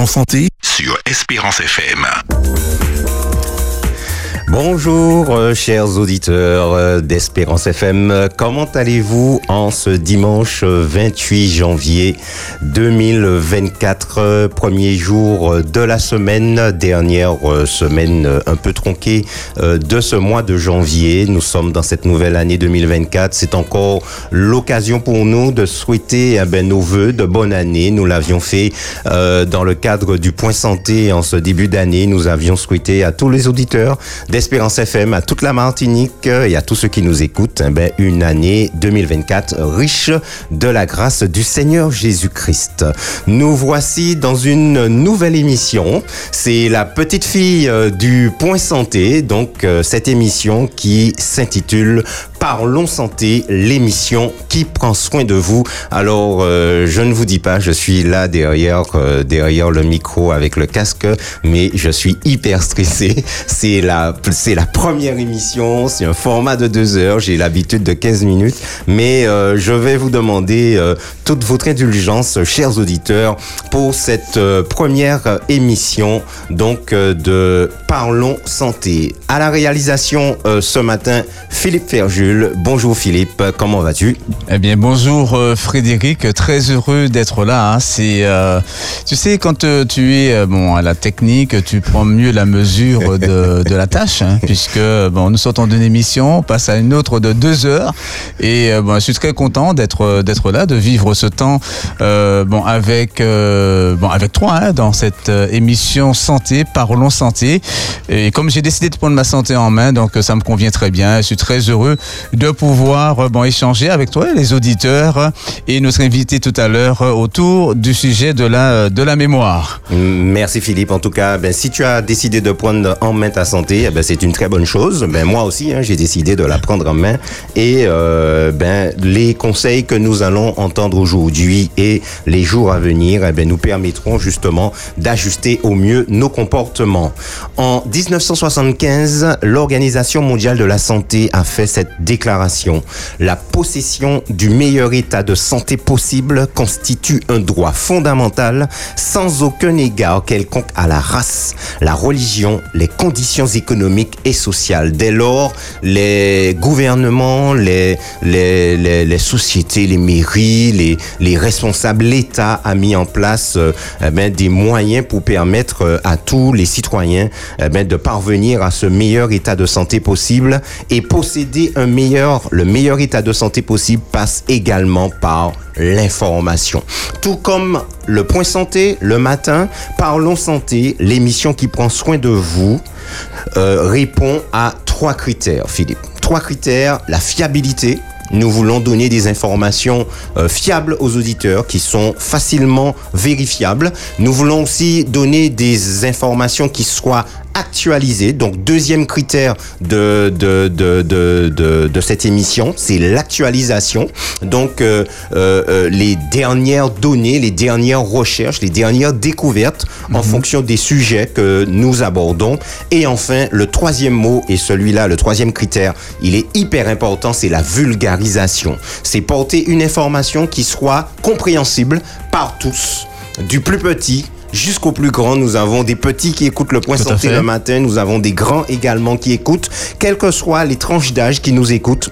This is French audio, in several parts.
Parlons Santé sur Espérance FM. Bonjour chers auditeurs d'Espérance FM, comment allez-vous en ce dimanche 28 janvier 2024, premier jour de la semaine, dernière semaine un peu tronquée de ce mois de janvier. Nous sommes dans cette nouvelle année 2024, c'est encore l'occasion pour nous de souhaiter nos vœux de bonne année. Nous l'avions fait dans le cadre du Point Santé en ce début d'année. Nous avions souhaité à tous les auditeurs d'Espérance FM, à toute la Martinique et à tous ceux qui nous écoutent, une année 2024 riche de la grâce du Seigneur Jésus-Christ. Nous voici dans une nouvelle émission. C'est la petite fille du Point Santé, donc cette émission qui s'intitule Parlons Santé, l'émission qui prend soin de vous. Alors, je ne vous dis pas, je suis là derrière le micro avec le casque, mais je suis hyper stressé. C'est la première émission, c'est un format de 2 heures, j'ai l'habitude de 15 minutes, mais je vais vous demander toute votre indulgence, chers auditeurs, pour cette première émission donc de Parlons Santé. À la réalisation ce matin, Philippe Ferjul. Bonjour Philippe, comment vas-tu? Eh bien bonjour Frédéric, très heureux d'être là. C'est, tu sais, quand tu es à la technique, tu prends mieux la mesure de la tâche, puisque nous sortons d'une émission, on passe à une autre de 2 heures, et je suis très content d'être là, de vivre ce temps avec toi dans cette émission Santé, Parlons Santé. Et comme j'ai décidé de prendre ma santé en main, donc ça me convient très bien. Je suis très heureux de pouvoir échanger avec toi, les auditeurs, et notre invité tout à l'heure autour du sujet de la mémoire. Merci Philippe. En tout cas, si tu as décidé de prendre en main ta santé, c'est une très bonne chose. Moi aussi, j'ai décidé de la prendre en main. Et les conseils que nous allons entendre aujourd'hui et les jours à venir, nous permettront justement d'ajuster au mieux nos comportements. En 1975, l'Organisation mondiale de la santé a fait cette déclaration. La possession du meilleur état de santé possible constitue un droit fondamental sans aucun égard quelconque à la race, la religion, les conditions économiques et sociales. Dès lors, les gouvernements, les sociétés, les mairies, les responsables, l'État a mis en place des moyens pour permettre à tous les citoyens de parvenir à ce meilleur état de santé possible. Et posséder le meilleur état de santé possible passe également par l'information. Tout comme le Point Santé, le matin, Parlons Santé, l'émission qui prend soin de vous, répond à 3 critères, Philippe. 3 critères, la fiabilité. Nous voulons donner des informations fiables aux auditeurs qui sont facilement vérifiables. Nous voulons aussi donner des informations qui soient actualisées. Donc, deuxième critère de cette émission, c'est l'actualisation. Donc, les dernières données, les dernières recherches, les dernières découvertes en fonction des sujets que nous abordons. Et enfin, le troisième mot, et celui-là, le troisième critère, il est hyper important, c'est la vulgarisation. C'est porter une information qui soit compréhensible par tous, du plus petit jusqu'au plus grand. Nous avons des petits qui écoutent le Point Santé le matin. Nous avons des grands également qui écoutent. Quelles que soient les tranches d'âge qui nous écoutent,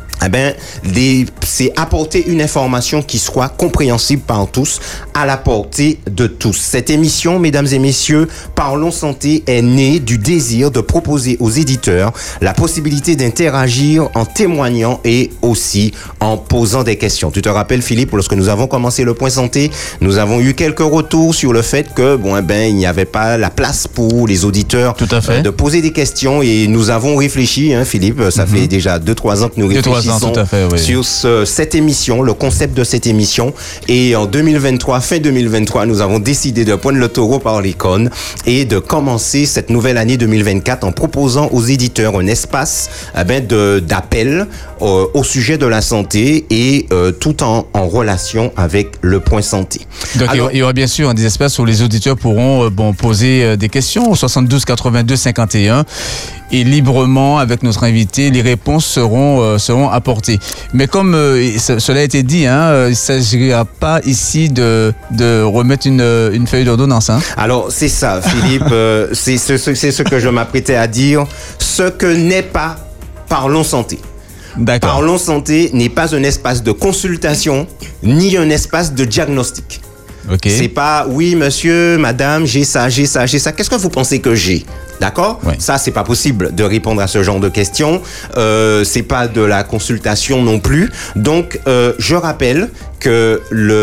c'est apporter une information qui soit compréhensible par tous, à la portée de tous. Cette émission, mesdames et messieurs, Parlons Santé, est née du désir de proposer aux éditeurs la possibilité d'interagir en témoignant et aussi en posant des questions. Tu te rappelles, Philippe, lorsque nous avons commencé le Point Santé, nous avons eu quelques retours sur le fait que, il n'y avait pas la place pour les auditeurs de poser des questions, et nous avons réfléchi, Philippe, ça fait déjà 2-3 ans que nous réfléchissons sur cette émission, le concept de cette émission. Et en 2023, fin 2023, nous avons décidé de prendre le taureau par les cornes et de commencer cette nouvelle année 2024 en proposant aux éditeurs un espace d'appel au sujet de la santé et tout en relation avec le Point Santé. Donc il y aura bien sûr des espaces où les auditeurs pourront poser des questions au 72 82 51. et librement avec notre invité, les réponses seront apportées. Mais comme cela a été dit, hein, il ne s'agira pas ici de remettre une feuille d'ordonnance. Hein. Alors, c'est ça, Philippe, c'est ce que je m'apprêtais à dire. Ce que n'est pas Parlons Santé. D'accord. Parlons Santé n'est pas un espace de consultation, ni un espace de diagnostic. Okay. C'est pas, oui, monsieur, madame, j'ai ça. Qu'est-ce que vous pensez que j'ai? D'accord? Ouais. Ça, c'est pas possible de répondre à ce genre de questions. C'est pas de la consultation non plus. Donc, je rappelle que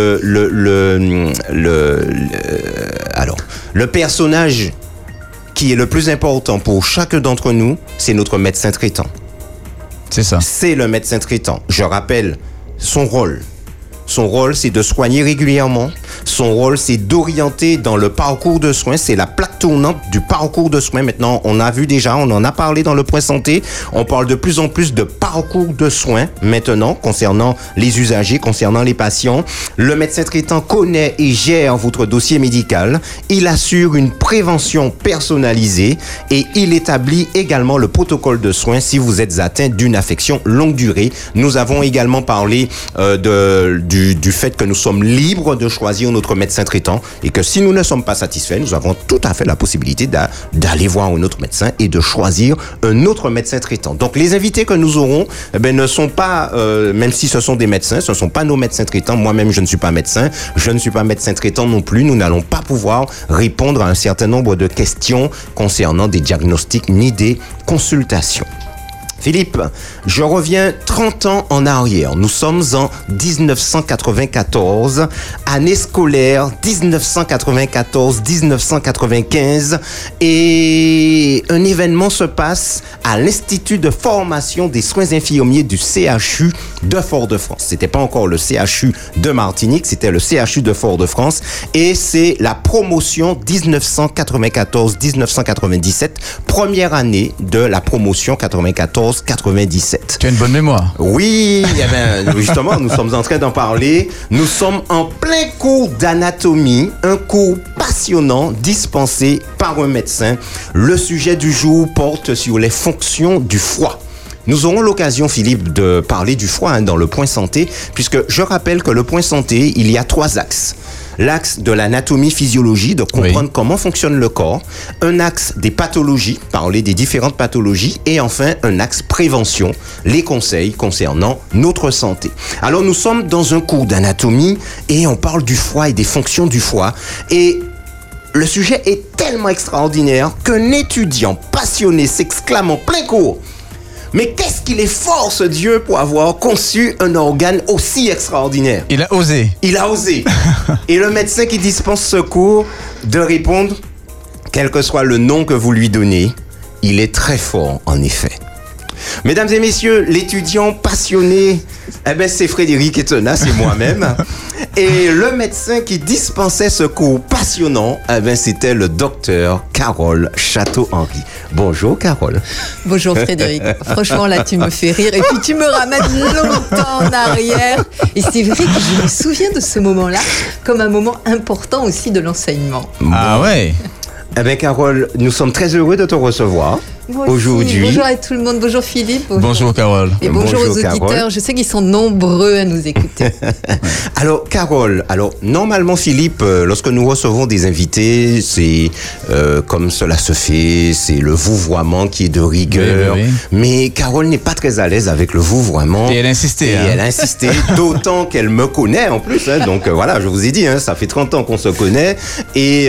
le personnage qui est le plus important pour chacun d'entre nous, c'est notre médecin traitant. C'est ça. C'est le médecin traitant. Je rappelle son rôle. Son rôle, c'est de soigner régulièrement. Son rôle, c'est d'orienter dans le parcours de soins. C'est la plaque tournante du parcours de soins. Maintenant, on a vu déjà, on en a parlé dans le point santé. On parle de plus en plus de parcours de soins maintenant concernant les usagers, concernant les patients. Le médecin traitant connaît et gère votre dossier médical. Il assure une prévention personnalisée et il établit également le protocole de soins si vous êtes atteint d'une affection longue durée. Nous avons également parlé du fait que nous sommes libres de choisir notre médecin traitant et que si nous ne sommes pas satisfaits, nous avons tout à fait la possibilité d'aller voir un autre médecin et de choisir un autre médecin traitant. Donc les invités que nous aurons ne sont pas, même si ce sont des médecins, ce ne sont pas nos médecins traitants. Moi-même, je ne suis pas médecin, je ne suis pas médecin traitant non plus. Nous n'allons pas pouvoir répondre à un certain nombre de questions concernant des diagnostics ni des consultations. Philippe, je reviens 30 ans en arrière. Nous sommes en 1994, année scolaire 1994-1995 et un événement se passe à l'Institut de formation des soins infirmiers du CHU de Fort-de-France. C'était pas encore le CHU de Martinique, c'était le CHU de Fort-de-France et c'est la promotion 1994-1997, première année de la promotion 94-97. Tu as une bonne mémoire. Oui, justement, nous sommes en train d'en parler. Nous sommes en plein cours d'anatomie, un cours passionnant dispensé par un médecin. Le sujet du jour porte sur les fonctions du foie. Nous aurons l'occasion, Philippe, de parler du foie dans le point santé, puisque je rappelle que le point santé, il y a 3 axes. L'axe de l'anatomie-physiologie, de comprendre comment fonctionne le corps. Un axe des pathologies, parler des différentes pathologies. Et enfin, un axe prévention, les conseils concernant notre santé. Alors, nous sommes dans un cours d'anatomie et on parle du foie et des fonctions du foie. Et le sujet est tellement extraordinaire qu'un étudiant passionné s'exclame en plein cours: mais qu'est-ce qu'il est fort, ce Dieu, pour avoir conçu un organe aussi extraordinaire. Il a osé. Il a osé. Et le médecin qui dispense ce cours de répondre, quel que soit le nom que vous lui donnez, il est très fort, en effet. Mesdames et messieurs, l'étudiant passionné, c'est Frédéric Etena, c'est moi-même. Et le médecin qui dispensait ce cours passionnant, c'était le docteur Carole Château-Henry. Bonjour Carole. Bonjour Frédéric. Franchement, là, tu me fais rire. Et puis, tu me ramènes longtemps en arrière. Et c'est vrai que je me souviens de ce moment-là comme un moment important aussi de l'enseignement. Ah ouais. Carole, nous sommes très heureux de te recevoir. Moi aussi. Aujourd'hui. Bonjour à tout le monde. Bonjour Philippe. Bonjour Carole. Et bonjour aux auditeurs. Carole. Je sais qu'ils sont nombreux à nous écouter. Alors Carole, normalement Philippe, lorsque nous recevons des invités, c'est comme cela se fait, c'est le vouvoiement qui est de rigueur. Oui. Mais Carole n'est pas très à l'aise avec le vouvoiement. Et elle a insisté. Elle a insisté, d'autant qu'elle me connaît en plus. Donc voilà, je vous ai dit, ça fait 30 ans qu'on se connaît. Et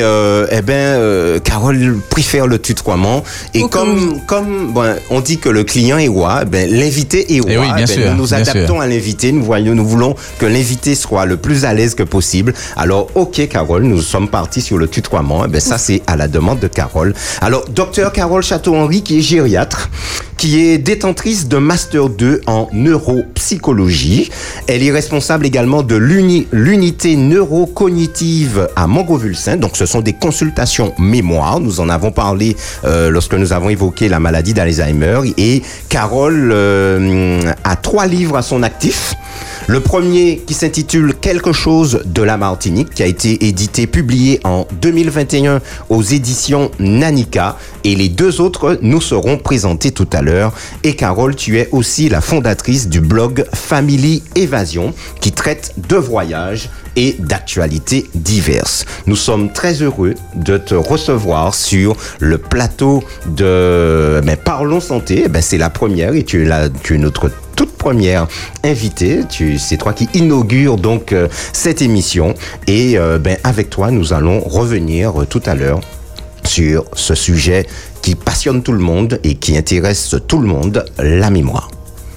Carole préfère le tutoiement. Et comme on dit que le client est roi, l'invité est roi. Et oui, bien sûr, nous nous adaptons à l'invité. Nous voulons que l'invité soit le plus à l'aise que possible. Alors, ok, Carole, nous sommes partis sur le tutoiement. Ça, c'est à la demande de Carole. Alors, docteur Carole Château-Henry, qui est gériatre, qui est détentrice de Master 2 en neuropsychologie. Elle est responsable également de l'unité neurocognitive à Montgovulsin. Donc, ce sont des consultations mémoire. Nous en avons parlé lorsque nous avons évoqué la maladie d'Alzheimer. Et Carole a 3 livres à son actif. Le premier qui s'intitule Quelque chose de la Martinique, qui a été édité, publié en 2021 aux éditions Nanica. Et les deux autres nous seront présentés tout à l'heure. Et Carole, tu es aussi la fondatrice du blog Family Évasion, qui traite de voyages et d'actualités diverses. Nous sommes très heureux de te recevoir sur le plateau de Parlons Santé. C'est la première et tu es notre toute première invitée. C'est toi qui inaugure donc cette émission. Et avec toi, nous allons revenir tout à l'heure sur ce sujet qui passionne tout le monde et qui intéresse tout le monde, la mémoire.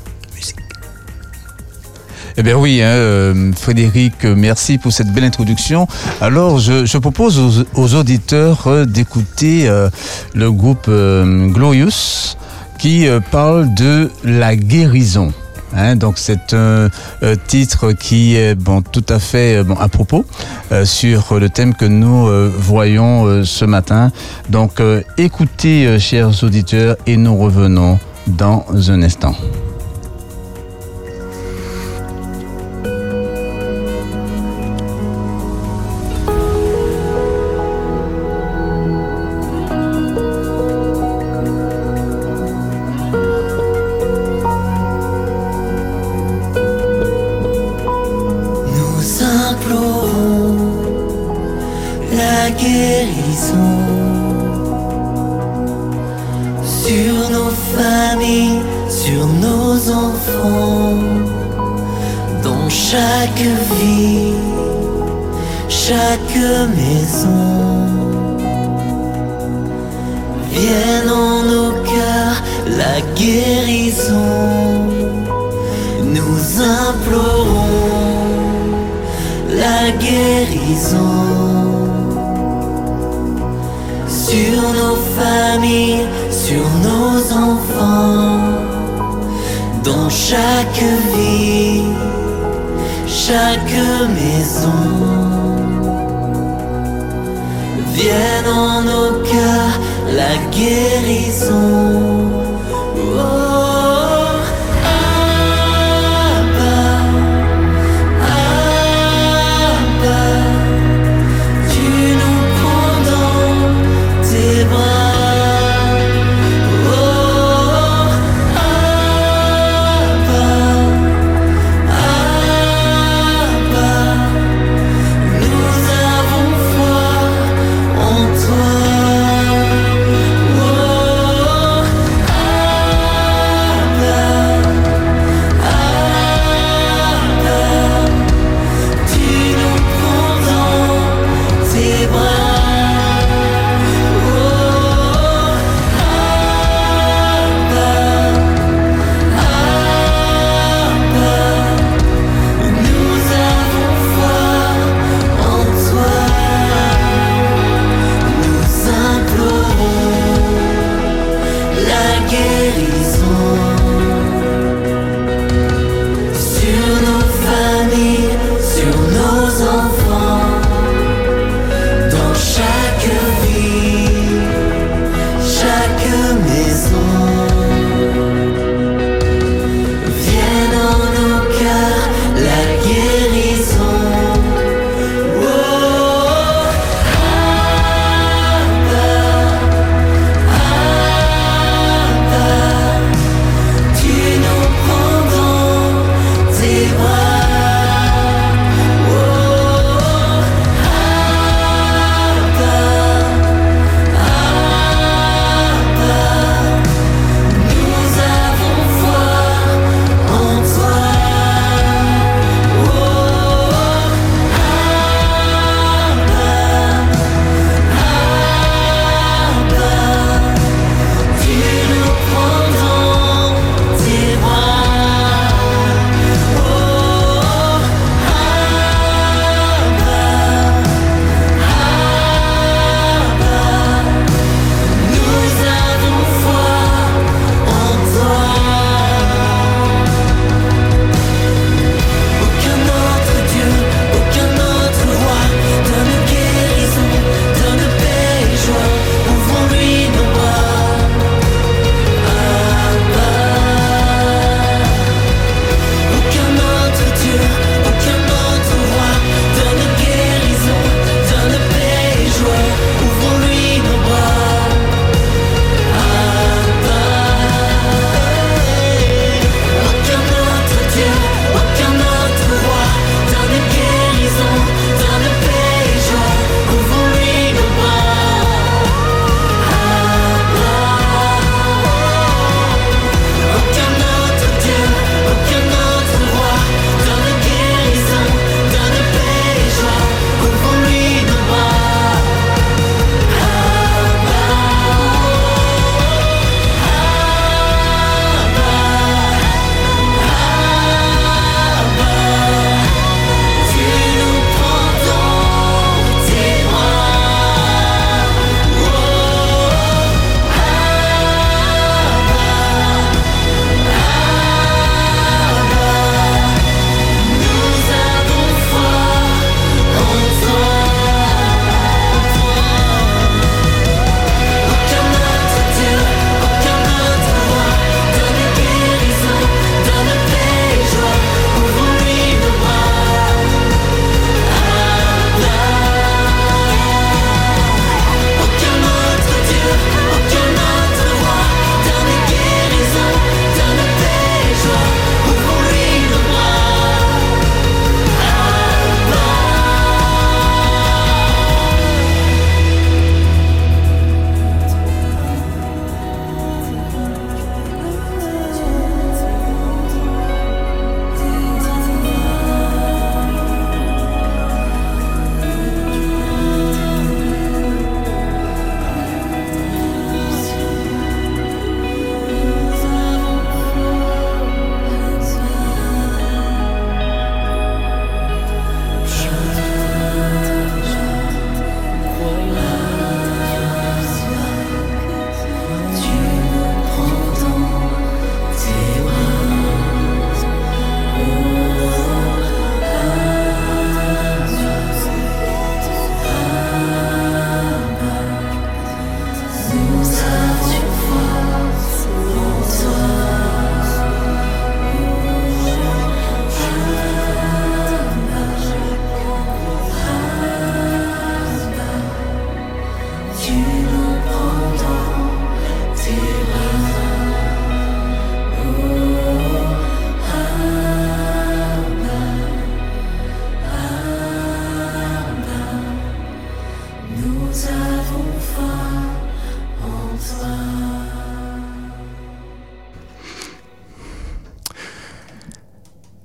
Eh bien oui, Frédéric, merci pour cette belle introduction. Alors, je propose aux auditeurs d'écouter le groupe Glorious qui parle de la guérison. Donc c'est un titre qui est tout à fait à propos sur le thème que nous voyons ce matin. Donc écoutez, chers auditeurs, et nous revenons dans un instant. Sur nos familles, sur nos enfants, dans chaque vie, chaque maison. Vienne en nos cœurs la guérison. Nous implorons la guérison. Sur nos familles, sur nos enfants, dans chaque vie, chaque maison. Vienne en nos cœurs la guérison. Oh, Abba, Abba, tu nous prends dans tes bras. Oh, Abba, Abba, nous avons foi en toi. Oh,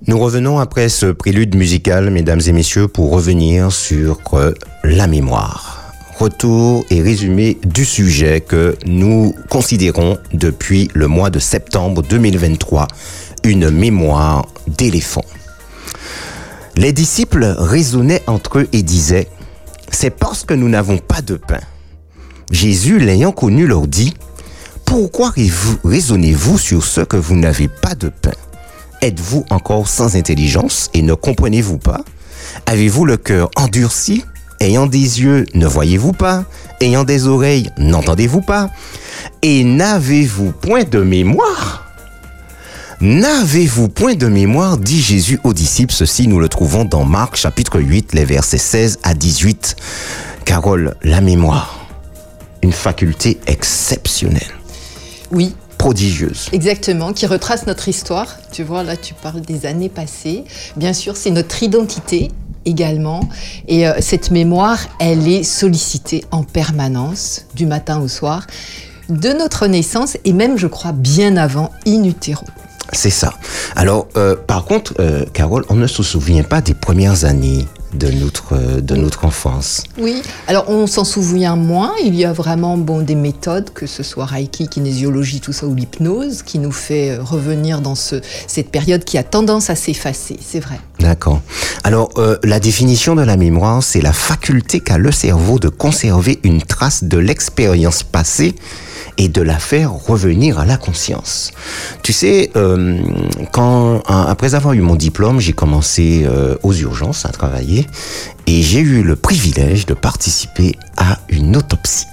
Nous revenons après ce prélude musical, mesdames et messieurs, pour revenir sur la mémoire. Retour et résumé du sujet que nous considérons depuis le mois de septembre 2023, une mémoire d'éléphant. Les disciples raisonnaient entre eux et disaient « C'est parce que nous n'avons pas de pain. » Jésus, l'ayant connu, leur dit « Pourquoi raisonnez-vous sur ce que vous n'avez pas de pain? Êtes-vous encore sans intelligence et ne comprenez-vous pas? Avez-vous le cœur endurci? Ayant des yeux, ne voyez-vous pas? Ayant des oreilles, n'entendez-vous pas? Et n'avez-vous point de mémoire? N'avez-vous point de mémoire, dit Jésus aux disciples. Ceci, nous le trouvons dans Marc, chapitre 8, les versets 16 à 18. Carole, la mémoire, une faculté exceptionnelle. Oui. Prodigieuse. Exactement, qui retrace notre histoire. Tu vois, là, tu parles des années passées. Bien sûr, c'est notre identité également. Et cette mémoire, elle est sollicitée en permanence, du matin au soir, de notre naissance et même, je crois, bien avant, in utero. C'est ça. Alors, par contre, Carole, on ne se souvient pas des premières années de notre enfance. Oui, alors on s'en souvient moins. Il y a vraiment des méthodes, que ce soit Reiki, kinésiologie, tout ça, ou l'hypnose, qui nous fait revenir dans cette période qui a tendance à s'effacer, c'est vrai. D'accord. Alors, la définition de la mémoire, c'est la faculté qu'a le cerveau de conserver une trace de l'expérience passée et de la faire revenir à la conscience. Tu sais, après avoir eu mon diplôme, j'ai commencé aux urgences à travailler et j'ai eu le privilège de participer à une autopsie.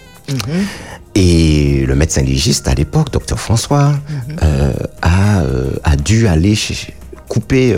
Et le médecin légiste à l'époque, Dr François, a dû aller couper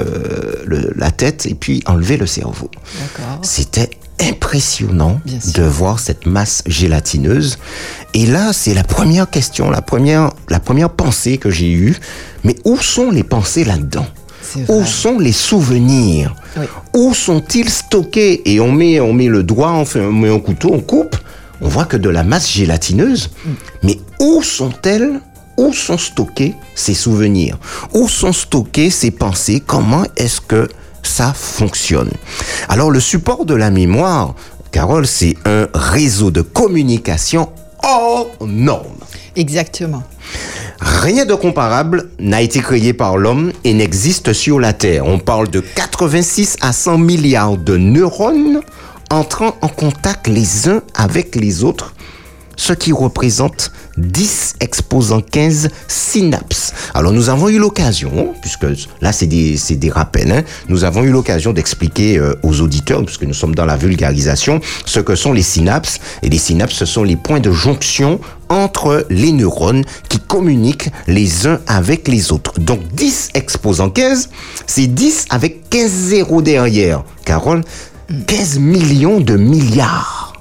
la tête et puis enlever le cerveau. D'accord. C'était impressionnant de voir cette masse gélatineuse. Et là, c'est la première question, la première pensée que j'ai eue. Mais où sont les pensées là-dedans? Où sont les souvenirs? Oui. Où sont-ils stockés? Et on met le doigt, on met un couteau, on coupe. On voit que de la masse gélatineuse. Mais où sont-elles? Où sont stockés ces souvenirs? Où sont stockées ces pensées? Comment est-ce que ça fonctionne? Alors, le support de la mémoire, Carole, c'est un réseau de communication hors norme. Exactement. Rien de comparable n'a été créé par l'homme et n'existe sur la Terre. On parle de 86 à 100 milliards de neurones entrant en contact les uns avec les autres, ce qui représente 10 exposant 15 synapses. Alors nous avons eu l'occasion, puisque là c'est des rappels, nous avons eu l'occasion d'expliquer aux auditeurs, puisque nous sommes dans la vulgarisation, ce que sont les synapses. Et les synapses, ce sont les points de jonction entre les neurones qui communiquent les uns avec les autres. Donc 10 exposant 15, c'est 10 avec 15 zéros derrière. Carole, 15 millions de milliards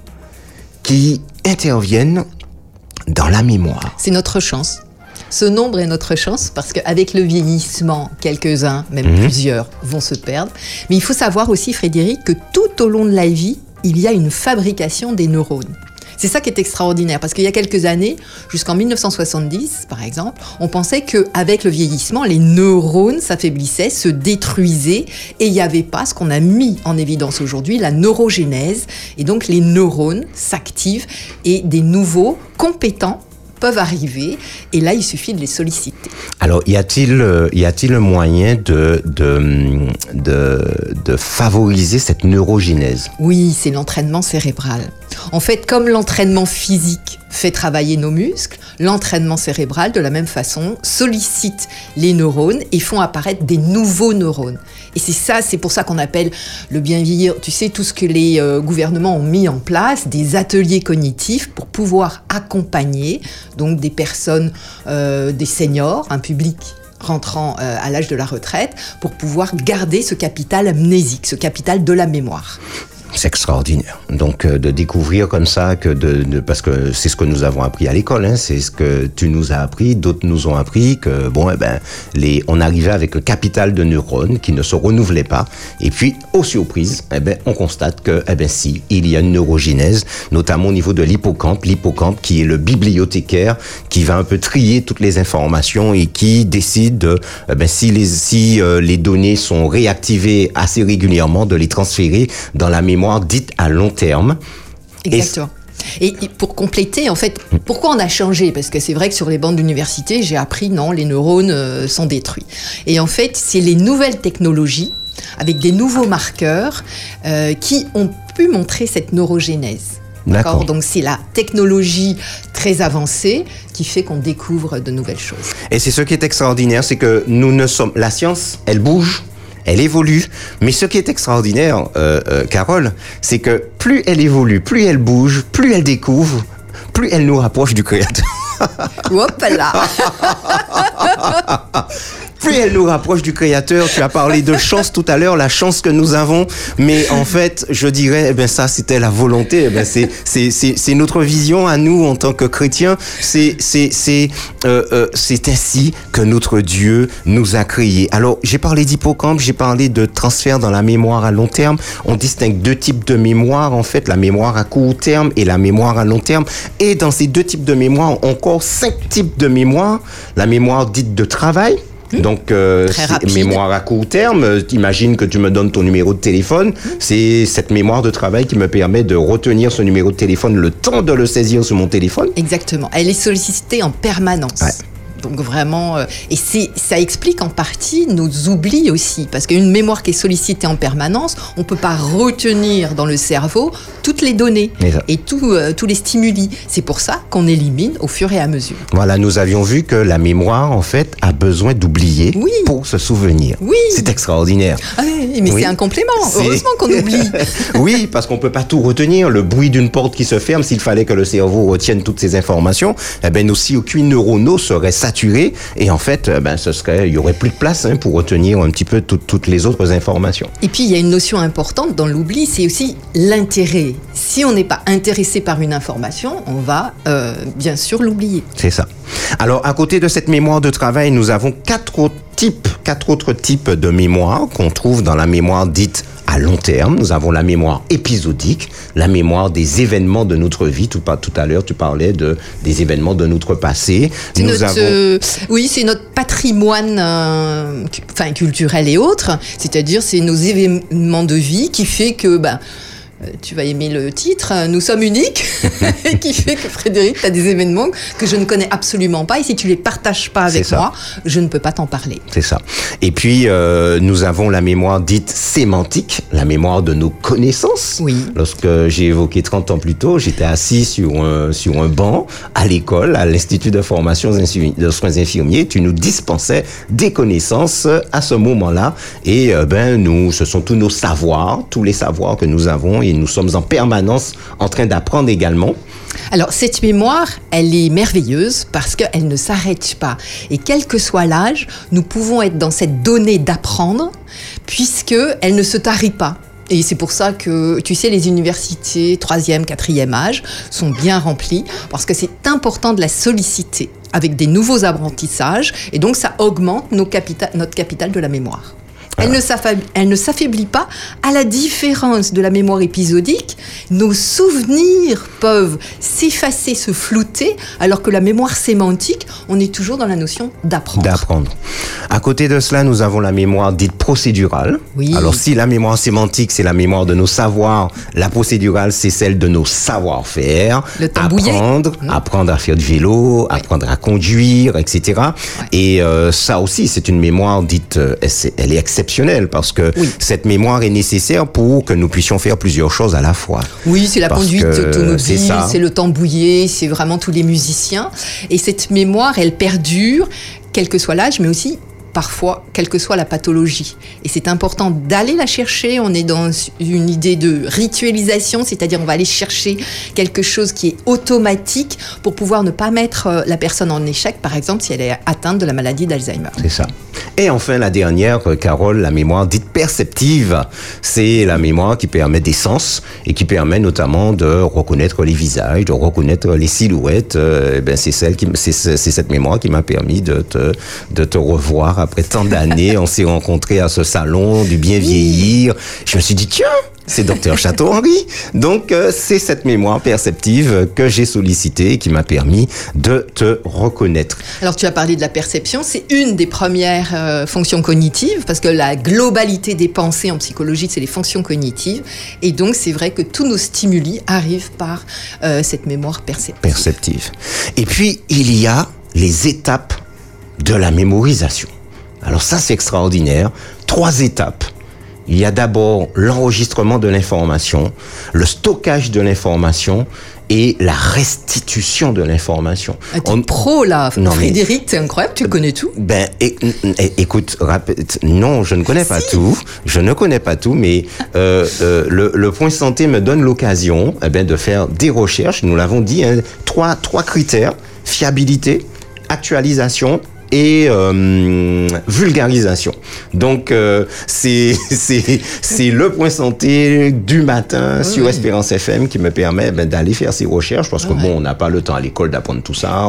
qui interviennent dans la mémoire. C'est notre chance. Ce nombre est notre chance parce qu'avec le vieillissement, quelques-uns, même plusieurs, vont se perdre. Mais il faut savoir aussi, Frédéric, que tout au long de la vie, il y a une fabrication des neurones. C'est ça qui est extraordinaire, parce qu'il y a quelques années, jusqu'en 1970 par exemple, on pensait qu'avec le vieillissement, les neurones s'affaiblissaient, se détruisaient, et il n'y avait pas ce qu'on a mis en évidence aujourd'hui, la neurogénèse, et donc les neurones s'activent et des nouveaux compétents peuvent arriver, et là il suffit de les solliciter. Alors y a-t-il un moyen de favoriser cette neurogénèse? Oui, c'est l'entraînement cérébral. En fait, comme l'entraînement physique fait travailler nos muscles, l'entraînement cérébral, de la même façon, sollicite les neurones et font apparaître des nouveaux neurones. Et c'est pour ça qu'on appelle le bien vieillir. Tu sais, tout ce que les gouvernements ont mis en place, des ateliers cognitifs pour pouvoir accompagner donc des personnes, des seniors, un public rentrant à l'âge de la retraite, pour pouvoir garder ce capital amnésique, ce capital de la mémoire. C'est extraordinaire. Donc de découvrir comme ça parce que c'est ce que nous avons appris à l'école, hein, c'est ce que tu nous as appris, d'autres nous ont appris que on arrivait avec le capital de neurones qui ne se renouvelait pas. Et puis aux surprises, on constate que si il y a une neurogénèse, notamment au niveau de l'hippocampe qui est le bibliothécaire qui va un peu trier toutes les informations et qui décide si les données sont réactivées assez régulièrement de les transférer dans la mémoire dite à long terme. Exactement. Et pour compléter, en fait, pourquoi on a changé ? Parce que c'est vrai que sur les bancs d'université, j'ai appris, non, les neurones sont détruits. Et en fait, c'est les nouvelles technologies, avec des nouveaux marqueurs, qui ont pu montrer cette neurogénèse. D'accord. Donc c'est la technologie très avancée qui fait qu'on découvre de nouvelles choses. Et c'est ce qui est extraordinaire, c'est que la science, elle bouge, elle évolue, mais ce qui est extraordinaire, Carole, c'est que plus elle évolue, plus elle bouge, plus elle découvre, plus elle nous rapproche du Créateur. Hop là. Plus elle nous rapproche du Créateur. Tu as parlé de chance tout à l'heure, la chance que nous avons, mais en fait, je dirais, ça, c'était la volonté. C'est notre vision à nous en tant que chrétiens. C'est ainsi que notre Dieu nous a créés. Alors, j'ai parlé d'hippocampe, j'ai parlé de transfert dans la mémoire à long terme. On distingue deux types de mémoire, en fait, la mémoire à court terme et la mémoire à long terme. Et dans ces deux types de mémoire, encore 5 types de mémoire. La mémoire dite de travail. Donc, mémoire à court terme, imagine que tu me donnes ton numéro de téléphone, c'est cette mémoire de travail qui me permet de retenir ce numéro de téléphone le temps de le saisir sur mon téléphone. Exactement, elle est sollicitée en permanence. Ouais. Donc vraiment, et ça explique en partie nos oublis aussi, parce qu'une mémoire qui est sollicitée en permanence, on ne peut pas retenir dans le cerveau toutes les données et tous les stimuli. C'est pour ça qu'on élimine au fur et à mesure. Voilà, nous avions vu que la mémoire, en fait, a besoin d'oublier pour se souvenir. Oui. C'est extraordinaire. Ah oui, mais c'est un complément. Heureusement qu'on oublie. Oui, parce qu'on ne peut pas tout retenir. Le bruit d'une porte qui se ferme, s'il fallait que le cerveau retienne toutes ces informations, nos circuits neuronaux seraient saturés. Et en fait, il y aurait plus de place pour retenir un petit peu toutes les autres informations. Et puis, il y a une notion importante dans l'oubli, c'est aussi l'intérêt. Si on n'est pas intéressé par une information, on va bien sûr l'oublier. C'est ça. Alors, à côté de cette mémoire de travail, nous avons quatre autres types de mémoire qu'on trouve dans la mémoire dite à long terme. Nous avons la mémoire épisodique, la mémoire des événements de notre vie. Tout à l'heure, tu parlais des événements de notre passé. C'est notre patrimoine culturel et autres. C'est-à-dire, c'est nos événements de vie qui fait que... tu vas aimer le titre, Nous sommes uniques, et qui fait que Frédéric, tu as des événements que je ne connais absolument pas, et si tu les partages pas avec moi, je ne peux pas t'en parler. C'est ça. Et puis, nous avons la mémoire dite sémantique, la mémoire de nos connaissances. Oui. Lorsque j'ai évoqué 30 ans plus tôt, j'étais assis sur un banc à l'école, à l'Institut de formation de soins infirmiers. Tu nous dispensais des connaissances à ce moment-là, et ce sont tous nos savoirs, tous les savoirs que nous avons, et nous sommes en permanence en train d'apprendre également. Alors, cette mémoire, elle est merveilleuse parce qu'elle ne s'arrête pas. Et quel que soit l'âge, nous pouvons être dans cette donnée d'apprendre puisqu'elle ne se tarit pas. Et c'est pour ça que, tu sais, les universités 3e, 4e âge sont bien remplies parce que c'est important de la solliciter avec des nouveaux apprentissages et donc ça augmente notre capital de la mémoire. Elle ne s'affaiblit pas, à la différence de la mémoire épisodique. Nos souvenirs peuvent s'effacer, se flouter, alors que la mémoire sémantique, on est toujours dans la notion d'apprendre. À côté de cela, nous avons la mémoire dite procédurale. Oui. Alors, si la mémoire sémantique, c'est la mémoire de nos savoirs, la procédurale, c'est celle de nos savoir-faire. Le tambouiller. Apprendre à faire du vélo, apprendre à conduire, etc. Ouais. Et ça aussi, c'est une mémoire dite, elle est exceptionnelle parce que cette mémoire est nécessaire pour que nous puissions faire plusieurs choses à la fois. Oui, c'est la conduite automobile, c'est le tambouiller, c'est vraiment tous les musiciens. Et cette mémoire, elle perdure, quel que soit l'âge, mais aussi parfois, quelle que soit la pathologie. Et c'est important d'aller la chercher. On est dans une idée de ritualisation, c'est-à-dire on va aller chercher quelque chose qui est automatique pour pouvoir ne pas mettre la personne en échec, par exemple, si elle est atteinte de la maladie d'Alzheimer. C'est ça. Et enfin, la dernière, Carole, la mémoire dite perceptive. C'est la mémoire qui permet des sens et qui permet notamment de reconnaître les visages, de reconnaître les silhouettes. C'est cette mémoire qui m'a permis de te revoir après tant d'années. On s'est rencontrés à ce salon du bien vieillir. Je me suis dit, tiens, c'est Dr Château-Henri. Donc, c'est cette mémoire perceptive que j'ai sollicitée et qui m'a permis de te reconnaître. Alors, tu as parlé de la perception. C'est une des premières fonctions cognitives, parce que la globalité des pensées en psychologie, c'est les fonctions cognitives. Et donc, c'est vrai que tous nos stimuli arrivent par cette mémoire perceptive. Et puis, il y a les étapes de la mémorisation. Alors ça, c'est extraordinaire. 3 étapes. Il y a d'abord l'enregistrement de l'information, le stockage de l'information et la restitution de l'information. T'es pro là, Frédéric, c'est incroyable, tu connais tout. Écoute, non, je ne connais pas tout. Je ne connais pas tout, mais le point santé me donne l'occasion de faire des recherches. Nous l'avons dit, 3 critères: fiabilité, actualisation et vulgarisation. Donc c'est le point santé du matin sur Espérance FM qui me permet d'aller faire ces recherches, parce que bon, on n'a pas le temps à l'école d'apprendre tout ça,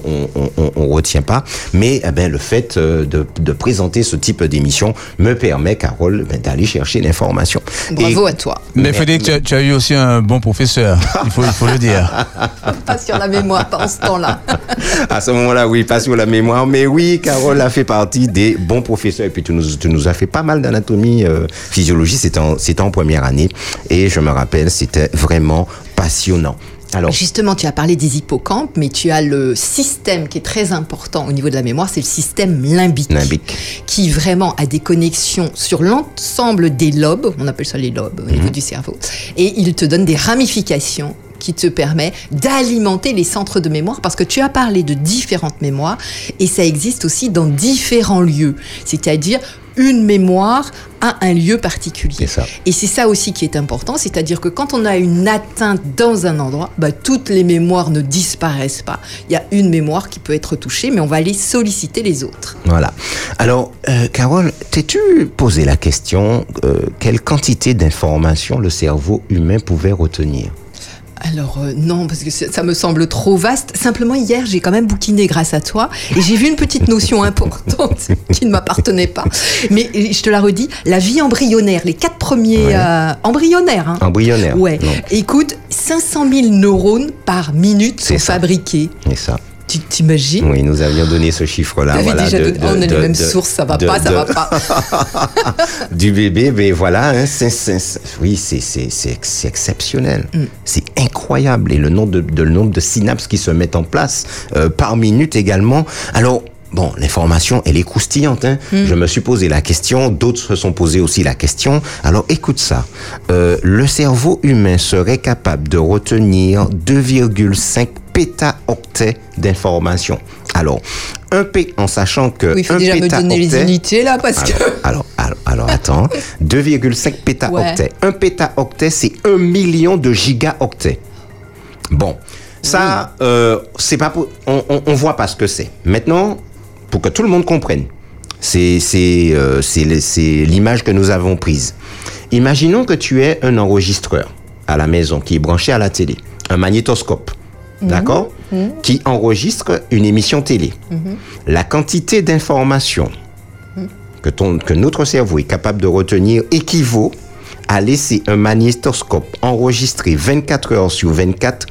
on retient pas, mais le fait de présenter ce type d'émission me permet, Carole, d'aller chercher l'information. Bravo à toi. Mais Frédéric, tu as eu aussi un bon professeur, il faut le dire. Pas sur la mémoire, pas en ce temps-là. À ce moment-là, oui, pas sur la mémoire, mais oui, Carole a fait partie des bons professeurs. Et puis tu nous as fait pas mal d'anatomie, physiologie. C'était en première année. Et je me rappelle, c'était vraiment passionnant. Alors, justement, tu as parlé des hippocampes, mais tu as le système qui est très important au niveau de la mémoire, c'est le système limbique. Qui vraiment a des connexions sur l'ensemble des lobes, on appelle ça les lobes au niveau du cerveau, et il te donne des ramifications qui te permet d'alimenter les centres de mémoire, parce que tu as parlé de différentes mémoires et ça existe aussi dans différents lieux, c'est-à-dire une mémoire à un lieu particulier. C'est ça. Et c'est ça aussi qui est important, c'est-à-dire que quand on a une atteinte dans un endroit, toutes les mémoires ne disparaissent pas. Il y a une mémoire qui peut être touchée, mais on va aller solliciter les autres. Voilà. Alors, Carole, t'es-tu posé la question quelle quantité d'informations le cerveau humain pouvait retenir ? Alors non, parce que ça me semble trop vaste. Simplement hier, j'ai quand même bouquiné grâce à toi et j'ai vu une petite notion importante qui ne m'appartenait pas. Mais je te la redis, la vie embryonnaire, les 4 premiers embryonnaires. Hein. Embryonnaire. Ouais. Écoute, 500 000 neurones par minute sont fabriqués. C'est ça. Tu t'imagines ? Oui, nous avions donné ce chiffre-là. Voilà, on a les mêmes sources, ça va pas. Du bébé, mais voilà, c'est exceptionnel. C'est incroyable. Et le nombre de synapses qui se mettent en place par minute également. Alors, bon, l'information, elle est croustillante. Je me suis posé la question, d'autres se sont posés aussi la question. Alors, écoute ça. Le cerveau humain serait capable de retenir 2,5 pétaoctets d'informations. Alors, en sachant que... Oui, il faut déjà me donner les unités, là, parce que... Alors, attends. 2,5 pétaoctets. Un pétaoctet, c'est 1 million de gigaoctets. Bon, ça, c'est pas pour... On voit pas ce que c'est. Maintenant, pour que tout le monde comprenne, c'est l'image que nous avons prise. Imaginons que tu aies un enregistreur à la maison qui est branché à la télé, un magnétoscope, d'accord, qui enregistre une émission télé. La quantité d'informations que notre cerveau est capable de retenir équivaut à laisser un magnétoscope enregistrer 24 heures sur 24,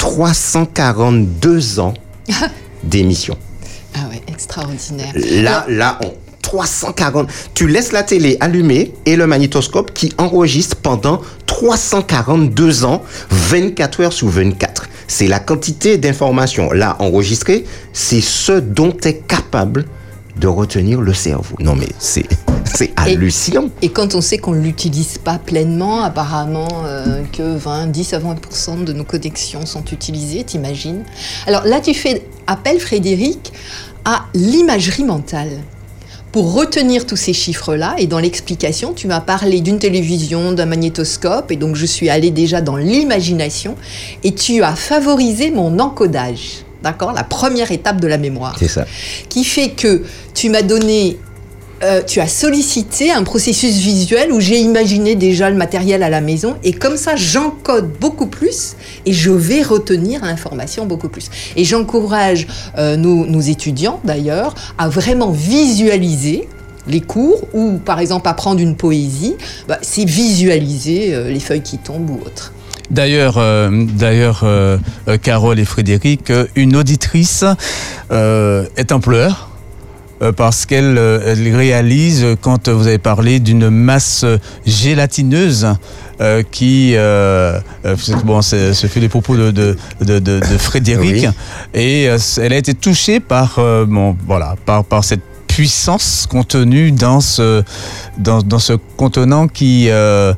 342 ans d'émission. Ah ouais, extraordinaire. Là, 340. Tu laisses la télé allumée et le magnétoscope qui enregistre pendant 342 ans, 24 heures sur 24. C'est la quantité d'informations là enregistrées, c'est ce dont est capable de retenir le cerveau. Non mais c'est hallucinant. Et quand on sait qu'on ne l'utilise pas pleinement, apparemment que 10 à 20% de nos connexions sont utilisées, t'imagines ? Alors là, tu fais appel, Frédéric, à l'imagerie mentale. pour retenir tous ces chiffres-là, et dans l'explication, tu m'as parlé d'une télévision, d'un magnétoscope, et donc je suis allée déjà dans l'imagination, et tu as favorisé mon encodage, d'accord ? La première étape de la mémoire. C'est ça. Qui fait que tu m'as donné... tu as sollicité un processus visuel où j'ai imaginé déjà le matériel à la maison, et comme ça j'encode beaucoup plus et je vais retenir l'information beaucoup plus. Et j'encourage nos étudiants d'ailleurs à vraiment visualiser les cours, ou par exemple apprendre une poésie, c'est visualiser les feuilles qui tombent ou autre. D'ailleurs, Carole et Frédéric, une auditrice est en pleurs. Parce qu'elle réalise, quand vous avez parlé d'une masse gélatineuse qui, bon, ce fut les propos de Frédéric, oui. Et elle a été touchée par, par cette puissance contenue dans ce contenant qui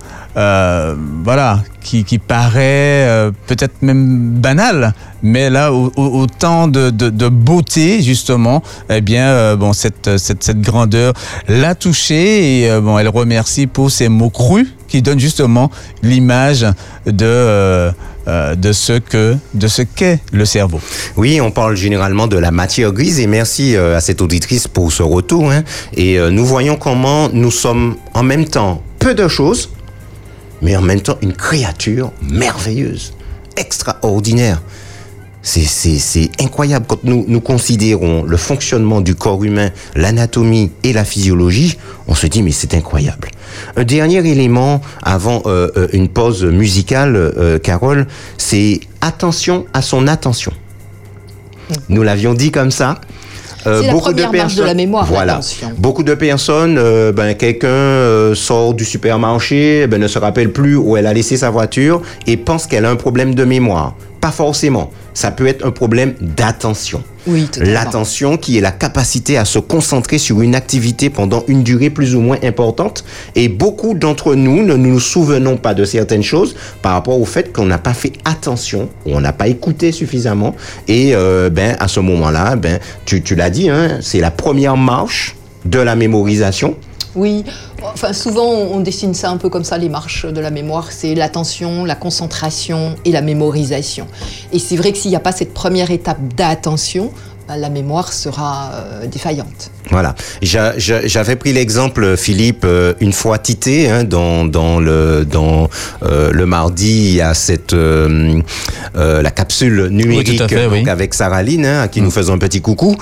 paraît peut-être même banal, mais là autant de beauté justement, cette grandeur l'a touchée, et elle remercie pour ces mots crus qui donnent justement l'image de ce qu'est le cerveau. Oui, on parle généralement de la matière grise, et merci à cette auditrice pour ce retour. Et nous voyons comment nous sommes en même temps peu de choses, mais en même temps une créature merveilleuse, extraordinaire. C'est incroyable quand nous considérons le fonctionnement du corps humain, l'anatomie et la physiologie. On se dit mais c'est incroyable. Un dernier élément avant une pause musicale, Carole, c'est attention à son attention. Nous l'avions dit comme ça. C'est la première marche de la mémoire. Voilà. L'attention. Beaucoup de personnes, quelqu'un sort du supermarché, ne se rappelle plus où elle a laissé sa voiture et pense qu'elle a un problème de mémoire. Pas forcément. Ça peut être un problème d'attention. Oui, totalement. L'attention qui est la capacité à se concentrer sur une activité pendant une durée plus ou moins importante. Et beaucoup d'entre nous ne nous souvenons pas de certaines choses par rapport au fait qu'on n'a pas fait attention, ou on n'a pas écouté suffisamment. Et à ce moment-là, tu l'as dit, c'est la première marche de la mémorisation. Oui, enfin souvent on dessine ça un peu comme ça, les marches de la mémoire, c'est l'attention, la concentration et la mémorisation. Et c'est vrai que s'il n'y a pas cette première étape d'attention, la mémoire sera défaillante. Voilà. J'avais pris l'exemple, Philippe, une fois Tité, dans le mardi, il y a cette la capsule numérique, oui, donc avec Sarah Lynn, à qui nous faisons un petit coucou,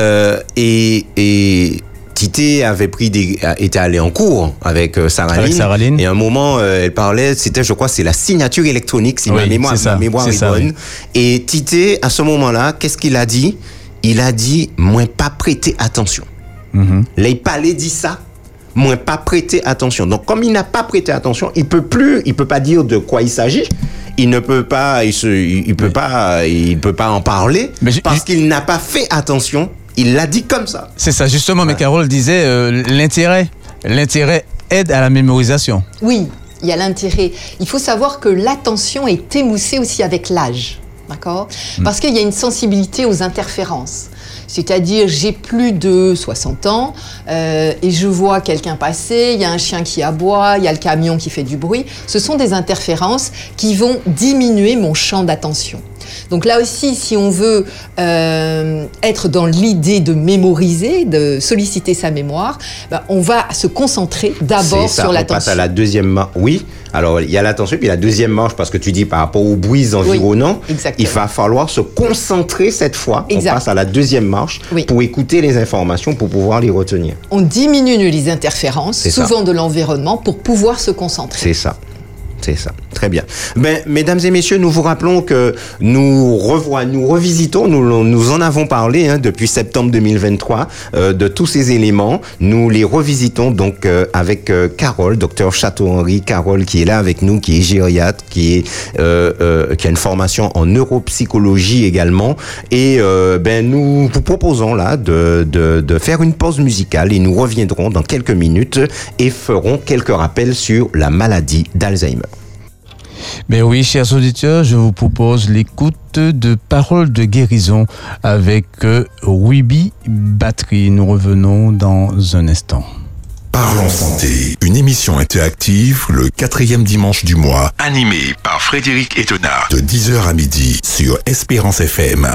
et Tité avait était allé en cours avec Sarah Lynn. Et à un moment, elle parlait, je crois, c'est la signature électronique, si ma mémoire est bonne. Oui. Et Tité, à ce moment-là, qu'est-ce qu'il a dit? Il a dit, moins pas prêter attention. Mm-hmm. Les palais dit ça, moins pas prêter attention. Donc, comme il n'a pas prêté attention, il peut pas dire de quoi il s'agit. Il ne peut pas, il peut pas en parler, parce qu'il n'a pas fait attention. Il l'a dit comme ça. C'est ça, justement, mais Carole disait l'intérêt aide à la mémorisation. Oui, il y a l'intérêt. Il faut savoir que l'attention est émoussée aussi avec l'âge, d'accord ? Parce qu'il y a une sensibilité aux interférences. C'est-à-dire, j'ai plus de 60 ans et je vois quelqu'un passer, il y a un chien qui aboie, il y a le camion qui fait du bruit. Ce sont des interférences qui vont diminuer mon champ d'attention. Donc là aussi, si on veut être dans l'idée de mémoriser, de solliciter sa mémoire, on va se concentrer d'abord sur l'attention. On passe à la deuxième marche. Oui, alors il y a l'attention, puis la deuxième marche, parce que tu dis par rapport aux bruits environnants, il va falloir se concentrer cette fois. Exact. On passe à la deuxième marche pour écouter les informations, pour pouvoir les retenir. On diminue les interférences, souvent de l'environnement, pour pouvoir se concentrer. C'est ça. C'est ça. Très bien. Mesdames et messieurs, nous vous rappelons que nous revisitons, nous en avons parlé depuis septembre 2023, de tous ces éléments. Nous les revisitons donc avec Carole, docteur Château-Henri. Carole qui est là avec nous, qui est gériatre, qui a une formation en neuropsychologie également. Et nous vous proposons là de faire une pause musicale, et nous reviendrons dans quelques minutes et ferons quelques rappels sur la maladie d'Alzheimer. Mais oui, chers auditeurs, je vous propose l'écoute de Paroles de guérison avec Wibi Battery. Nous revenons dans un instant. Parlons santé, une émission interactive le 4e dimanche du mois, animée par Frédéric Etena, de 10h à midi sur Espérance FM.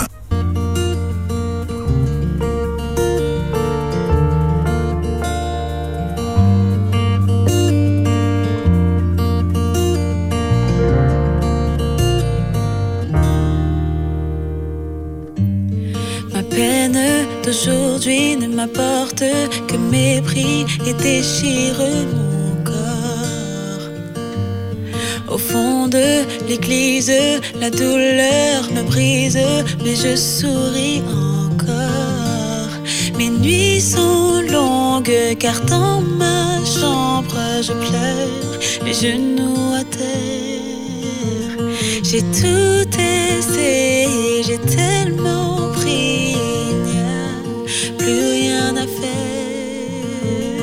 D'aujourd'hui ne m'apporte que mépris et déchire mon corps. Au fond de l'église, la douleur me brise, mais je souris encore. Mes nuits sont longues car dans ma chambre je pleure, les genoux à terre. J'ai tout essayé, j'ai tellement prié, plus rien à faire.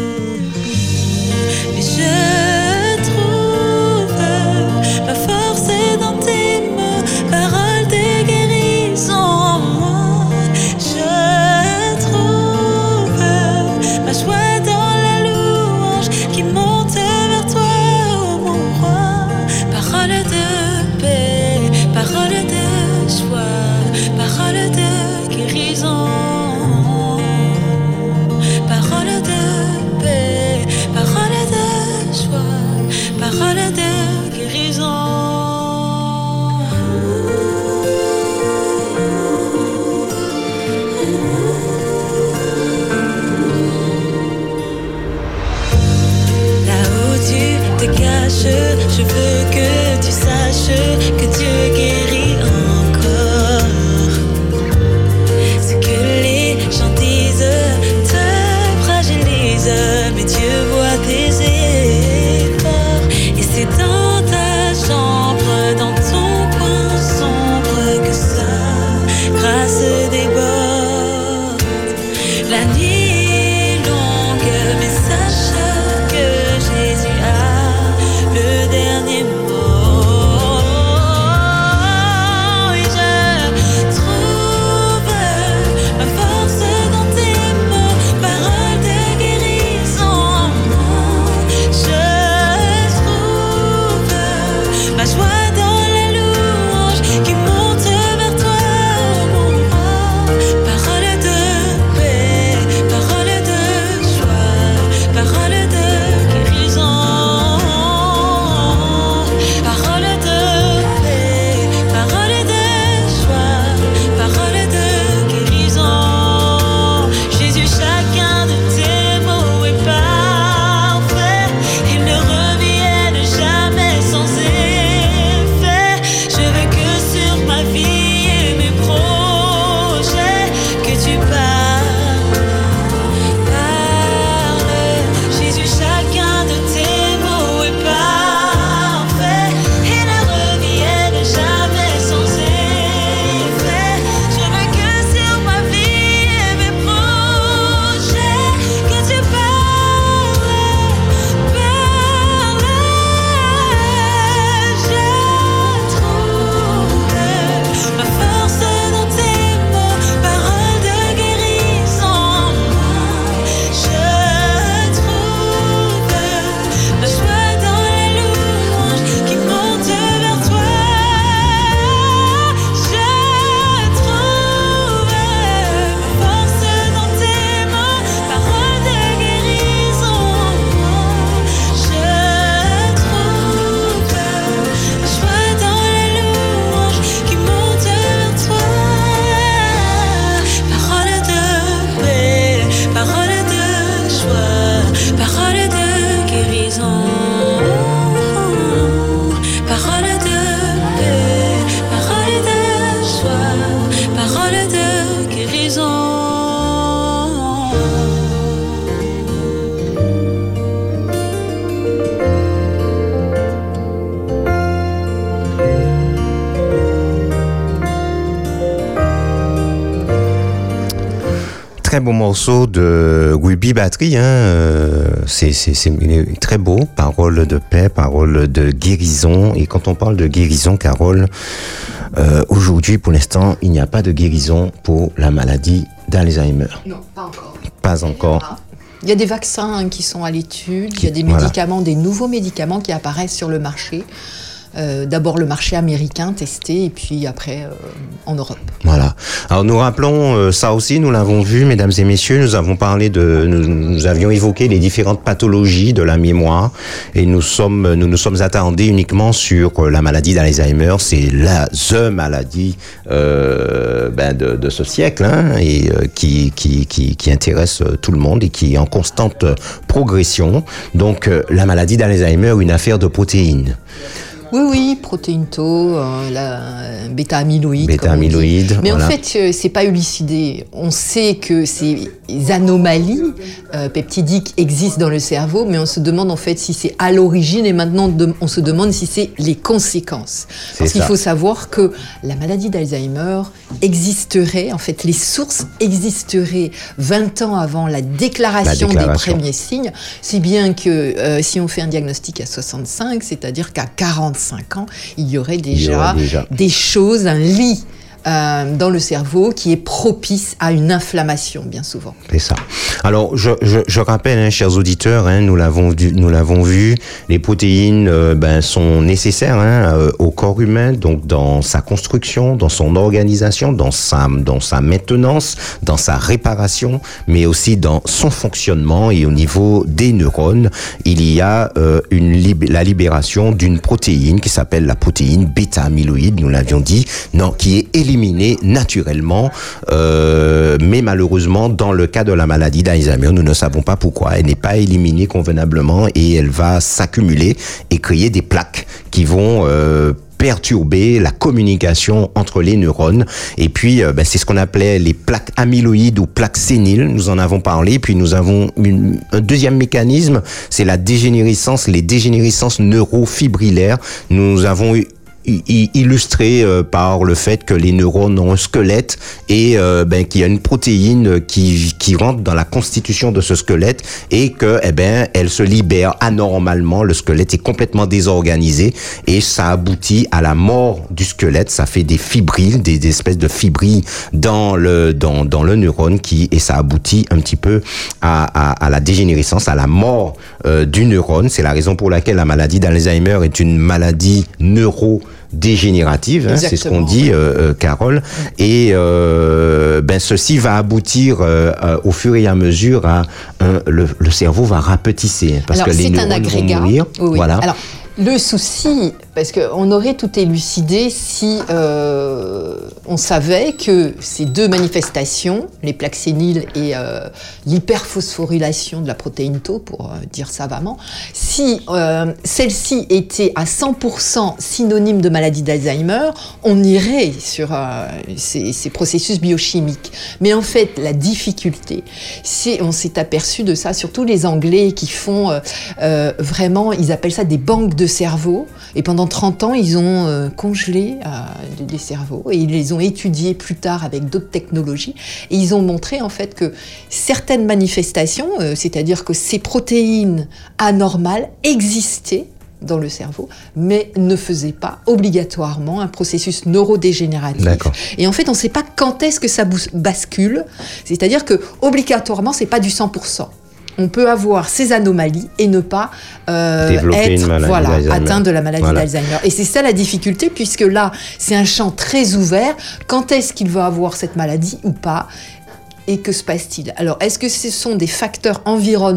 Mais je trouve ma force dans tes mots, paroles de guérison en moi. Je trouve ma joie dans la louange qui monte vers toi, oh mon roi. Paroles de paix, paroles de joie. très beau morceau de Ruby Battery, c'est très beau, parole de paix, parole de guérison. Et quand on parle de guérison, Carole, aujourd'hui, pour l'instant, il n'y a pas de guérison pour la maladie d'Alzheimer. Non, pas encore. Pas encore. Il y a des vaccins qui sont à l'étude, il y a des médicaments, des nouveaux médicaments qui apparaissent sur le marché. D'abord le marché américain testé et puis après en Europe. Voilà. Alors nous rappelons ça aussi, nous l'avons vu, mesdames et messieurs, nous avons parlé nous avions évoqué les différentes pathologies de la mémoire et nous nous sommes attardés uniquement sur la maladie d'Alzheimer. C'est the maladie de ce siècle et qui intéresse tout le monde et qui est en constante progression. Donc la maladie d'Alzheimer, une affaire de protéines. Oui, protéine tau, la bêta-amyloïde. Mais voilà. En fait, c'est pas élucidé. On sait que ces anomalies peptidiques existent dans le cerveau, mais on se demande en fait si c'est à l'origine et maintenant on se demande si c'est les conséquences. Parce qu'il faut savoir que la maladie d'Alzheimer existerait, en fait, les sources existeraient 20 ans avant la déclaration des premiers signes, si bien que si on fait un diagnostic à 65, c'est-à-dire qu'à 45 ans, il y aurait déjà des choses, un lit dans le cerveau qui est propice à une inflammation, bien souvent. C'est ça. Alors, je rappelle, chers auditeurs, nous l'avons vu, les protéines sont nécessaires au corps humain, donc dans sa construction, dans son organisation, dans sa maintenance, dans sa réparation, mais aussi dans son fonctionnement et au niveau des neurones. Il y a la libération d'une protéine qui s'appelle la protéine bêta-amyloïde, nous l'avions dit, qui est éliminée naturellement, mais malheureusement, dans le cas de la maladie d'Alzheimer, nous ne savons pas pourquoi. Elle n'est pas éliminée convenablement et elle va s'accumuler et créer des plaques qui vont perturber la communication entre les neurones. Et puis, c'est ce qu'on appelait les plaques amyloïdes ou plaques séniles. Nous en avons parlé. Puis, nous avons un deuxième mécanisme, c'est les dégénérescences neurofibrillaires. Nous avons illustré par le fait que les neurones ont un squelette et qu'il y a une protéine qui rentre dans la constitution de ce squelette et que elle se libère anormalement. Le squelette est complètement désorganisé et ça aboutit à la mort du squelette. Ça fait des fibrilles, des espèces de fibrilles dans le neurone et ça aboutit un petit peu à la dégénérescence, à la mort du neurone. C'est la raison pour laquelle la maladie d'Alzheimer est une maladie neurodégénérative, c'est ce qu'on dit, Carole. Et ceci va aboutir au fur et à mesure à le cerveau va rapetisser parce que les neurones vont mourir. Oui. Voilà. Alors, le souci, parce qu'on aurait tout élucidé si on savait que ces deux manifestations, les plaques séniles et l'hyperphosphorylation de la protéine tau, pour dire savamment, si celle-ci était à 100% synonyme de maladie d'Alzheimer, on irait sur ces processus biochimiques. Mais en fait, la difficulté, on s'est aperçu de ça, surtout les Anglais qui font vraiment, ils appellent ça des banques de cerveau, et pendant 30 ans, ils ont congelé des cerveaux, et ils les ont étudiés plus tard avec d'autres technologies, et ils ont montré en fait que certaines manifestations, c'est-à-dire que ces protéines anormales existaient dans le cerveau, mais ne faisaient pas obligatoirement un processus neurodégénératif. D'accord. Et en fait, on ne sait pas quand est-ce que ça bascule, c'est-à-dire que obligatoirement, c'est pas du 100%. On peut avoir ces anomalies et ne pas être atteint de la maladie d'Alzheimer. Et c'est ça la difficulté, puisque là, c'est un champ très ouvert. Quand est-ce qu'il va avoir cette maladie ou pas ? Et que se passe-t-il ? Alors, est-ce que ce sont des facteurs environnementaux ?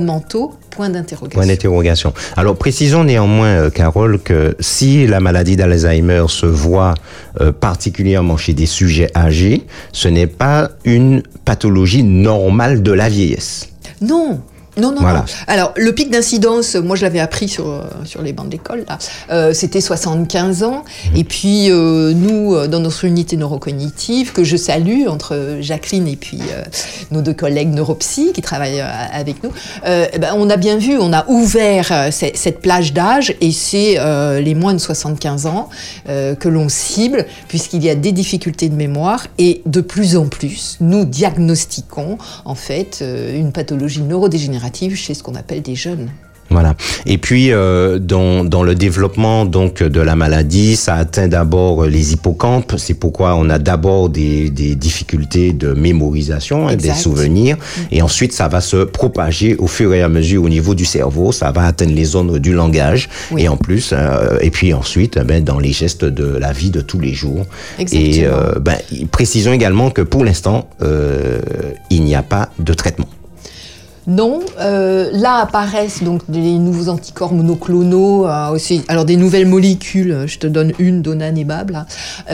Point d'interrogation. Alors, précisons néanmoins, Carole, que si la maladie d'Alzheimer se voit particulièrement chez des sujets âgés, ce n'est pas une pathologie normale de la vieillesse. Non. Non. Voilà. Alors, le pic d'incidence, moi je l'avais appris sur les bancs de l'école, là, c'était 75 ans. Et puis, nous, dans notre unité neurocognitive, que je salue, entre Jacqueline et puis nos 2 collègues neuropsy qui travaillent avec nous, on a bien vu, on a ouvert cette plage d'âge et c'est les moins de 75 ans que l'on cible, puisqu'il y a des difficultés de mémoire et de plus en plus, nous diagnostiquons en fait une pathologie neurodégénérative chez ce qu'on appelle des jeunes. Voilà. Et puis, dans le développement donc de la maladie, ça atteint d'abord les hippocampes. C'est pourquoi on a d'abord des difficultés de mémorisation, des souvenirs. Et ensuite, ça va se propager au fur et à mesure au niveau du cerveau. Ça va atteindre les zones du langage. Oui. Et en plus, et puis ensuite, dans les gestes de la vie de tous les jours. Exactement. Et précisons également que pour l'instant, il n'y a pas de traitement. Non, là apparaissent donc des nouveaux anticorps monoclonaux, aussi, alors des nouvelles molécules, je te donne une, donanemab, là.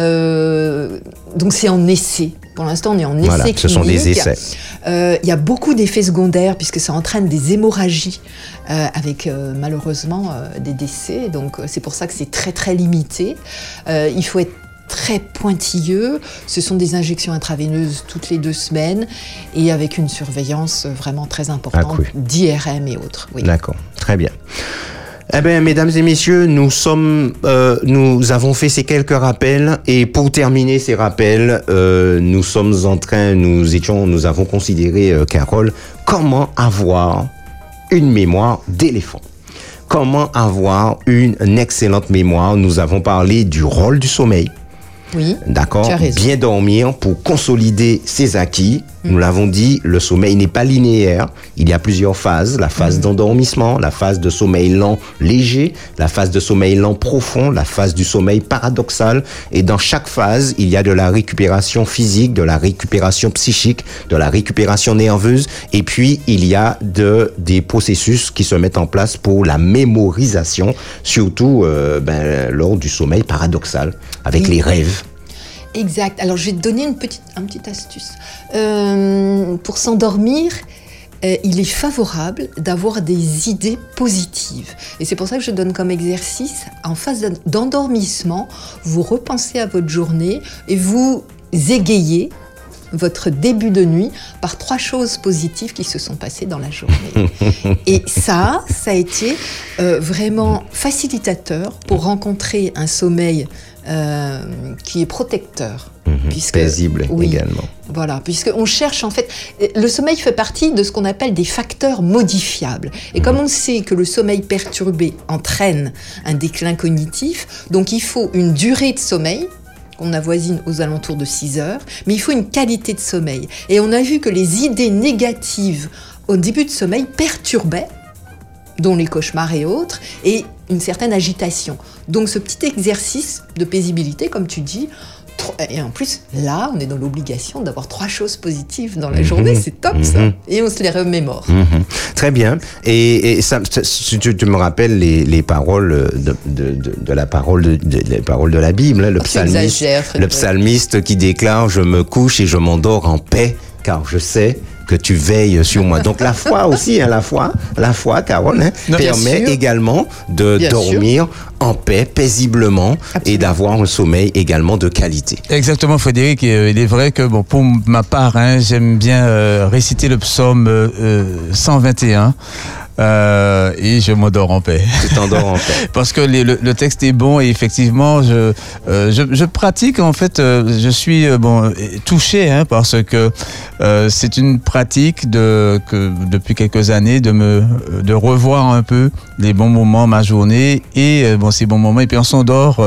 Donc c'est en essai. Pour l'instant, on est en essai clinique. Ce sont des essais. Il y a beaucoup d'effets secondaires puisque ça entraîne des hémorragies avec malheureusement des décès. Donc c'est pour ça que c'est très très limité. Il faut être très pointilleux. Ce sont des injections intraveineuses toutes les 2 semaines et avec une surveillance vraiment très importante d'IRM et autres. Oui. D'accord, très bien. Eh bien, mesdames et messieurs, nous avons fait ces quelques rappels et pour terminer ces rappels, nous avons considéré, Carole, comment avoir une mémoire d'éléphant. Comment avoir une excellente mémoire. Nous avons parlé du rôle du sommeil. Oui, d'accord. Bien dormir pour consolider ses acquis. Nous l'avons dit, le sommeil n'est pas linéaire. Il y a plusieurs phases. La phase d'endormissement, la phase de sommeil lent léger, la phase de sommeil lent profond, la phase du sommeil paradoxal. Et dans chaque phase, il y a de la récupération physique, de la récupération psychique, de la récupération nerveuse. Et puis, il y a des processus qui se mettent en place pour la mémorisation, surtout lors du sommeil paradoxal, avec les rêves. Exact. Alors, je vais te donner une petite astuce. Pour s'endormir, il est favorable d'avoir des idées positives. Et c'est pour ça que je donne comme exercice, en phase d'endormissement, vous repensez à votre journée et vous égayez votre début de nuit par 3 choses positives qui se sont passées dans la journée. Et ça a été vraiment facilitateur pour rencontrer un sommeil qui est protecteur. Paisible également. Voilà, puisqu'on cherche en fait... Le sommeil fait partie de ce qu'on appelle des facteurs modifiables. Et comme on sait que le sommeil perturbé entraîne un déclin cognitif, donc il faut une durée de sommeil qu'on avoisine aux alentours de 6 heures, mais il faut une qualité de sommeil. Et on a vu que les idées négatives au début de sommeil perturbaient, dont les cauchemars et autres, et une certaine agitation. Donc ce petit exercice de paisibilité, comme tu dis, et en plus, là, on est dans l'obligation d'avoir 3 choses positives dans la journée, c'est top ça, et on se les remémore. Très bien, et ça, tu me rappelles les paroles de la parole de la Bible, hein, le psalmiste qui déclare « Je me couche et je m'endors en paix, car je sais que tu veilles sur moi ». Donc la foi aussi, hein, la foi, Carole, permet également de dormir en paix, paisiblement. Absolument. Et d'avoir un sommeil également de qualité. Exactement, Frédéric. Il est vrai que pour ma part, j'aime bien réciter le psaume 121. Et je m'endors en paix. Tu t'endors en paix. Parce que le texte est bon et effectivement, je pratique en fait. Je suis touché parce que c'est une pratique depuis quelques années de revoir un peu les bons moments, ma journée et ces bons moments et puis on s'endort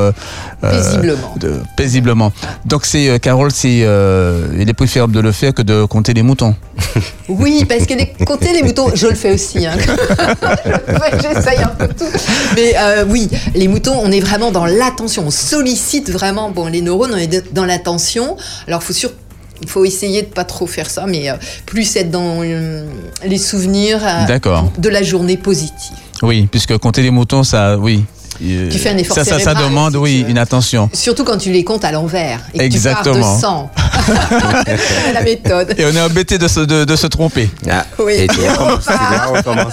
paisiblement. Donc Carole, il est préférable de le faire que de compter les moutons. Oui, parce que compter les moutons, je le fais aussi. J'essaye un peu tout. Mais oui, les moutons, on est vraiment dans l'attention. On sollicite vraiment les neurones, on est dans l'attention. Alors, il faut essayer de pas trop faire ça, mais plus être dans les souvenirs de la journée positive. Oui, puisque compter les moutons, ça, oui. Tu fais un effort ça cérébral, demande, si oui, tu veux. une attention. Surtout quand tu les comptes à l'envers et que Exactement. tu pars de 100. C'est la méthode. Et on est embêté de se tromper. Ah, Oui. et tu recommences.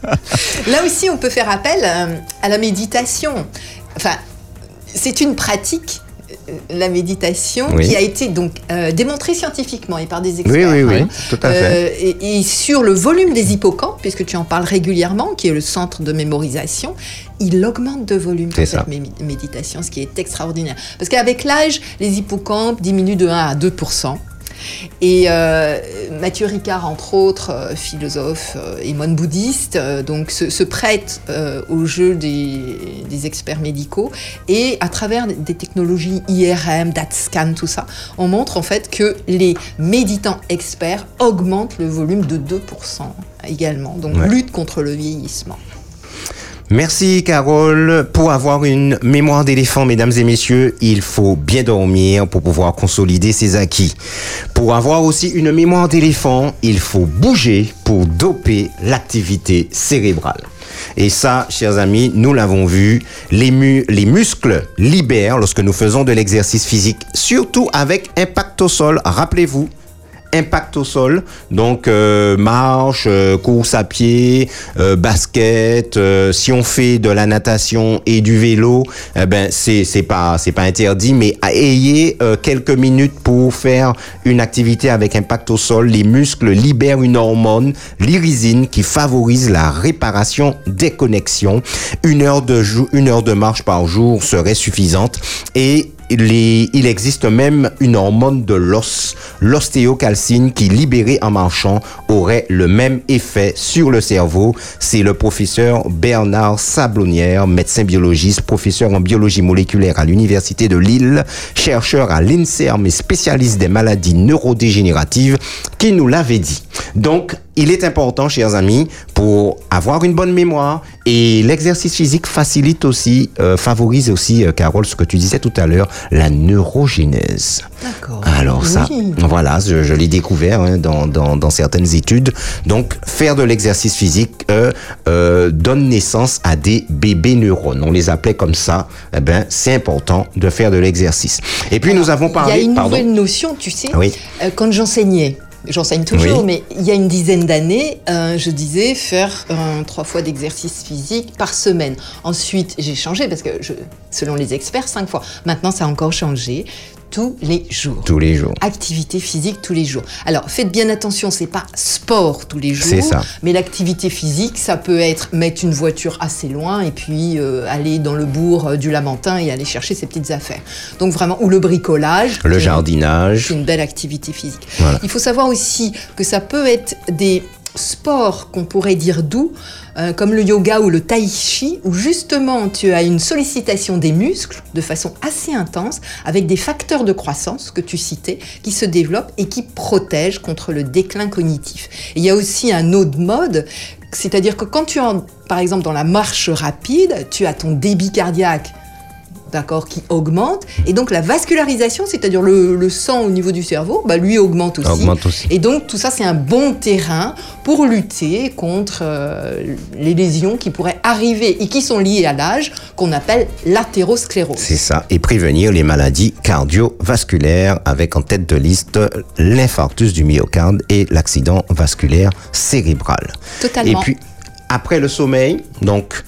Là aussi, on peut faire appel à la méditation. Enfin, c'est une pratique, la méditation, Oui. qui a été donc démontrée scientifiquement et par des experts. Oui, tout à fait. Et sur le volume des hippocampes, puisque tu en parles régulièrement, qui est le centre de mémorisation, il augmente de volume C'est pour ça. cette méditation, ce qui est extraordinaire. Parce qu'avec l'âge, les hippocampes diminuent de 1 à 2%. Et Mathieu Ricard, entre autres, philosophe et moine bouddhiste, donc se prête au jeu des experts médicaux. Et à travers des technologies IRM, DaTscan, tout ça, on montre en fait que les méditants experts augmentent le volume de 2% également. Donc lutte contre le vieillissement. Merci Carole. Pour avoir une mémoire d'éléphant, mesdames et messieurs, il faut bien dormir pour pouvoir consolider ses acquis. Pour avoir aussi une mémoire d'éléphant, il faut bouger pour doper l'activité cérébrale. Et ça, chers amis, nous l'avons vu, les muscles libèrent lorsque nous faisons de l'exercice physique, surtout avec impact au sol. Rappelez-vous, impact au sol, donc marche, course à pied, basket, si on fait de la natation et du vélo, c'est pas interdit, mais ayez quelques minutes pour faire une activité avec impact au sol. Les muscles libèrent une hormone, l'irisine, qui favorise la réparation des connexions. Une heure de marche par jour serait suffisante, et il existe même une hormone de l'os, l'ostéocalcine, qui, libérée en marchant, aurait le même effet sur le cerveau. C'est le professeur Bernard Sablonnière, médecin biologiste, professeur en biologie moléculaire à l'Université de Lille, chercheur à l'INSERM et spécialiste des maladies neurodégénératives, qui nous l'avait dit. Donc, il est important, chers amis, pour avoir une bonne mémoire, et l'exercice physique favorise aussi, Carole, ce que tu disais tout à l'heure, la neurogénèse. D'accord. Alors ça, voilà, je l'ai découvert dans certaines études. Donc, faire de l'exercice physique donne naissance à des bébés neurones. On les appelait comme ça. Eh ben, c'est important de faire de l'exercice. Et puis, nous avons parlé... Il y a une nouvelle notion, tu sais, Oui. Quand j'enseignais. J'enseigne toujours, Oui. mais il y a une dizaine d'années, je disais faire 3 fois d'exercice physique par semaine. Ensuite, j'ai changé parce que, selon les experts, 5 fois. Maintenant, ça a encore changé. Tous les jours. Tous les jours. Activité physique tous les jours. Alors, faites bien attention, c'est pas sport tous les jours. C'est ça. Mais l'activité physique, ça peut être mettre une voiture assez loin et puis aller dans le bourg du Lamentin et aller chercher ses petites affaires. Donc vraiment, ou le bricolage. Le jardinage. C'est une belle activité physique. Voilà. Il faut savoir aussi que ça peut être des sports qu'on pourrait dire doux, comme le yoga ou le tai chi, où justement tu as une sollicitation des muscles de façon assez intense, avec des facteurs de croissance que tu citais, qui se développent et qui protègent contre le déclin cognitif. Et il y a aussi un autre mode, c'est-à-dire que quand tu es, par exemple, dans la marche rapide, tu as ton débit cardiaque, d'accord, qui augmente, et donc la vascularisation, c'est-à-dire le sang au niveau du cerveau, lui augmente aussi. Et donc tout ça, c'est un bon terrain pour lutter contre les lésions qui pourraient arriver et qui sont liées à l'âge, qu'on appelle l'athérosclérose. C'est ça, et prévenir les maladies cardiovasculaires, avec en tête de liste l'infarctus du myocarde et l'accident vasculaire cérébral. Totalement. Et puis, après le sommeil, donc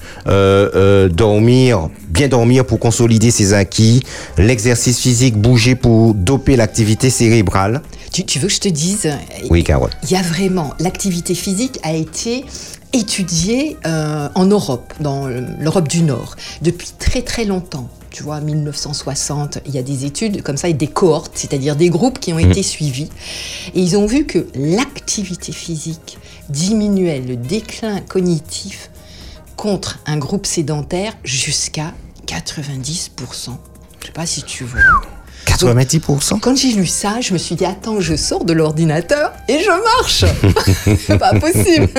bien dormir pour consolider ses acquis, l'exercice physique, bouger pour doper l'activité cérébrale. Tu veux que je te dise? Oui, Carole. Il y a vraiment, l'activité physique a été étudiée en Europe, dans l'Europe du Nord, depuis très très longtemps. Tu vois, 1960, il y a des études comme ça et des cohortes, c'est-à-dire des groupes qui ont été suivis. Et ils ont vu que l'activité physique diminuait le déclin cognitif contre un groupe sédentaire jusqu'à 90%. Je sais pas si tu vois. 90%. Donc, quand j'ai lu ça, je me suis dit, attends, je sors de l'ordinateur et je marche. C'est pas possible.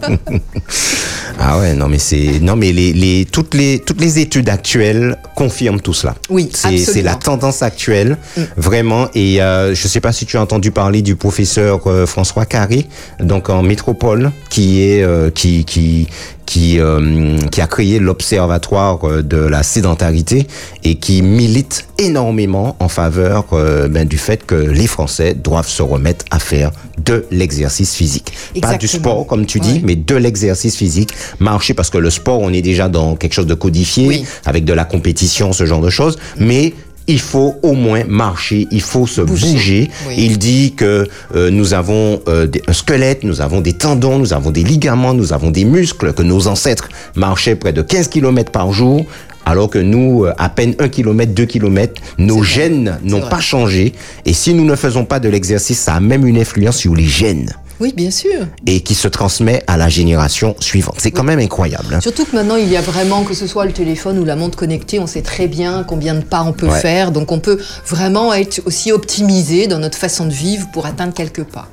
Ah ouais, non mais toutes les études actuelles confirment tout cela. Oui, absolument. C'est la tendance actuelle, vraiment. Et je sais pas si tu as entendu parler du professeur François Carré, donc en métropole, qui qui a créé l'Observatoire de la sédentarité et qui milite énormément en faveur du fait que les Français doivent se remettre à faire de l'exercice physique. Exactement. Pas du sport, comme tu dis, mais de l'exercice physique. Marcher, parce que le sport, on est déjà dans quelque chose de codifié, avec de la compétition, ce genre de choses, mais il faut au moins marcher, il faut se bouger. Oui. Il dit que nous avons un squelette, nous avons des tendons, nous avons des ligaments, nous avons des muscles, que nos ancêtres marchaient près de 15 km par jour. Alors que nous, à peine 1 km, 2 km, nos gènes n'ont pas changé. Et si nous ne faisons pas de l'exercice, ça a même une influence sur les gènes. Oui, bien sûr. Et qui se transmet à la génération suivante. C'est quand même incroyable. Surtout que maintenant, il y a vraiment, que ce soit le téléphone ou la montre connectée, on sait très bien combien de pas on peut faire. Donc, on peut vraiment être aussi optimisé dans notre façon de vivre pour atteindre quelques pas.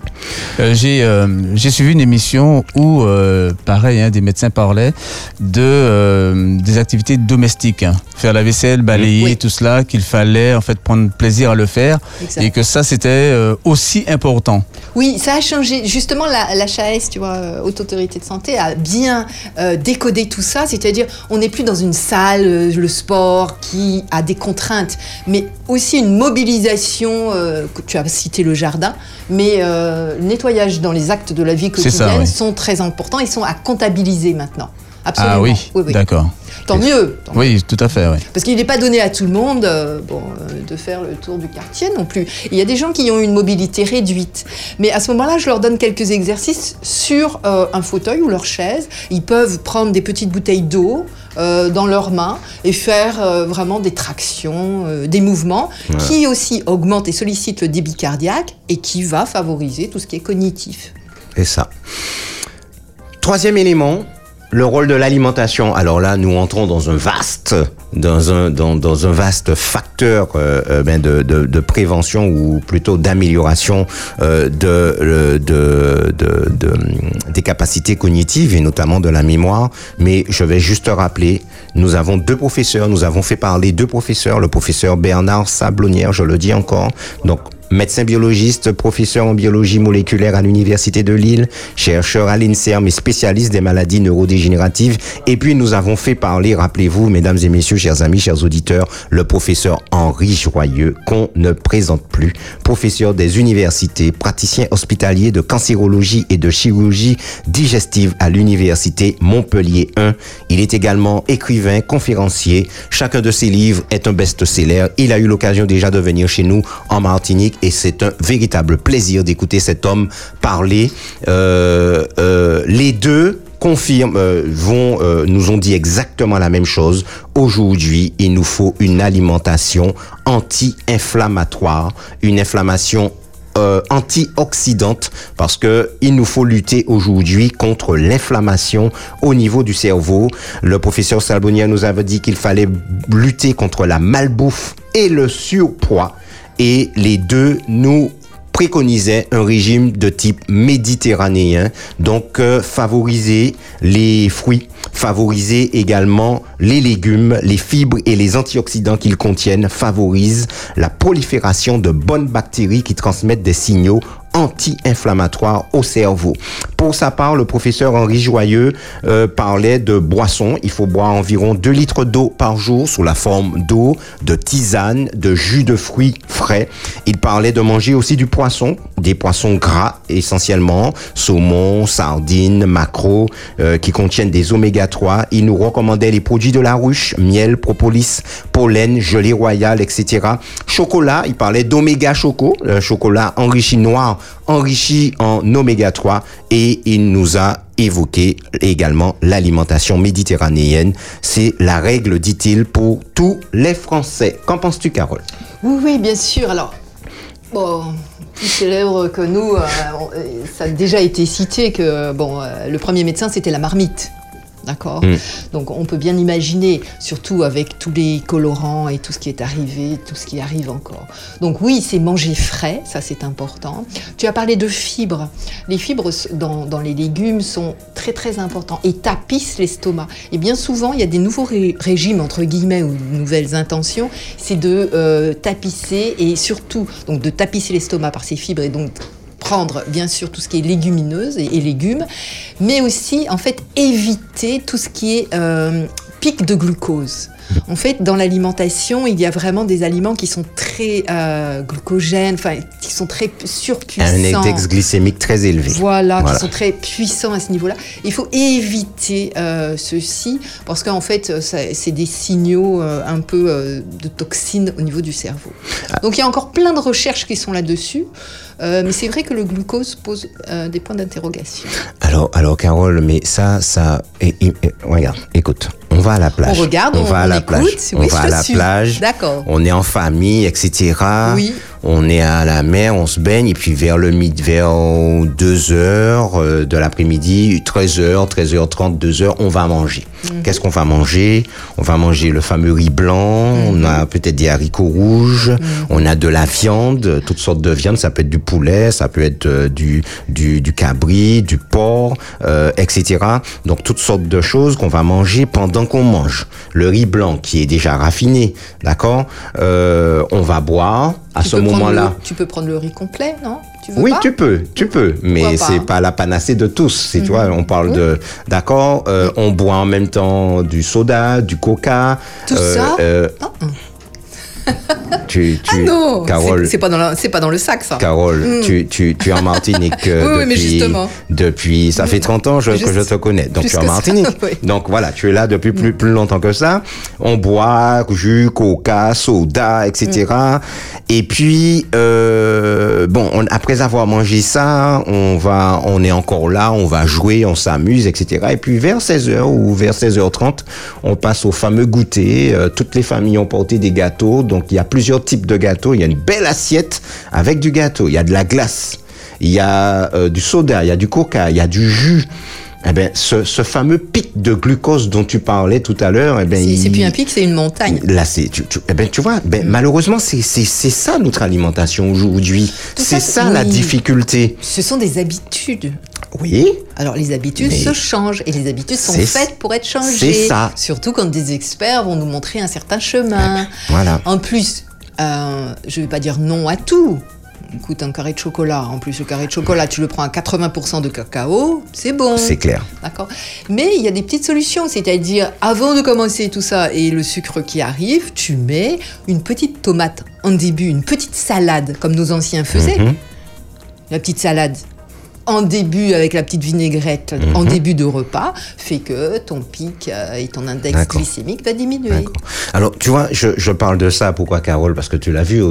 J'ai suivi une émission où, pareil, des médecins parlaient des activités domestiques. Faire la vaisselle, balayer, tout cela, qu'il fallait en fait prendre plaisir à le faire. Exact. Et que ça, c'était aussi important. Oui, ça a changé. Justement, la HAS, tu vois, Haute Autorité de Santé, a bien décodé tout ça. C'est-à-dire, on n'est plus dans une salle, le sport, qui a des contraintes, mais aussi une mobilisation, tu as cité le jardin, mais le nettoyage dans les actes de la vie quotidienne sont très importants et sont à comptabiliser maintenant. Absolument. Ah oui, oui. D'accord. Tant mieux. Oui, tout à fait. Oui. Parce qu'il n'est pas donné à tout le monde de faire le tour du quartier non plus. Il y a des gens qui ont une mobilité réduite. Mais à ce moment-là, je leur donne quelques exercices sur un fauteuil ou leur chaise. Ils peuvent prendre des petites bouteilles d'eau dans leurs mains et faire vraiment des tractions, des mouvements qui aussi augmentent et sollicitent le débit cardiaque et qui va favoriser tout ce qui est cognitif. C'est ça. Troisième élément, le rôle de l'alimentation. Alors là, nous entrons dans un vaste facteur de prévention ou plutôt d'amélioration des capacités cognitives et notamment de la mémoire. Mais je vais juste rappeler, nous avons deux professeurs, nous avons fait parler deux professeurs, le professeur Bernard Sablonnière, je le dis encore, donc médecin biologiste, professeur en biologie moléculaire à l'Université de Lille, chercheur à l'INSERM et spécialiste des maladies neurodégénératives. Et puis nous avons fait parler, rappelez-vous, mesdames et messieurs, chers amis, chers auditeurs, le professeur Henri Joyeux, qu'on ne présente plus, professeur des universités, praticien hospitalier de cancérologie et de chirurgie digestive à l'Université Montpellier 1. Il est également écrivain, conférencier. Chacun de ses livres est un best-seller. Il a eu l'occasion déjà de venir chez nous en Martinique. Et c'est un véritable plaisir d'écouter cet homme parler. Les deux confirment, nous ont dit exactement la même chose. Aujourd'hui, il nous faut une alimentation anti-inflammatoire, une inflammation antioxydante, parce que il nous faut lutter aujourd'hui contre l'inflammation au niveau du cerveau. Le professeur Sablonnière nous avait dit qu'il fallait lutter contre la malbouffe et le surpoids. Et les deux nous préconisaient un régime de type méditerranéen, donc favoriser les fruits, favoriser également les légumes, les fibres et les antioxydants qu'ils contiennent favorisent la prolifération de bonnes bactéries qui transmettent des signaux anti-inflammatoire au cerveau. Pour sa part, le professeur Henri Joyeux parlait de boissons. Il faut boire environ 2 litres d'eau par jour sous la forme d'eau, de tisane, de jus de fruits frais. Il parlait de manger aussi du poisson, des poissons gras essentiellement, saumon, sardines, maquereaux, qui contiennent des oméga 3. Il nous recommandait les produits de la ruche, miel, propolis, pollen, gelée royale, etc. Chocolat, il parlait d'oméga choco, chocolat enrichi noir, enrichi en oméga 3, et il nous a évoqué également l'alimentation méditerranéenne. C'est la règle, dit-il, pour tous les Français. Qu'en penses-tu, Carole? Oui, bien sûr. Alors, plus célèbre que nous, ça a déjà été cité que le premier médecin, c'était la marmite. D'accord. Donc on peut bien imaginer, surtout avec tous les colorants et tout ce qui est arrivé, tout ce qui arrive encore. Donc oui, c'est manger frais, ça c'est important. Tu as parlé de fibres. Les fibres dans les légumes sont très très importants et tapissent l'estomac. Et bien souvent, il y a des nouveaux régimes, entre guillemets, ou de nouvelles intentions, c'est de tapisser et surtout donc de tapisser l'estomac par ces fibres et donc prendre bien sûr tout ce qui est légumineuse et légumes, mais aussi en fait éviter tout ce qui est pic de glucose. En fait, dans l'alimentation, il y a vraiment des aliments qui sont très glucogènes, enfin, qui sont très surpuissants. Un index glycémique très élevé. Voilà, qui sont très puissants à ce niveau-là. Il faut éviter ceci parce qu'en fait, c'est des signaux un peu de toxines au niveau du cerveau. Donc, il y a encore plein de recherches qui sont là-dessus. Mais c'est vrai que le glucose pose des points d'interrogation. Alors Carole, mais ça, regarde, écoute, on va à la plage. On regarde, on va à la écoute, plage. oui, On va à la plage. D'accord. On est en famille, etc. Oui. On est à la mer, on se baigne, et puis vers 2h de l'après-midi, 13h, 13h30, 2h, on va manger. Qu'est-ce qu'on va manger? On va manger le fameux riz blanc, on a peut-être des haricots rouges, on a de la viande, toutes sortes de viande, ça peut être du poulet, ça peut être du cabri, du porc, etc. Donc toutes sortes de choses qu'on va manger pendant qu'on mange. Le riz blanc qui est déjà raffiné, d'accord? On va boire. À ce moment-là, tu peux prendre le riz complet, non? Tu veux oui, pas? tu peux, mais c'est pas la panacée de tous. Tu vois, on parle de, d'accord, on boit en même temps du soda, du coca. Tout ça? Non, Carole, c'est pas dans le sac, ça. Carole, tu es en Martinique oui, mais justement. Depuis, ça fait 30 ans que je te connais. Donc tu es en Martinique. Oui. Donc voilà, tu es là depuis plus longtemps que ça. On boit jus, coca, soda, etc. Et puis après avoir mangé ça, on est encore là, on va jouer, on s'amuse, etc. Et puis vers 16h ou vers 16h30, on passe au fameux goûter. Toutes les familles ont porté des gâteaux. Donc il y a plusieurs types de gâteaux. Il y a une belle assiette avec du gâteau. Il y a de la glace, il y a du soda, il y a du coca, il y a du jus. Eh ben, ce fameux pic de glucose dont tu parlais tout à l'heure, eh ben, c'est plus un pic, c'est une montagne. Là, tu vois, malheureusement, c'est ça notre alimentation aujourd'hui. C'est ça la difficulté. Ce sont des habitudes. Oui. Alors les habitudes se changent et les habitudes sont faites pour être changées. C'est ça. Surtout quand des experts vont nous montrer un certain chemin. Voilà. En plus, je vais pas dire non à tout. Écoute, un carré de chocolat. En plus, le carré de chocolat, tu le prends à 80% de cacao, c'est bon. C'est clair. D'accord. Mais il y a des petites solutions, c'est-à-dire, avant de commencer tout ça et le sucre qui arrive, tu mets une petite tomate en début, une petite salade, comme nos anciens faisaient. La petite salade en début avec la petite vinaigrette en début de repas fait que ton pic et ton index glycémique va diminuer. D'accord. Alors tu vois, je parle de ça, pourquoi Carole? Parce que tu as vu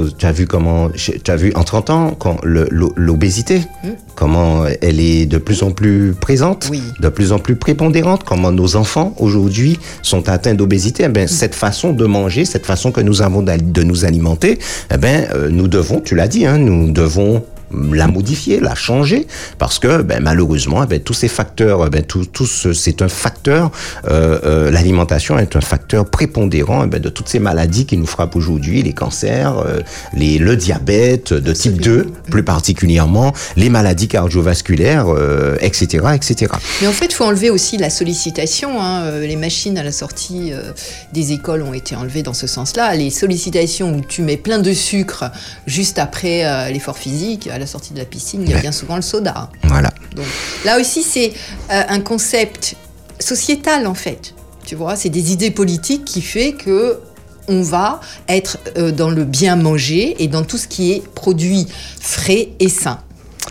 en 30 ans l'obésité, comment elle est de plus en plus présente, de plus en plus prépondérante, comment nos enfants aujourd'hui sont atteints d'obésité. Eh ben, cette façon de manger, cette façon que nous avons de nous alimenter, eh ben, nous devons, tu l'as dit, nous devons la modifier, la changer, parce que malheureusement, tous ces facteurs, c'est un facteur, l'alimentation est un facteur prépondérant de toutes ces maladies qui nous frappent aujourd'hui, les cancers, le diabète de type 2, plus particulièrement, les maladies cardiovasculaires, etc., etc. Mais en fait, il faut enlever aussi la sollicitation. Les machines à la sortie des écoles ont été enlevées dans ce sens-là. Les sollicitations où tu mets plein de sucre juste après l'effort physique, à la sortie de la piscine, il y a bien souvent le soda. Voilà. Donc, là aussi, c'est un concept sociétal, en fait. Tu vois, c'est des idées politiques qui fait que on va être dans le bien manger et dans tout ce qui est produit frais et sain.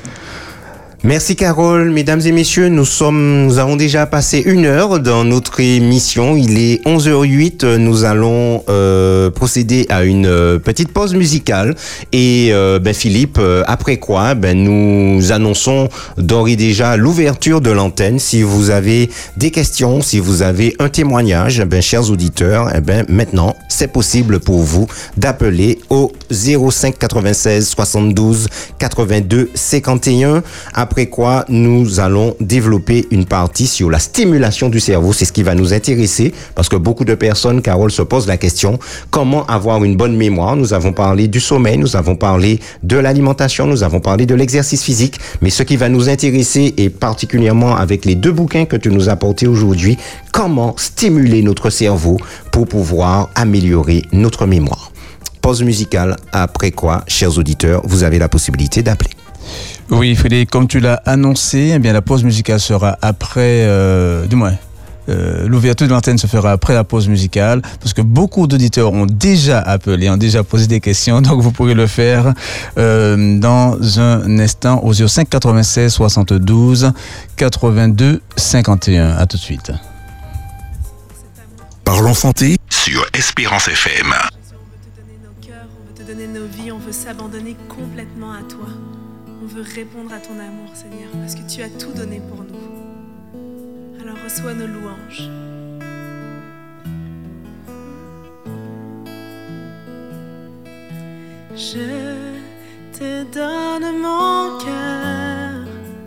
Merci Carole. Mesdames et messieurs, nous avons déjà passé 1 heure dans notre émission. Il est 11h08. Nous allons procéder à une petite pause musicale. Et Philippe, après quoi, nous annonçons d'ores et déjà l'ouverture de l'antenne. Si vous avez des questions, si vous avez un témoignage, chers auditeurs, maintenant, c'est possible pour vous d'appeler au 05 96 72 82 51. Après quoi, nous allons développer une partie sur la stimulation du cerveau. C'est ce qui va nous intéresser parce que beaucoup de personnes, Carole, se posent la question, comment avoir une bonne mémoire? Nous avons parlé du sommeil, nous avons parlé de l'alimentation, nous avons parlé de l'exercice physique, mais ce qui va nous intéresser, et particulièrement avec les 2 bouquins que tu nous as apportés aujourd'hui, comment stimuler notre cerveau pour pouvoir améliorer notre mémoire. Pause musicale, après quoi, chers auditeurs, vous avez la possibilité d'appeler. Oui, Frédéric, comme tu l'as annoncé, eh bien, la pause musicale sera après, l'ouverture de l'antenne se fera après la pause musicale, parce que beaucoup d'auditeurs ont déjà appelé, ont déjà posé des questions, donc vous pourrez le faire dans un instant au 05 96 72 82 51. À tout de suite. Parlons santé sur Espérance FM. On veut te donner nos cœurs, on veut te donner nos vies, on veut s'abandonner complètement à toi. On veut répondre à ton amour, Seigneur, parce que tu as tout donné pour nous. Alors reçois nos louanges. Je te donne mon cœur,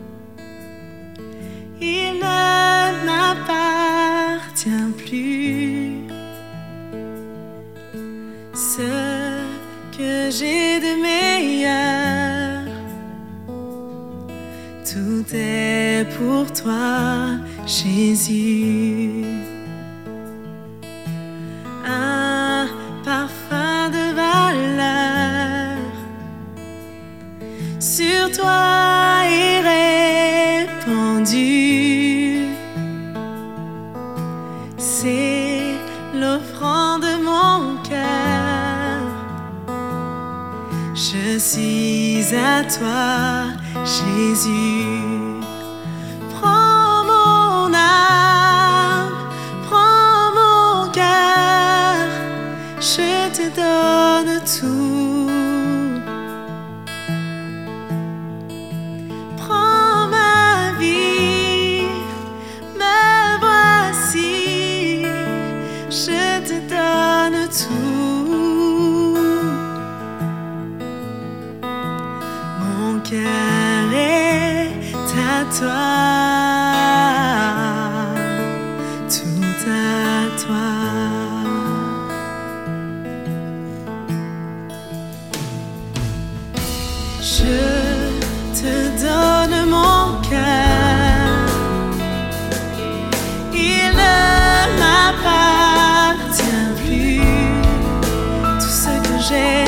il ne m'appartient plus. Ce que j'ai de meilleur, tout est pour toi, Jésus. Un parfum de valeur sur toi est répandu. C'est l'offrande de mon cœur. Je suis à toi, Jésus. Prends mon âme, prends mon cœur, je te donne tout. Prends ma vie, me voici, je te donne tout. Mon cœur est à toi, tout à toi. Je te donne mon cœur, il ne m'appartient plus. Tout ce que j'ai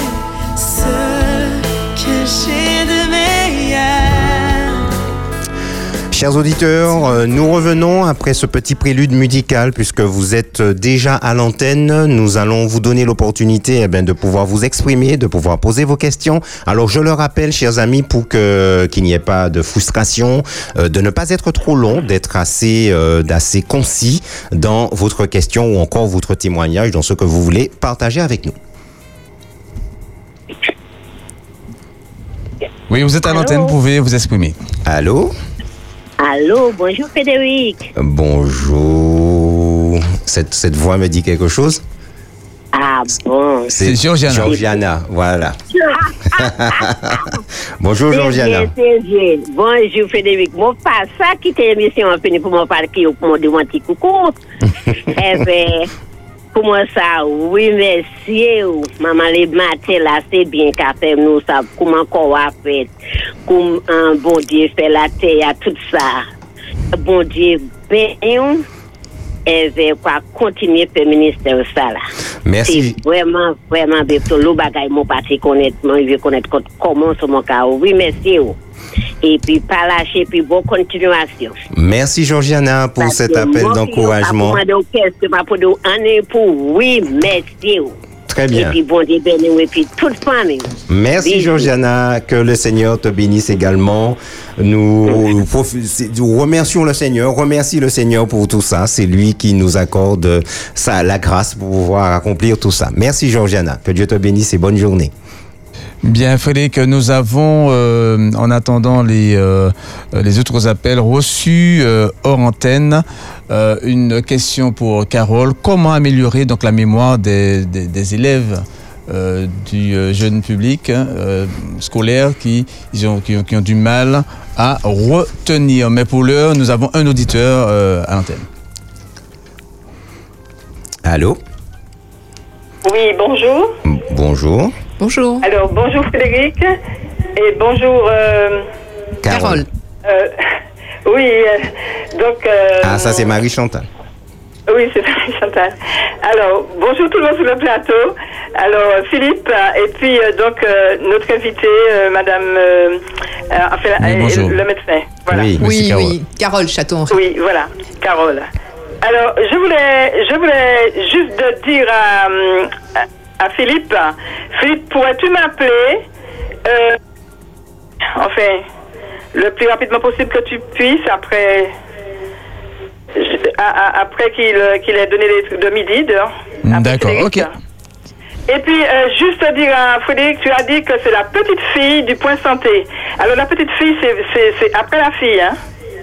de meilleur. Chers auditeurs, nous revenons après ce petit prélude musical puisque vous êtes déjà à l'antenne. Nous allons vous donner l'opportunité de pouvoir vous exprimer, de pouvoir poser vos questions. Alors je le rappelle, chers amis, pour qu'il n'y ait pas de frustration, de ne pas être trop long, d'être assez concis dans votre question ou encore votre témoignage dans ce que vous voulez partager avec nous. Oui, vous êtes à l'antenne, vous pouvez vous exprimer. Allô? Allô, bonjour Frédéric. Bonjour. Cette voix me dit quelque chose? Ah bon? C'est Georgiana. Georgiana, voilà. Bonjour Georgiana. C'est bien. Bonjour Frédéric. Mon pas ça qui était l'émission en fini pour mon parler pour mon demander un petit coucou. Eh bien, pour moi ça, oui merci. Maman les matins là, c'est bien qu'à faire nous ça. Comment qu'on a fait? Comme un bon Dieu fait la terre, tout ça. Bon Dieu, ben, et va continuer le ministère ça là. Merci. C'est vraiment bien pour le bagage mon parti connaître, moi je veux connaître comment sur mon cas. Oui merci. Et puis pas lâcher, puis bonne continuation. Merci Georgiana pour cet appel d'encouragement. Oui merci. Très bien. Et puis bon Dieu béni, et puis toute famille. Merci Georgiana, que le Seigneur te bénisse également. Nous remercions le Seigneur, remercie le Seigneur pour tout ça. C'est lui qui nous accorde la grâce pour pouvoir accomplir tout ça. Merci Georgiana, que Dieu te bénisse et bonne journée. Bien, Frédéric, nous avons, en attendant les autres appels reçus hors antenne, une question pour Carole. Comment améliorer donc la mémoire des élèves du jeune public scolaire qui ont du mal à retenir? Mais pour l'heure, nous avons un auditeur à l'antenne. Allô? Oui, bonjour. Bonjour. Bonjour. Alors, bonjour Frédéric et bonjour Carole. Oui, donc... Ah, ça c'est Marie Chantal. Oui, c'est Chantal. Alors, bonjour tout le monde sur le plateau. Alors, Philippe, et puis notre invité, Madame, bonjour. le médecin. Voilà. Oui. Oui, Carole Chaton-Henry. Oui, voilà, Carole. Alors, je voulais juste dire à Philippe, pourrais-tu m'appeler, le plus rapidement possible que tu puisses après qu'il ait donné les trucs de midi, D'accord, ok. Et puis, juste dire à Frédéric, tu as dit que c'est la petite fille du point santé. Alors, la petite fille, c'est après la fille, hein?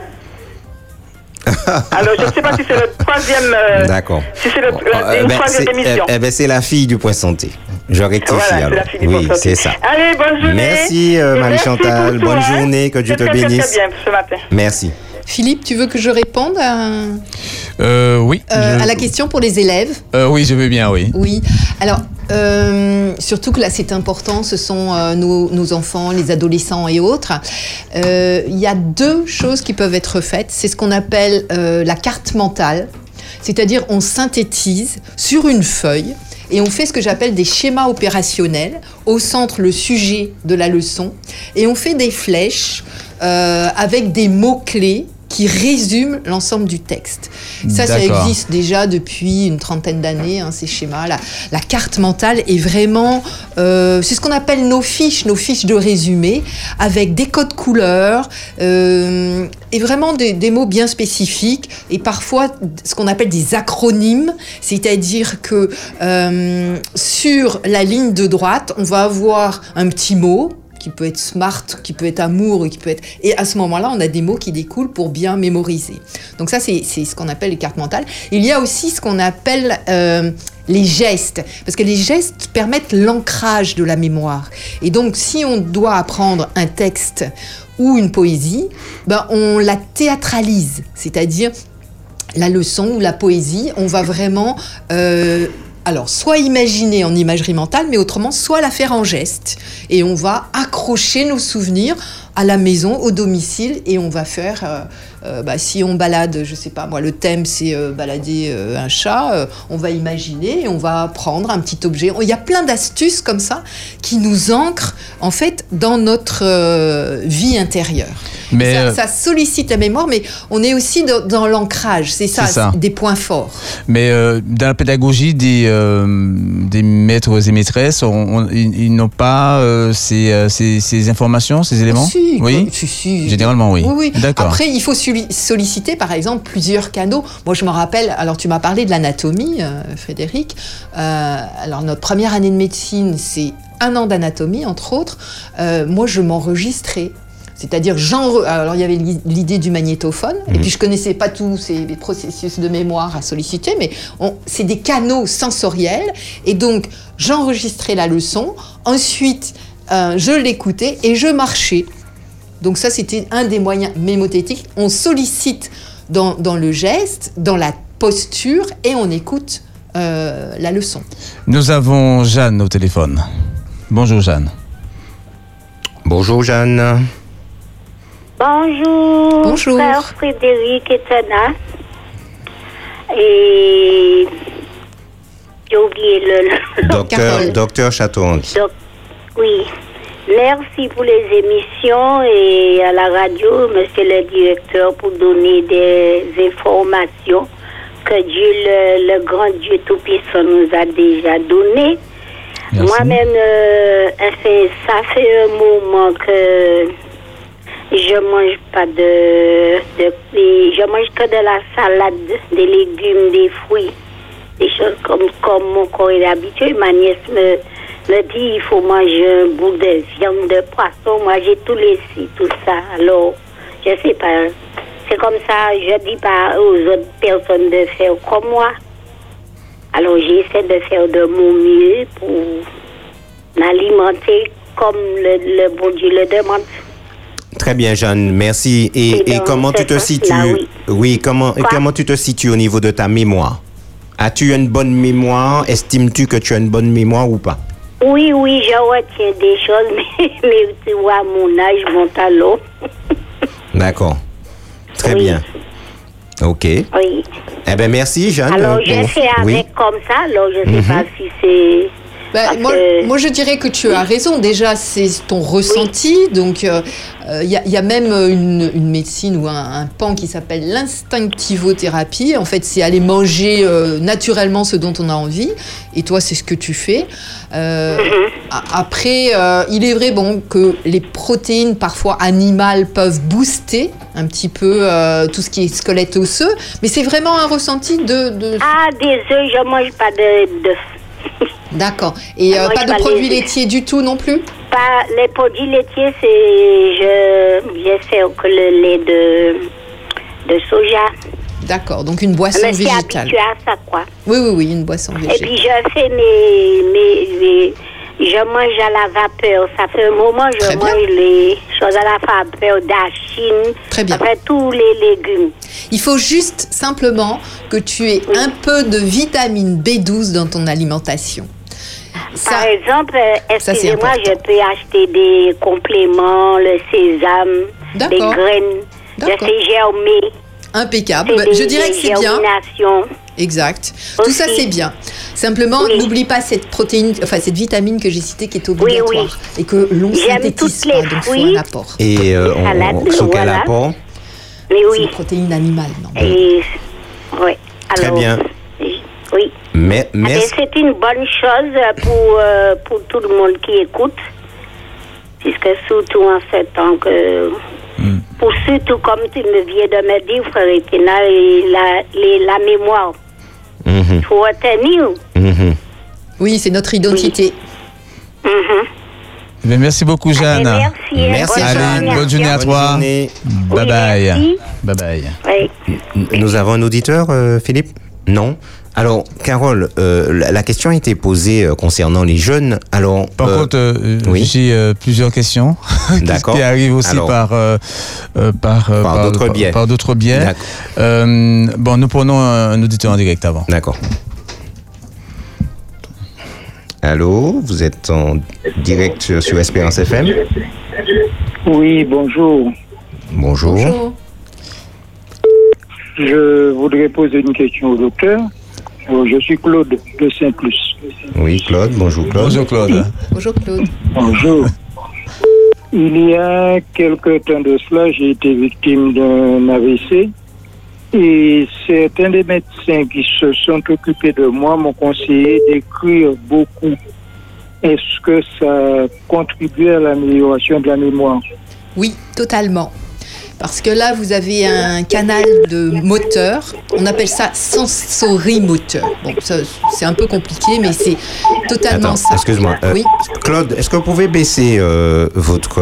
Alors, je ne sais pas si c'est le troisième... D'accord. Si c'est une troisième émission. C'est la fille du point santé. Je rectifie Voilà, alors. c'est la fille du point santé. C'est ça. Allez, bonne journée. Merci, Marie-Chantal. Bonne journée, que Dieu te bénisse. C'est très bien ce matin. Merci. Philippe, tu veux que je réponde Oui. à la question pour les élèves? Oui, je veux bien, oui. Oui. Alors, surtout que là, c'est important, ce sont nos enfants, les adolescents et autres. Il y a deux choses qui peuvent être faites. C'est ce qu'on appelle la carte mentale. C'est-à-dire, on synthétise sur une feuille et on fait ce que j'appelle des schémas opérationnels. Au centre, le sujet de la leçon. Et on fait des flèches avec des mots-clés qui résume l'ensemble du texte. Ça existe déjà depuis une trentaine d'années, ces schémas. La carte mentale est vraiment... c'est ce qu'on appelle nos fiches de résumé, avec des codes couleurs, et vraiment des mots bien spécifiques, et parfois ce qu'on appelle des acronymes, c'est-à-dire que sur la ligne de droite, on va avoir un petit mot, qui peut être smart, qui peut être amour, qui peut être... Et à ce moment-là, on a des mots qui découlent pour bien mémoriser. Donc ça, c'est ce qu'on appelle les cartes mentales. Il y a aussi ce qu'on appelle les gestes, parce que les gestes permettent l'ancrage de la mémoire. Et donc, si on doit apprendre un texte ou une poésie, on la théâtralise, c'est-à-dire la leçon ou la poésie, on va vraiment... alors, soit imaginer en imagerie mentale, mais autrement, soit la faire en geste. Et on va accrocher nos souvenirs à la maison, au domicile, et on va faire... si on balade, je sais pas moi, le thème c'est balader un chat, on va imaginer et on va prendre un petit objet. Il y a plein d'astuces comme ça qui nous ancrent en fait dans notre vie intérieure. Mais ça sollicite la mémoire, mais on est aussi dans l'ancrage, c'est ça, des points forts. Mais dans la pédagogie des maîtres et maîtresses, ils n'ont pas ces informations, ces éléments? Si. Généralement, oui. Oui. D'accord. Après, il faut solliciter, par exemple, plusieurs canaux. Moi, je me rappelle, alors tu m'as parlé de l'anatomie, Frédéric. Alors, notre première année de médecine, c'est 1 an d'anatomie, entre autres. Moi, je m'enregistrais. C'est-à-dire, alors il y avait l'idée du magnétophone, et puis je connaissais pas tous ces processus de mémoire à solliciter, mais c'est des canaux sensoriels, et donc j'enregistrais la leçon, ensuite je l'écoutais et je marchais. Donc ça, c'était un des moyens mémothétiques. On sollicite dans le geste, dans la posture, et on écoute la leçon. Nous avons Jeanne au téléphone. Bonjour Jeanne. Bonjour Jeanne. Bonjour, frère Frédéric et Tana. Et j'ai oublié le Docteur Chaton-Henry. Oui. Merci pour les émissions et à la radio, monsieur le directeur, pour donner des informations que Dieu, le grand Dieu Tout-Puissant, nous a déjà données. Moi-même, ça fait un moment que je mange pas je mange que de la salade, des légumes, des fruits, des choses comme mon corps est habitué. Ma nièce me dit il faut manger un bout de viande, de poisson. Moi, j'ai tout laissé, tout ça. Alors, je sais pas. C'est comme ça, je dis pas aux autres personnes de faire comme moi. Alors, j'essaie de faire de mon mieux pour m'alimenter comme le bon Dieu le demande. Très bien, Jeanne, merci. Et comment tu te situes? Oui, comment tu te situes au niveau de ta mémoire? As-tu une bonne mémoire? Estimes-tu que tu as une bonne mémoire ou pas? Oui, je retiens des choses, mais tu vois, mon âge, mon talon. D'accord. Très bien. Ok. Oui. Eh bien, merci, Jeanne. Alors, j'ai fait avec Oui. comme ça. Alors, je ne sais pas si c'est... Bah, moi, je dirais que tu as raison. Déjà, c'est ton ressenti. Donc, il y a même une médecine ou un pan qui s'appelle l'instinctivothérapie. En fait, c'est aller manger naturellement ce dont on a envie. Et toi, c'est ce que tu fais. Après, il est vrai que les protéines, parfois animales, peuvent booster un petit peu tout ce qui est squelette osseux. Mais c'est vraiment un ressenti de... Ah, des œufs, je ne mange pas d'œufs. D'accord. Et Ah, moi, pas je de parle produits des- laitiers du tout non plus? Pas les produits laitiers, j'essaie que le lait de soja. D'accord, donc une boisson Je me suis végétale. habituée à ça, quoi. Oui, une boisson Et végétale. puis, je fais je mange à la vapeur. Ça fait un moment que je Très bien. mange les choses à la vapeur, d'achine. Très bien. Ça fait tous les légumes. Il faut juste simplement que tu aies un peu de vitamine B12 dans ton alimentation. Par Ça, exemple, c'est excusez-moi, important. je peux acheter des compléments, le sésame, des D'accord. graines. Je D'accord. fais germer. impeccable. C'est Je dirais que c'est bien. germinations. Exact. Tout ça, Aussi. c'est bien. Simplement, Oui. n'oublie pas cette protéine, enfin cette vitamine que j'ai citée qui est obligatoire et que l'on J'aime synthétise toutes pas, les donc il faut fruits. un apport. Et Salade, sous quel voilà. apport? Mais C'est oui. une protéine animale, non? Et, oui. Très Alors, bien. Oui. Mais, Et merci. c'est une bonne chose pour tout le monde qui écoute, puisque surtout en ce temps que... Pour surtout, comme tu me viens de me dire, frère Etina, la mémoire, Mhm, il faut retenir. mhm. Oui, c'est notre identité. Mhm. Eh bien, merci beaucoup, Et Jeanne. merci. Merci, Allez, Jeanne. bonne journée à Bonne toi. journée. Bye bye. merci. Bye bye. Oui. Nous avons un auditeur, Philippe? Non. Alors, Carole, la question a été posée concernant les jeunes. Alors, Par contre, oui. j'ai plusieurs questions D'accord. qui arrivent aussi Alors, par d'autres biais. Par d'autres biais. D'accord. Bon, nous prenons un auditeur en direct avant. D'accord. Allô, vous êtes en direct sur Espérance FM. Oui, bonjour. Bonjour. Bonjour. Je voudrais poser une question au docteur. Je suis Claude de Saint-Plus. Oui, Claude. Bonjour, Claude. Bonjour Claude. Bonjour Claude. Bonjour. Il y a quelque temps de cela, j'ai été victime d'un AVC et certains des médecins qui se sont occupés de moi m'ont conseillé d'écrire beaucoup. Est-ce que ça contribue à l'amélioration de la mémoire? Oui, totalement. Parce que là, vous avez un canal de moteur. On appelle ça sensorimoteur. Bon, ça, c'est un peu compliqué, mais c'est totalement Attends, ça. excuse-moi. Oui. Claude, est-ce que vous pouvez baisser votre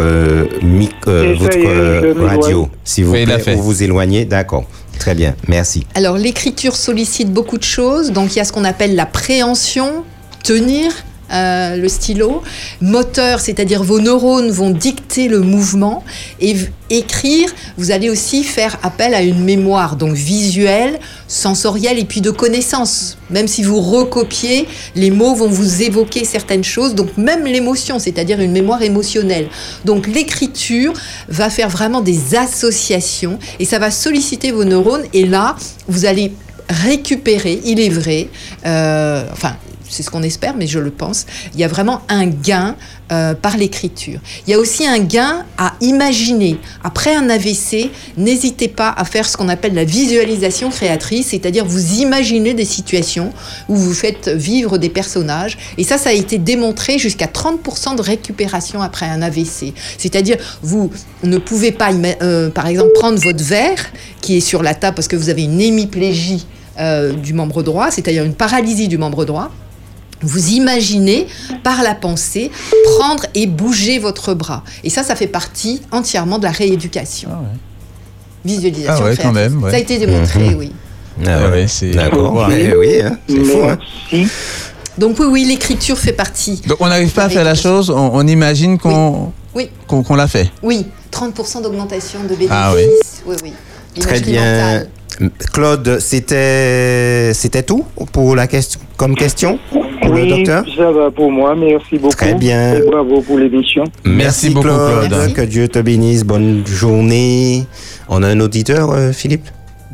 je radio, s'il vous Oui, il l'a plaît, fait. ou vous éloignez? D'accord. Très bien. Merci. Alors, l'écriture sollicite beaucoup de choses. Donc, il y a ce qu'on appelle la préhension, tenir le stylo. Moteur, c'est-à-dire vos neurones vont dicter le mouvement. Et écrire, vous allez aussi faire appel à une mémoire, donc visuelle, sensorielle et puis de connaissance. Même si vous recopiez, les mots vont vous évoquer certaines choses. Donc, même l'émotion, c'est-à-dire une mémoire émotionnelle. Donc, l'écriture va faire vraiment des associations et ça va solliciter vos neurones. Et là, vous allez récupérer, il est vrai, c'est ce qu'on espère, mais je le pense, il y a vraiment un gain par l'écriture. Il y a aussi un gain à imaginer. Après un AVC, n'hésitez pas à faire ce qu'on appelle la visualisation créatrice, c'est-à-dire vous imaginez des situations où vous faites vivre des personnages. Et ça a été démontré jusqu'à 30% de récupération après un AVC. C'est-à-dire, vous ne pouvez pas, par exemple, prendre votre verre qui est sur la table parce que vous avez une hémiplégie du membre droit, c'est-à-dire une paralysie du membre droit. Vous imaginez, par la pensée, prendre et bouger votre bras. Et ça fait partie entièrement de la rééducation. Ah ouais. Visualisation Ah ouais, créative. quand même, ouais. Ça a été démontré, oui. Ah ouais, c'est- D'accord. Wow. Mais oui, hein, c'est fou. Hein. Merci. Donc oui, l'écriture fait partie. Donc on n'arrive pas à faire la chose, on imagine qu'on Oui, qu'on l'a fait. oui. 30% d'augmentation de bénéfices. Ah oui. Oui. Très L'imagerie bien. mentale. Claude, c'était tout pour la question, comme question pour le Oui, docteur? ça va pour moi. Merci beaucoup. Très bien. Et bravo pour l'émission. Merci beaucoup, Claude. Merci. Que Dieu te bénisse. Bonne journée. On a un auditeur, Philippe? Non.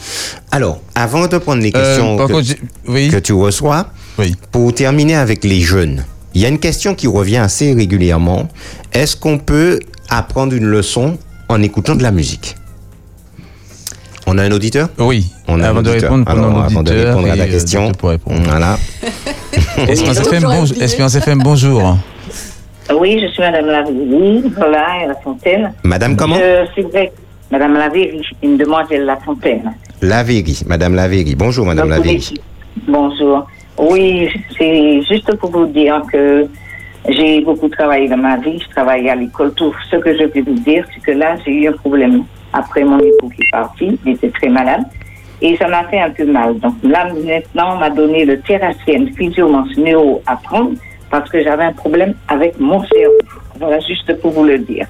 Alors, avant de prendre les questions que tu reçois, pour terminer avec les jeunes, il y a une question qui revient assez régulièrement. Est-ce qu'on peut apprendre une leçon en écoutant de la musique? On a un auditeur? Oui. On a avant un auditeur. Alors, avant de répondre à ta question, voilà. Espérance FM, bonjour. Oui, je suis Madame Lavéry, voilà, à La Fontaine. Madame comment? C'est vrai, Madame Lavéry, une demoiselle La Fontaine. Lavéry, Madame Lavéry. Bonjour, Madame Lavéry. Bonjour. Oui, c'est juste pour vous dire que j'ai beaucoup travaillé dans ma vie, je travaillais à l'école. Tout ce que je peux vous dire, c'est que là, j'ai eu un problème. Après mon époux qui est parti, il était très malade, et ça m'a fait un peu mal. Donc là, maintenant, on m'a donné le Terracien Physiomance Neuro à prendre, parce que j'avais un problème avec mon cerveau. Voilà, juste pour vous le dire.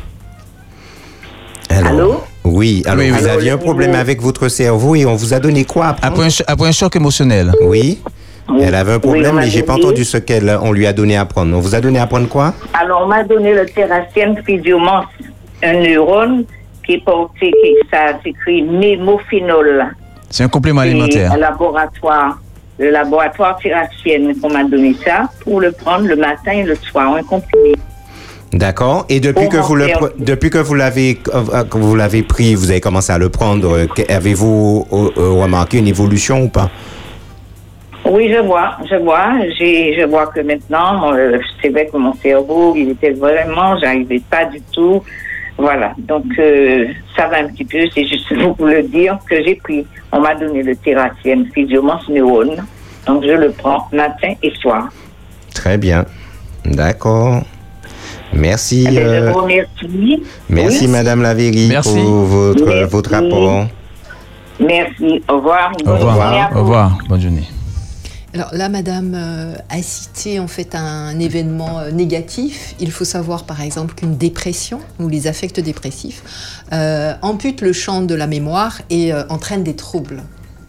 Allô? Oui, alors vous aviez un problème avec votre cerveau et on vous a donné quoi après un choc émotionnel. Oui. Elle avait un problème, mais j'ai pas entendu ce qu'on lui a donné à prendre. On vous a donné à prendre quoi? Alors, on m'a donné le Terracien Physiomance, un neurone qui est porté, ça s'écrit némophénol. C'est un complément alimentaire. Le laboratoire Terracien qu'on m'a donné ça pour le prendre le matin et le soir, un comprimé. D'accord. Et depuis que vous l'avez pris, vous avez commencé à le prendre, avez-vous remarqué une évolution ou pas? Oui, je vois que maintenant, c'est vrai que mon cerveau, il était vraiment, j'arrivais pas du tout. Voilà, donc ça va un petit peu, c'est juste pour le dire que j'ai pris. On m'a donné le Terracien Physiomance Neurone, donc je le prends matin et soir. Très bien, d'accord. Merci. Je vous remercie. Merci, oui. Madame Lavéry, pour votre rapport. Merci, au revoir. Au revoir, bonne journée. Alors là, Madame a cité en fait un événement négatif. Il faut savoir par exemple qu'une dépression ou les affects dépressifs amputent le champ de la mémoire et entraînent des troubles.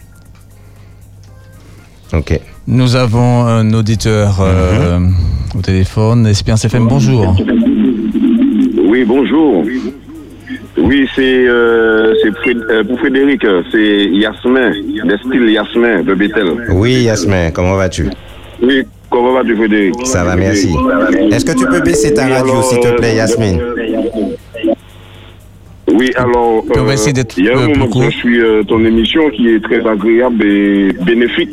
Ok. Nous avons un auditeur au téléphone. Espérance FM, bonjour. Oui, bonjour. Oui, c'est pour Frédéric, c'est Yasmin, des styles Yasmin de Bethel. Oui, Yasmin, comment vas-tu? Oui, comment vas-tu, Frédéric? Ça va, merci. Est-ce que tu peux baisser ta radio, s'il te plaît, Yasmin? Oui, alors, il y a un moment que je suis ton émission qui est très agréable et bénéfique.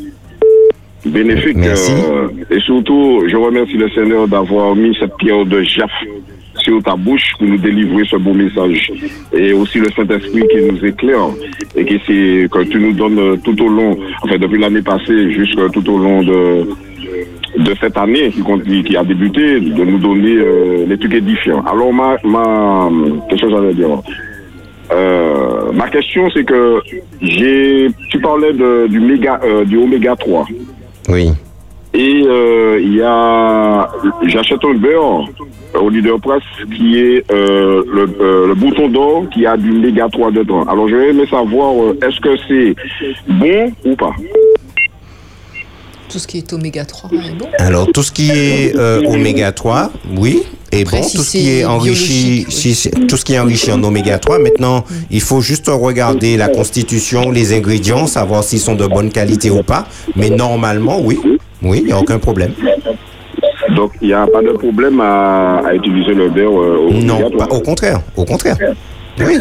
Merci. Et surtout, je remercie le Seigneur d'avoir mis cette pierre de Japh sur ta bouche pour nous délivrer ce beau message. Et aussi le Saint-Esprit qui nous éclaire et que tu nous donnes tout au long, enfin depuis l'année passée jusqu'à tout au long de cette année qui a débuté, de nous donner les trucs édifiants. Alors qu'est-ce que j'allais dire? Ma question, c'est que tu parlais du oméga 3. Oui. Et j'achète un beurre au Leader Press qui est le bouton d'or qui a du oméga 3 dedans. Alors je vais aimer savoir est-ce que c'est bon ou pas? Tout ce qui est oméga 3 est bon. Alors tout ce qui est oméga 3, oui, est bon. Tout ce qui est enrichi, tout ce qui est enrichi en oméga 3. Maintenant, il faut juste regarder la constitution, les ingrédients, savoir s'ils sont de bonne qualité ou pas. Mais normalement, oui, il n'y a aucun problème. Donc il n'y a pas de problème à utiliser le beurre non, pas, au contraire. Oui.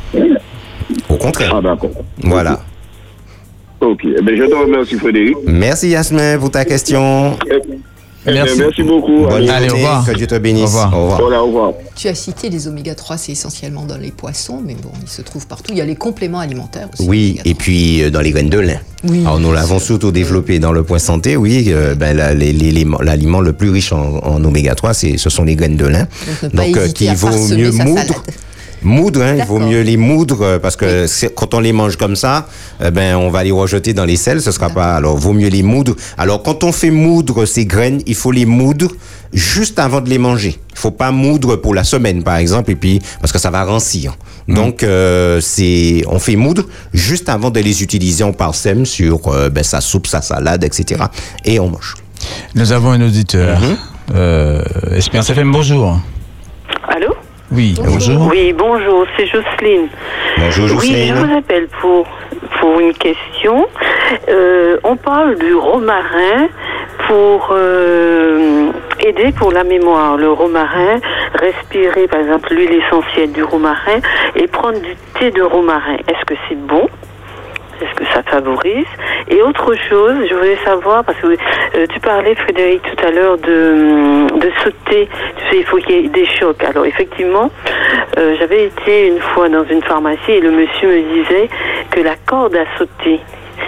Au contraire. Ah d'accord. Voilà. Ok, je te remercie Frédéric. Merci Yasmin pour ta question. Merci beaucoup. Bonne Allez, au revoir. Que Dieu te bénisse. Au revoir. Au revoir. Tu as cité les oméga 3, c'est essentiellement dans les poissons, mais bon, ils se trouvent partout. Il y a les compléments alimentaires aussi. Oui, et puis dans les graines de lin. Oui. Alors nous l'avons surtout développé dans le point santé, oui. L'aliment le plus riche en oméga 3, ce sont les graines de lin. Donc qu'il vaut mieux moudre, il vaut mieux les moudre parce que quand on les mange comme ça, on va les rejeter dans les selles, ce sera pas. Alors, vaut mieux les moudre. Alors, quand on fait moudre ces graines, il faut les moudre juste avant de les manger. Il faut pas moudre pour la semaine, par exemple, et puis parce que ça va rancir. Donc, on fait moudre juste avant de les utiliser. On parsème sur sa soupe, sa salade, etc. Et on mange. Nous avons un auditeur. Espérance FM, bonjour. Allô? Oui, bonjour. Oui, bonjour, c'est Jocelyne. Bonjour Jocelyne. Oui, je vous appelle pour une question. On parle du romarin pour aider pour la mémoire. Le romarin, respirer par exemple l'huile essentielle du romarin et prendre du thé de romarin. Est-ce que c'est bon ? Est-ce que ça favorise? Et autre chose, je voulais savoir, parce que tu parlais, Frédéric, tout à l'heure de sauter. Tu sais, il faut qu'il y ait des chocs. Alors, effectivement, j'avais été une fois dans une pharmacie et le monsieur me disait que la corde à sauter,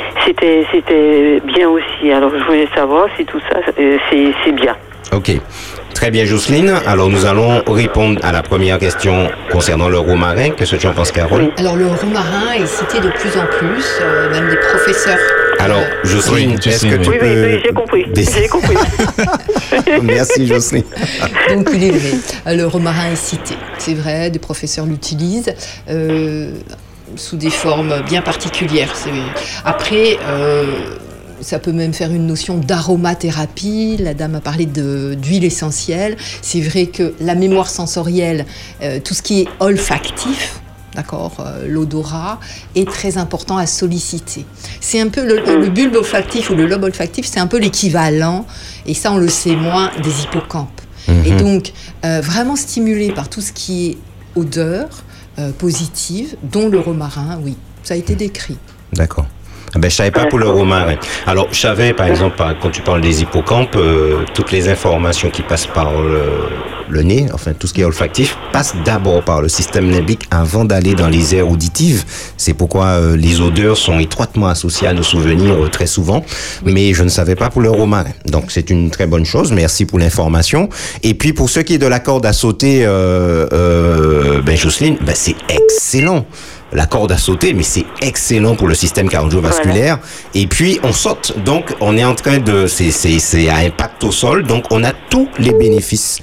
c'était bien aussi. Alors, je voulais savoir si tout ça, c'est bien. Ok. Très bien, Jocelyne. Alors, nous allons répondre à la première question concernant le romarin. Qu'est-ce que tu en penses, Carole? Alors, le romarin est cité de plus en plus, même des professeurs. Alors, Jocelyne, est-ce que tu peux... Oui, j'ai compris. J'ai compris. Merci, Jocelyne. Donc, il est vrai. Le romarin est cité. C'est vrai, des professeurs l'utilisent. Sous des formes bien particulières. Après, ça peut même faire une notion d'aromathérapie. La dame a parlé d'huile essentielle. C'est vrai que la mémoire sensorielle, tout ce qui est olfactif, d'accord, l'odorat, est très important à solliciter. C'est un peu le bulbe olfactif ou le lobe olfactif, c'est un peu l'équivalent, et ça on le sait moins, des hippocampes. Et donc, vraiment stimulé par tout ce qui est odeur, positive, dont le romarin, oui, ça a été décrit. D'accord. Ben, je savais pas pour le romarin. Alors, je savais, par exemple, quand tu parles des hippocampes, toutes les informations qui passent par le nez, enfin, tout ce qui est olfactif, passent d'abord par le système limbique avant d'aller dans les aires auditives. C'est pourquoi les odeurs sont étroitement associées à nos souvenirs très souvent. Mais je ne savais pas pour le romarin. Donc, c'est une très bonne chose. Merci pour l'information. Et puis, pour ce qui est de la corde à sauter, ben, Jocelyne, ben, c'est excellent. La corde à sauter, mais c'est excellent pour le système cardiovasculaire. Voilà. Et puis, on saute. Donc, on est en train de... C'est à impact au sol. Donc, on a tous les bénéfices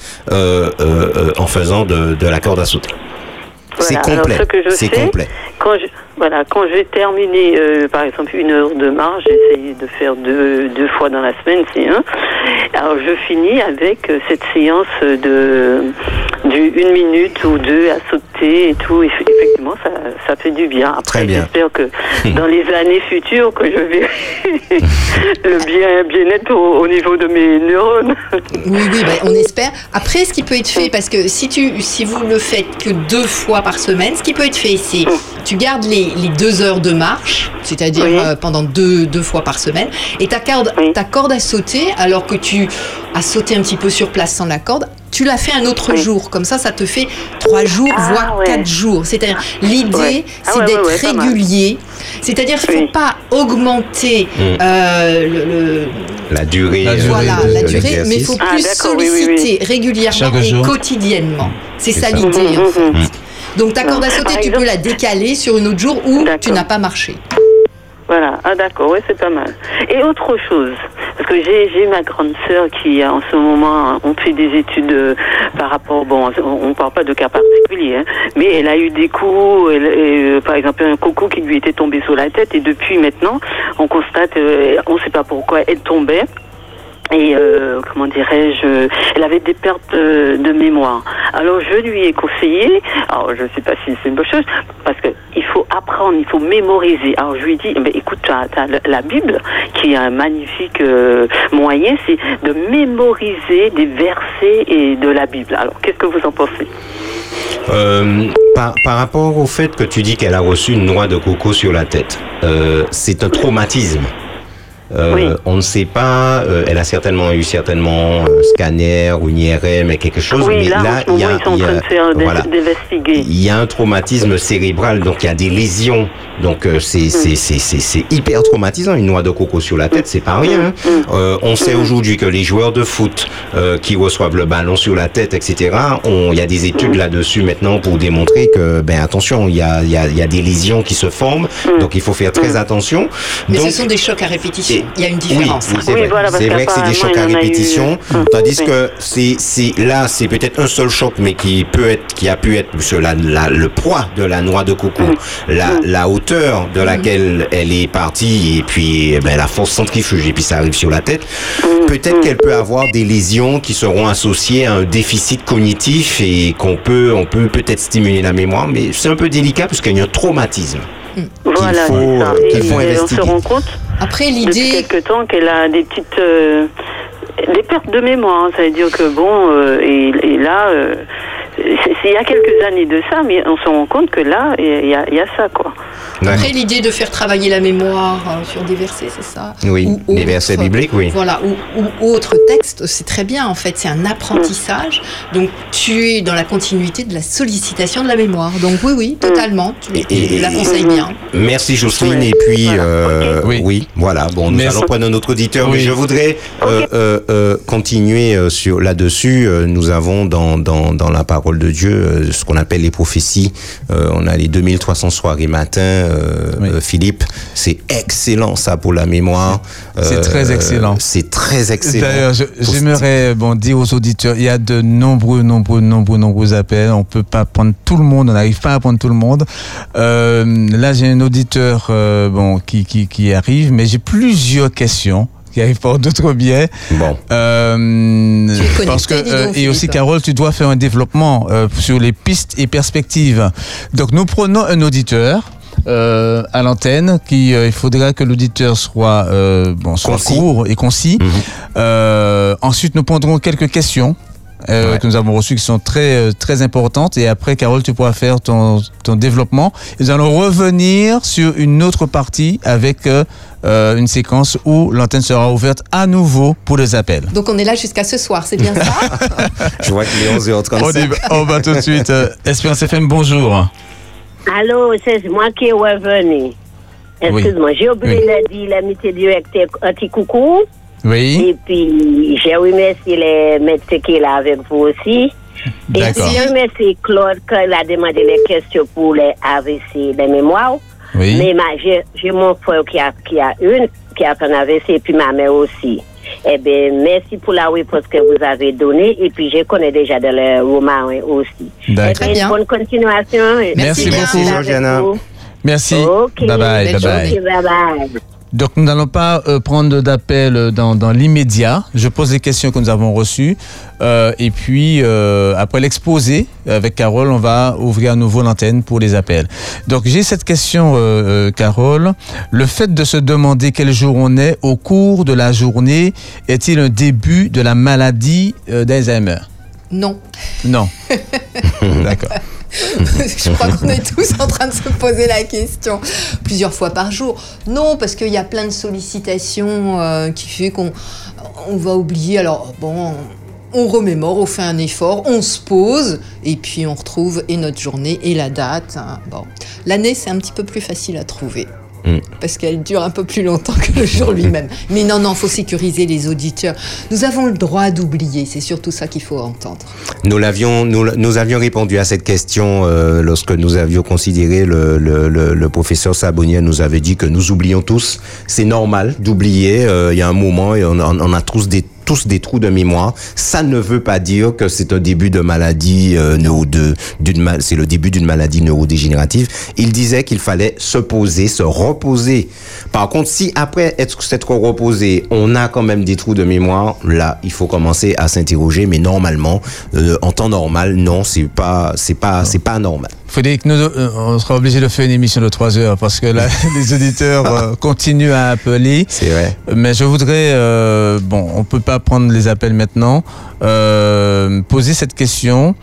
en faisant de la corde à sauter. Voilà. C'est complet. C'est complet. Quand j'ai terminé, par exemple, 1 heure de marche, j'essaye de faire deux fois dans la semaine, c'est un. Alors, je finis avec cette séance de 1 minute ou 2 à sauter et tout. Et effectivement, ça fait du bien. Après, j'espère que dans les années futures, que je verrai le bien-être au niveau de mes neurones. Oui, ben, on espère. Après, ce qui peut être fait, parce que si vous le faites que 2 fois par semaine, ce qui peut être fait, c'est tu gardes les 2 heures de marche, c'est-à-dire pendant 2 fois par semaine, et ta corde à sauter, alors que tu as sauté un petit peu sur place sans la corde, tu l'as fait un autre jour. Comme ça te fait 3 jours, voire 4 jours. C'est-à-dire, l'idée, c'est d'être régulier. C'est-à-dire qu'il ne faut pas augmenter la durée. Voilà, la durée, mais il faut plus solliciter régulièrement et quotidiennement. C'est ça l'idée, en fait. Donc, ta corde à sauter, tu peux la décaler sur un autre jour où tu n'as pas marché. Voilà, d'accord, oui, c'est pas mal. Et autre chose, parce que j'ai ma grande sœur qui, en ce moment, on fait des études par rapport, on parle pas de cas particuliers, hein, mais elle a eu des coups, par exemple, un coucou qui lui était tombé sur la tête, et depuis maintenant, on constate, on sait pas pourquoi, elle tombait. Et comment dirais-je, elle avait des pertes de mémoire. Alors je lui ai conseillé, alors je ne sais pas si c'est une bonne chose, parce que il faut apprendre, il faut mémoriser. Alors je lui ai dit, écoute, t'as la Bible, qui est un magnifique moyen, c'est de mémoriser des versets et de la Bible. Alors qu'est-ce que vous en pensez? Par rapport au fait que tu dis qu'elle a reçu une noix de coco sur la tête, c'est un traumatisme. On ne sait pas, elle a certainement eu scanner ou une IRM et quelque chose, mais là il y a un traumatisme cérébral, donc il y a des lésions, donc c'est hyper traumatisant. Une noix de coco sur la tête, c'est pas rien. On sait aujourd'hui que les joueurs de foot qui reçoivent le ballon sur la tête, etc., il y a des études là-dessus maintenant pour démontrer que attention, il y a des lésions qui se forment, donc il faut faire très attention. Mais ce sont des chocs à répétition. Il y a une différence. Oui, c'est vrai. voilà, parce C'est vrai que c'est des qu'apparemment, chocs à il y en a eu- répétition, tandis que c'est peut-être un seul choc, mais qui a pu être sur le poids de la noix de coco, la hauteur de laquelle elle est partie, et puis la force centrifuge, et puis ça arrive sur la tête. Peut-être qu'elle peut avoir des lésions qui seront associées à un déficit cognitif et on peut peut-être stimuler la mémoire, mais c'est un peu délicat parce qu'il y a un traumatisme. Voilà, qu'il faut et on investiguer. se rend compte Après, depuis l'idée... quelque temps qu'elle a des petites des pertes de mémoire. Ça veut dire que et là, c'est il y a quelques années de ça, mais on se rend compte que là, il y a ça, quoi. Après, l'idée de faire travailler la mémoire sur des versets, c'est ça? Oui, Ou des versets bibliques, oui. Voilà, ou autres textes, c'est très bien, en fait, c'est un apprentissage. Donc, tu es dans la continuité de la sollicitation de la mémoire. Donc, oui, totalement, tu la conseilles bien. Merci Jocelyne, et puis, oui, voilà, bon, nous allons prendre un autre auditeur, mais je voudrais continuer là-dessus. Nous avons dans la parole de Dieu ce qu'on appelle les prophéties. On a les 2300 soirées matin. Philippe, c'est excellent ça pour la mémoire. C'est très excellent. C'est très excellent. D'ailleurs, j'aimerais dire aux auditeurs, il y a de nombreux appels. On peut pas prendre tout le monde, on n'arrive pas à prendre tout le monde. Là, j'ai un auditeur qui arrive, mais j'ai plusieurs questions qui arrivent par d'autres biais. Bon. Parce que et aussi Carole, tu dois faire un développement sur les pistes et perspectives. Donc nous prenons un auditeur à l'antenne il faudra que l'auditeur soit court et concis. Ensuite, nous prendrons quelques questions que nous avons reçues qui sont très très importantes, et après Carole, tu pourras faire ton développement. Nous allons revenir sur une autre partie avec une séquence où l'antenne sera ouverte à nouveau pour les appels. Donc on est là jusqu'à ce soir, c'est bien ça? Je vois qu'il est 11h35. On va tout de suite. Espérance FM, bonjour. Allô, c'est moi qui est revenu. Excuse-moi, j'ai oublié de dire l'amitié directeur anti-coucou. Oui. Et puis, j'ai remercié les médecins qui sont là avec vous aussi. Et puis, j'ai remercié Claude quand il a demandé les questions pour les AVC, les mémoires. Oui. Mais j'ai mon frère qui a fait un AVC, et puis ma mère aussi. Eh bien, merci pour la réponse que vous avez donnée. Et puis, je connais déjà de le romain aussi. D'accord. Eh bien, bonne continuation. Merci beaucoup, Georgiana. Merci. Okay. Bye bye. Bye bye. Donc, nous n'allons pas prendre d'appel dans l'immédiat. Je pose les questions que nous avons reçues. Et puis, après l'exposé avec Carole, on va ouvrir à nouveau l'antenne pour les appels. Donc, j'ai cette question, Carole. Le fait de se demander quel jour on est au cours de la journée est-il un début de la maladie d'Alzheimer? Non. Non. D'accord. Je crois qu'on est tous en train de se poser la question plusieurs fois par jour. Non, parce qu'il y a plein de sollicitations qui fait qu'on va oublier. Alors, on remémore, on fait un effort, on se pose, et puis on retrouve et notre journée et la date. L'année, c'est un petit peu plus facile à trouver. Parce qu'elle dure un peu plus longtemps que le jour lui-même. Mais non, faut sécuriser les auditeurs. Nous avons le droit d'oublier, c'est surtout ça qu'il faut entendre. Nous avions répondu à cette question lorsque nous avions considéré le professeur Sabonier nous avait dit que nous oublions tous. C'est normal d'oublier. Il y a un moment et on a tous des trous de mémoire. Ça ne veut pas dire que c'est un début de maladie c'est le début d'une maladie neurodégénérative. Il disait qu'il fallait se poser, se reposer. Par contre, si après s'être reposé, on a quand même des trous de mémoire, là, il faut commencer à s'interroger. Mais normalement, en temps normal, non, c'est pas normal. Frédéric, on sera obligé de faire une émission de 3 heures parce que là, les auditeurs continuent à appeler. C'est vrai. Mais je voudrais, on peut pas prendre les appels maintenant, poser cette question.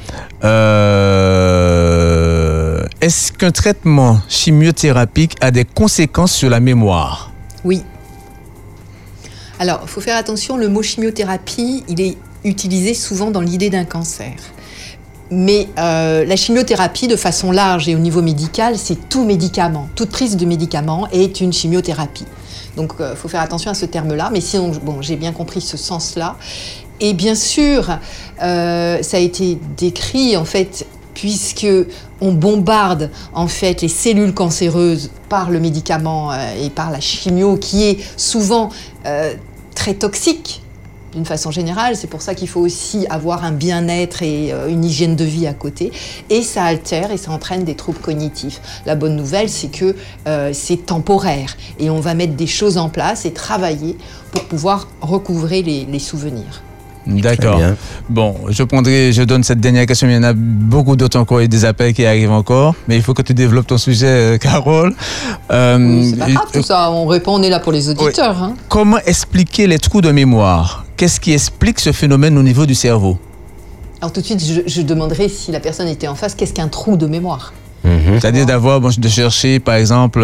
Est-ce qu'un traitement chimiothérapique a des conséquences sur la mémoire? Oui. Alors, il faut faire attention, le mot chimiothérapie, il est utilisé souvent dans l'idée d'un cancer. Mais la chimiothérapie, de façon large et au niveau médical, c'est tout médicament. Toute prise de médicament est une chimiothérapie. Donc, il faut faire attention à ce terme-là. Mais sinon, j'ai bien compris ce sens-là. Et bien sûr, ça a été décrit, en fait, puisque on bombarde en fait les cellules cancéreuses par le médicament et par la chimio qui est souvent très toxique d'une façon générale. C'est pour ça qu'il faut aussi avoir un bien-être et une hygiène de vie à côté. Et ça altère et ça entraîne des troubles cognitifs. La bonne nouvelle, c'est que c'est temporaire. Et on va mettre des choses en place et travailler pour pouvoir recouvrer les souvenirs. D'accord. Bon, je donne cette dernière question. Il y en a beaucoup d'autres encore et des appels qui arrivent encore. Mais il faut que tu développes ton sujet, Carole. Oui, c'est pas grave tout ça. On répond, on est là pour les auditeurs. Oui. Hein. Comment expliquer les trous de mémoire ? Qu'est-ce qui explique ce phénomène au niveau du cerveau ? Alors tout de suite, je demanderais si la personne était en face, qu'est-ce qu'un trou de mémoire ? C'est-à-dire de chercher, par exemple...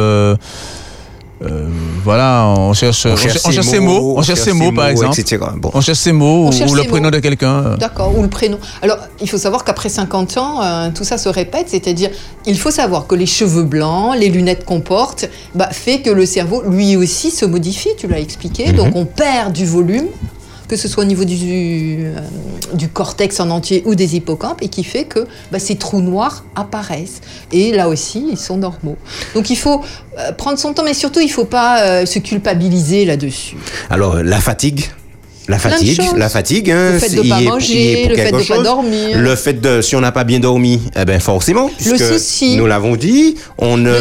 voilà, on cherche ces mots, par exemple. Etc. Bon. On cherche ces mots ou le prénom de quelqu'un. D'accord, ou le prénom. Alors, il faut savoir qu'après 50 ans, tout ça se répète, c'est-à-dire, il faut savoir que les cheveux blancs, les lunettes qu'on porte, fait que le cerveau, lui aussi, se modifie, tu l'as expliqué, donc on perd du volume, que ce soit au niveau du cortex en entier ou des hippocampes, et qui fait que ces trous noirs apparaissent. Et là aussi, ils sont normaux. Donc il faut prendre son temps, mais surtout, il ne faut pas se culpabiliser là-dessus. Alors, la fatigue, le fait de ne pas manger, le fait de ne pas dormir. Le fait de, si on n'a pas bien dormi, forcément, puisque le souci, nous l'avons dit, on ne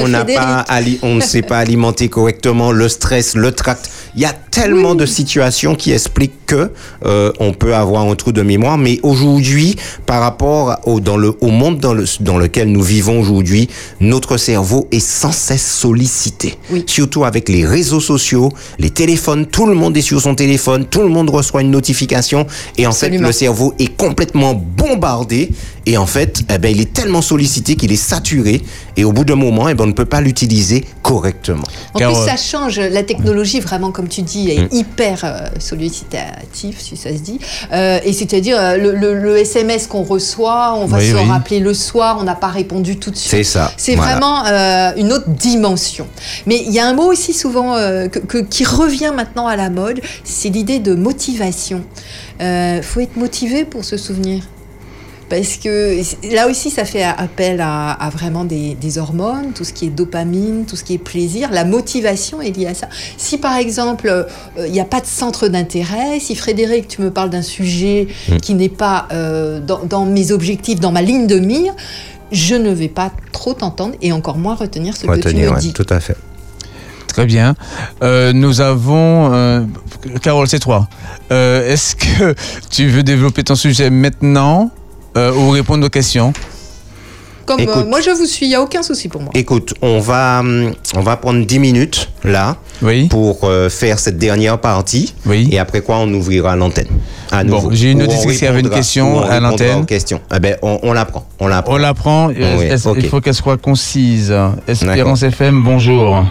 s'est pas alimenté correctement, le stress, le tract. Il y a tellement de situations qui expliquent que on peut avoir un trou de mémoire, mais aujourd'hui, par rapport au monde dans lequel nous vivons aujourd'hui, notre cerveau est sans cesse sollicité. Surtout avec les réseaux sociaux, les téléphones, tout le monde est sur son téléphone, tout le monde reçoit une notification et en fait le cerveau est complètement bombardé et en fait il est tellement sollicité qu'il est saturé et au bout d'un moment on ne peut pas l'utiliser correctement. En plus ça change, la technologie vraiment comme tu dis est hyper sollicitative si ça se dit et c'est-à-dire le SMS qu'on reçoit, on va se rappeler le soir, on n'a pas répondu tout de suite. C'est ça. C'est vraiment une autre dimension. Mais il y a un mot aussi souvent qui revient maintenant à la mode, c'est l'idée de motivation. Faut être motivé pour se souvenir. Parce que là aussi, ça fait appel à vraiment des hormones, tout ce qui est dopamine, tout ce qui est plaisir. La motivation est liée à ça. Si par exemple, il n'y a pas de centre d'intérêt, si Frédéric, tu me parles d'un sujet qui n'est pas dans mes objectifs, dans ma ligne de mire, je ne vais pas trop t'entendre et encore moins retenir ce que tu me dis. Tout à fait. Très bien. Nous avons... Carole, c'est toi. Est-ce que tu veux développer ton sujet maintenant ou répondre aux questions? Écoute, moi je vous suis, il n'y a aucun souci pour moi. Écoute, on va prendre 10 minutes là pour faire cette dernière partie et après quoi on ouvrira l'antenne. Bon, j'ai une auditrice qui avait une question à l'antenne. On la prend. On la prend. Il faut qu'elle soit concise. Espérance FM, bonjour.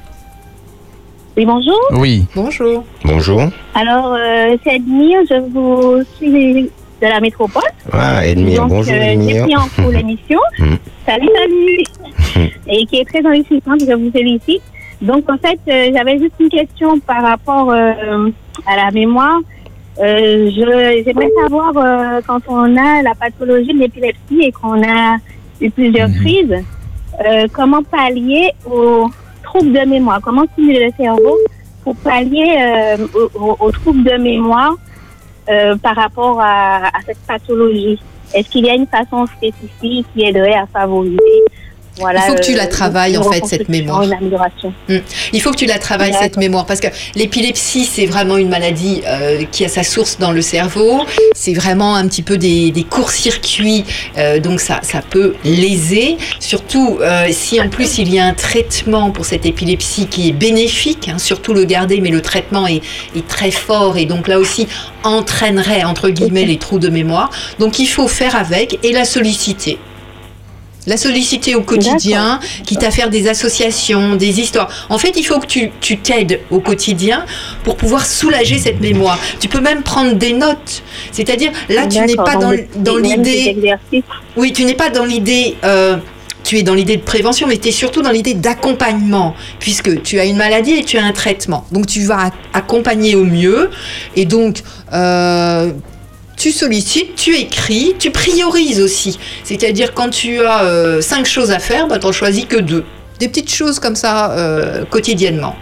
Oui, bonjour. Oui. Bonjour. Bonjour. Alors, c'est Edmire, je vous suis de la métropole. Ah, Edmire, bonjour Edmire. J'ai pris en cours l'émission. Salut. Et qui est très enrichissante, je vous félicite. Donc, en fait, j'avais juste une question par rapport à la mémoire. J'aimerais savoir, quand on a la pathologie de l'épilepsie et qu'on a eu plusieurs crises, comment pallier aux troubles de mémoire, comment stimuler le cerveau pour pallier aux troubles de mémoire par rapport à cette pathologie. Est-ce qu'il y a une façon spécifique qui aiderait à favoriser il faut que tu la travailles en fait cette mémoire. Il faut que tu la travailles cette mémoire parce que l'épilepsie c'est vraiment une maladie qui a sa source dans le cerveau. C'est vraiment un petit peu des courts-circuits, donc ça peut léser. Surtout si en plus il y a un traitement pour cette épilepsie qui est bénéfique, surtout le garder, mais le traitement est très fort et donc là aussi entraînerait entre guillemets les trous de mémoire. Donc il faut faire avec et la solliciter. La solliciter au quotidien, quitte à faire des associations, des histoires. En fait, il faut que tu t'aides au quotidien pour pouvoir soulager cette mémoire. Tu peux même prendre des notes. C'est-à-dire, là, tu n'es pas dans l'idée... Oui, tu n'es pas dans l'idée... tu es dans l'idée de prévention, mais tu es surtout dans l'idée d'accompagnement, puisque tu as une maladie et tu as un traitement. Donc, tu vas accompagner au mieux. Et donc... tu sollicites, tu écris, tu priorises aussi. C'est-à-dire quand tu as 5 choses à faire, tu n'en choisis que 2. Des petites choses comme ça quotidiennement.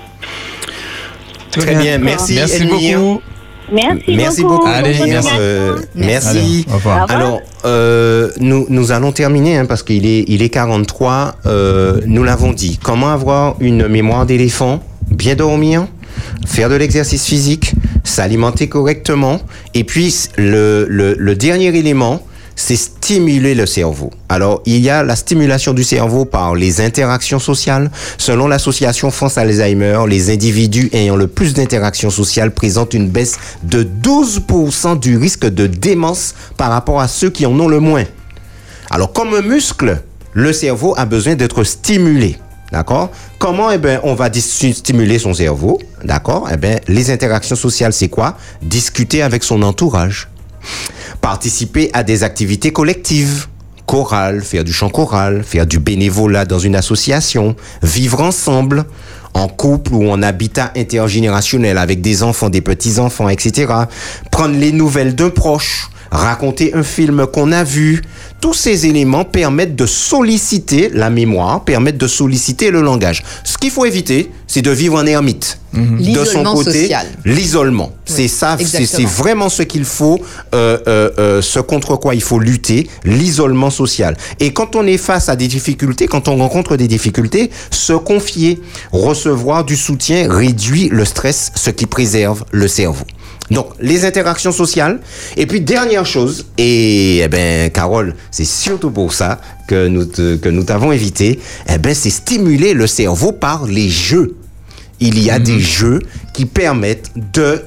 Très bien, merci beaucoup. Merci beaucoup. Allez, merci. Allez, au revoir. Alors, nous allons terminer parce qu'il est 43. Nous l'avons dit. Comment avoir une mémoire d'éléphant? Bien dormir, faire de l'exercice physique, s'alimenter correctement. Et puis, le dernier élément, c'est stimuler le cerveau. Alors, il y a la stimulation du cerveau par les interactions sociales. Selon l'association France Alzheimer, les individus ayant le plus d'interactions sociales présentent une baisse de 12% du risque de démence par rapport à ceux qui en ont le moins. Alors, comme un muscle, le cerveau a besoin d'être stimulé. D'accord? Comment, on va stimuler son cerveau? D'accord? Les interactions sociales, c'est quoi? Discuter avec son entourage. Participer à des activités collectives, chorale, faire du chant choral, faire du bénévolat dans une association, vivre ensemble, en couple ou en habitat intergénérationnel avec des enfants, des petits-enfants, etc. Prendre les nouvelles d'un proche, raconter un film qu'on a vu. Tous ces éléments permettent de solliciter la mémoire, permettent de solliciter le langage. Ce qu'il faut éviter, c'est de vivre en ermite. De son côté, social. L'isolement. Oui, c'est ça, c'est vraiment ce qu'il faut, ce contre quoi il faut lutter, l'isolement social. Et quand on est face à des difficultés, quand on rencontre des difficultés, se confier, recevoir du soutien réduit le stress, ce qui préserve le cerveau. Donc, les interactions sociales. Et puis, dernière chose, Carole, c'est surtout pour ça que nous t'avons invité, c'est stimuler le cerveau par les jeux. Il y a des jeux qui permettent de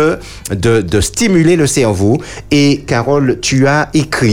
stimuler le cerveau. Et Carole, tu as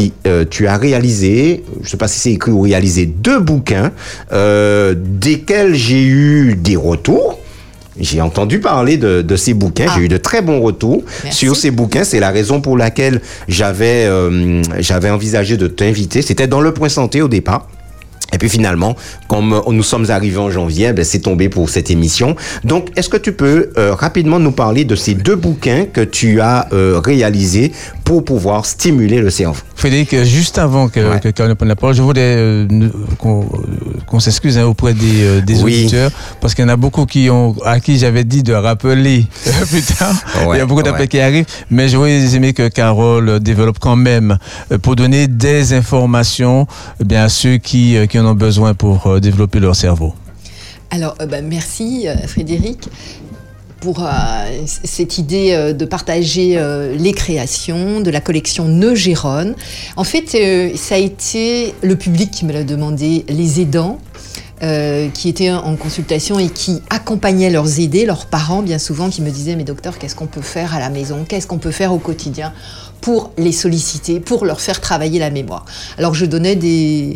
réalisé, je ne sais pas si c'est écrit ou réalisé, 2 bouquins, desquels j'ai eu des retours. J'ai entendu parler de ces bouquins. J'ai eu de très bons retours sur ces bouquins. C'est la raison pour laquelle j'avais envisagé de t'inviter. C'était dans le Point Santé au départ. Et puis finalement, comme nous sommes arrivés en janvier, c'est tombé pour cette émission. Donc, est-ce que tu peux rapidement nous parler de ces 2 bouquins que tu as réalisés pour pouvoir stimuler le cerveau? Frédéric, juste avant que Caroline prenne la parole, je voulais qu'on s'excuse auprès des auditeurs, parce qu'il y en a beaucoup à qui j'avais dit de rappeler plus tard. Il y a beaucoup d'appels qui arrivent, mais j'aurais aimé que Carole développe quand même pour donner des informations à ceux qui en ont besoin pour développer leur cerveau. Alors, merci Frédéric pour cette idée de partager les créations de la collection Neugérone. En fait, ça a été le public qui me l'a demandé, les aidants, qui étaient en consultation et qui accompagnaient leurs aidés, leurs parents bien souvent, qui me disaient « Mais docteur, qu'est-ce qu'on peut faire à la maison? Qu'est-ce qu'on peut faire au quotidien pour les solliciter, pour leur faire travailler la mémoire ?» Alors je donnais des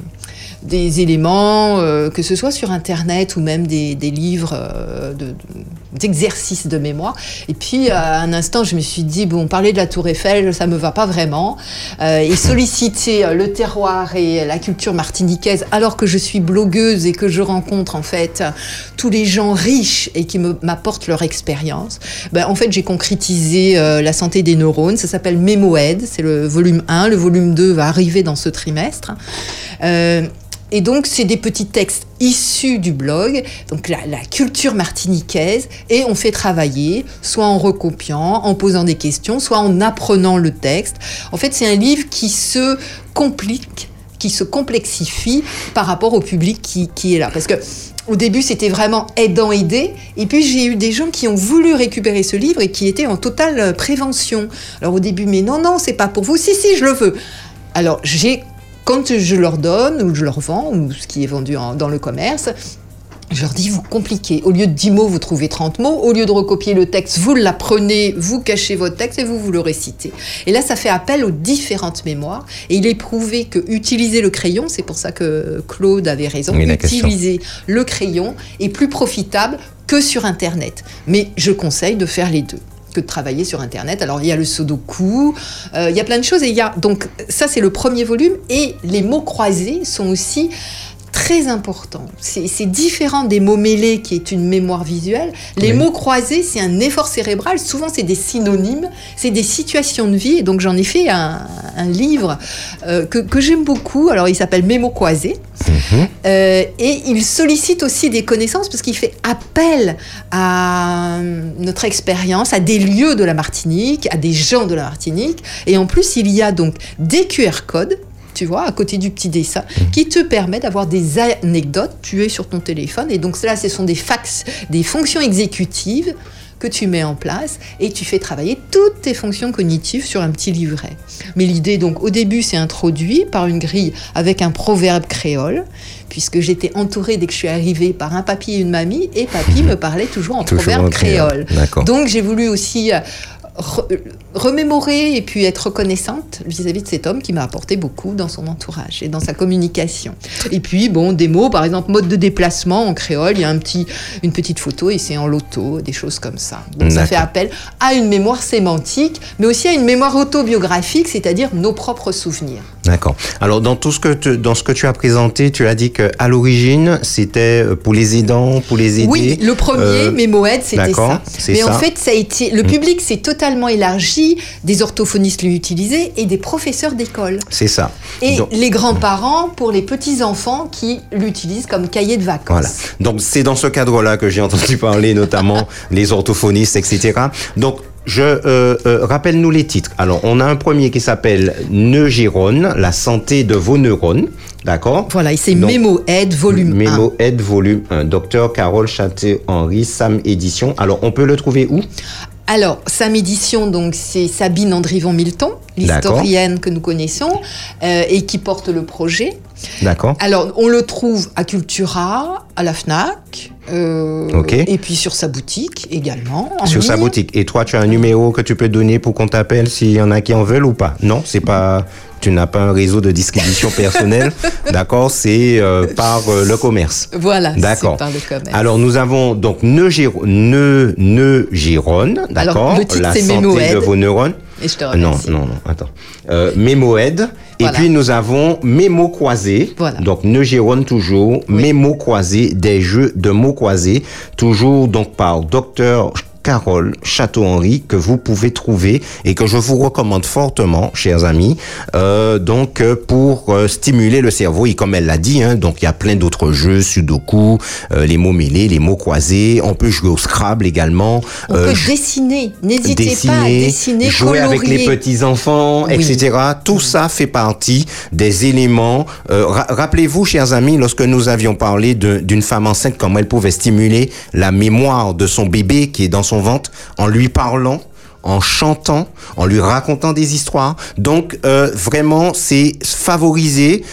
éléments, que ce soit sur Internet ou même des livres d'exercices de mémoire. Et puis, à un instant, je me suis dit, parler de la Tour Eiffel, ça me va pas vraiment. Et solliciter le terroir et la culture martiniquaise, alors que je suis blogueuse et que je rencontre, en fait, tous les gens riches et qui m'apportent leur expérience. En fait, j'ai concrétisé la santé des neurones. Ça s'appelle Mémoaide. C'est le volume 1. Le volume 2 va arriver dans ce trimestre. Et donc, c'est des petits textes issus du blog, donc la culture martiniquaise, et on fait travailler, soit en recopiant, en posant des questions, soit en apprenant le texte. En fait, c'est un livre qui se complique, qui se complexifie par rapport au public qui est là. Parce que au début, c'était vraiment aidant-aidé. Et puis, j'ai eu des gens qui ont voulu récupérer ce livre et qui étaient en totale prévention. Alors, au début, mais non, c'est pas pour vous. Si, je le veux. Alors, quand je leur donne, ou je leur vends, ou ce qui est vendu dans le commerce, je leur dis, vous compliquez. Au lieu de 10 mots, vous trouvez 30 mots. Au lieu de recopier le texte, vous l'apprenez, vous cachez votre texte et vous le récitez. Et là, ça fait appel aux différentes mémoires. Et il est prouvé que utiliser le crayon, c'est pour ça que Claude avait raison, utiliser le crayon est plus profitable que sur Internet. Mais je conseille de faire les deux, que de travailler sur Internet. Alors, il y a le Sudoku, il y a plein de choses. Donc, ça, c'est le premier volume. Et les mots croisés sont aussi très important. C'est différent des mots mêlés qui est une mémoire visuelle. Les mots croisés, c'est un effort cérébral. Souvent, c'est des synonymes, c'est des situations de vie. Et donc, j'en ai fait un livre que j'aime beaucoup. Alors, il s'appelle Mémo croisés. Et il sollicite aussi des connaissances parce qu'il fait appel à notre expérience, à des lieux de la Martinique, à des gens de la Martinique. Et en plus, il y a donc des QR codes, tu vois, à côté du petit dessin, qui te permet d'avoir des anecdotes. Tu es sur ton téléphone. Et donc, cela, ce sont des fonctions exécutives que tu mets en place et tu fais travailler toutes tes fonctions cognitives sur un petit livret. Mais l'idée, donc, au début, c'est introduit par une grille avec un proverbe créole, puisque j'étais entourée dès que je suis arrivée par un papy et une mamie, et papy me parlait toujours en proverbe créole. Donc, j'ai voulu aussi remémorer et puis être reconnaissante vis-à-vis de cet homme qui m'a apporté beaucoup dans son entourage et dans sa communication. Et puis, bon, des mots, par exemple, mode de déplacement en créole, il y a une petite photo et c'est en loto, des choses comme ça. Donc, ça fait appel à une mémoire sémantique, mais aussi à une mémoire autobiographique, c'est-à-dire nos propres souvenirs. D'accord. Alors, dans ce que tu as présenté, tu as dit qu'à l'origine, c'était pour les aidants, pour les aider. Oui, le premier, Mémoaide, c'était ça. Mais en fait, ça a été, le public s'est totalement élargi, des orthophonistes l'ont utilisé et des professeurs d'école. C'est ça. Et donc, les grands-parents pour les petits-enfants qui l'utilisent comme cahier de vacances. Voilà. Donc, c'est dans ce cadre-là que j'ai entendu parler, notamment les orthophonistes, etc. Donc, rappelle-nous les titres. Alors, on a un premier qui s'appelle Neugérone, la santé de vos neurones. D'accord. Voilà, et c'est Mémoaide, volume 1. Mémoaide, volume 1. Docteur Carole Château-Henry, Sam Édition. Alors, on peut le trouver où? Alors, Sam Édition, donc, c'est Sabine Andrivon-Milton, l'historienne que nous connaissons, et qui porte le projet. D'accord. Alors, on le trouve à Cultura, à la FNAC, et puis sur sa boutique également. Sur sa boutique. Et toi, tu as un numéro que tu peux donner pour qu'on t'appelle s'il y en a qui en veulent ou pas? Non, c'est pas... Tu n'as pas un réseau de distribution personnel, d'accord? C'est par le commerce. Voilà, d'accord. C'est par le commerce. Alors, nous avons donc Neugérone, d'accord? Alors, le titre, la c'est santé Mémoaide. de vos neurones. Et je te remercie. Non, attends. Mémoaide. Voilà. Et puis, nous avons Mémo croisés. Voilà. Donc, Neugérone toujours. Oui. Mémo croisés, des jeux de mots croisés. Toujours, donc, par Docteur Carole Château-Henry, que vous pouvez trouver et que je vous recommande fortement, chers amis, pour stimuler le cerveau. Et comme elle l'a dit, donc il y a plein d'autres jeux, Sudoku, les mots mêlés, les mots croisés. On peut jouer au Scrabble également. On peut dessiner. N'hésitez pas à dessiner, jouer colorier. avec les petits-enfants, etc. Tout ça fait partie des éléments. Rappelez-vous, chers amis, lorsque nous avions parlé d'une femme enceinte, comment elle pouvait stimuler la mémoire de son bébé qui est dans son ventre en lui parlant, en chantant, en lui racontant des histoires. Donc vraiment, c'est favoriser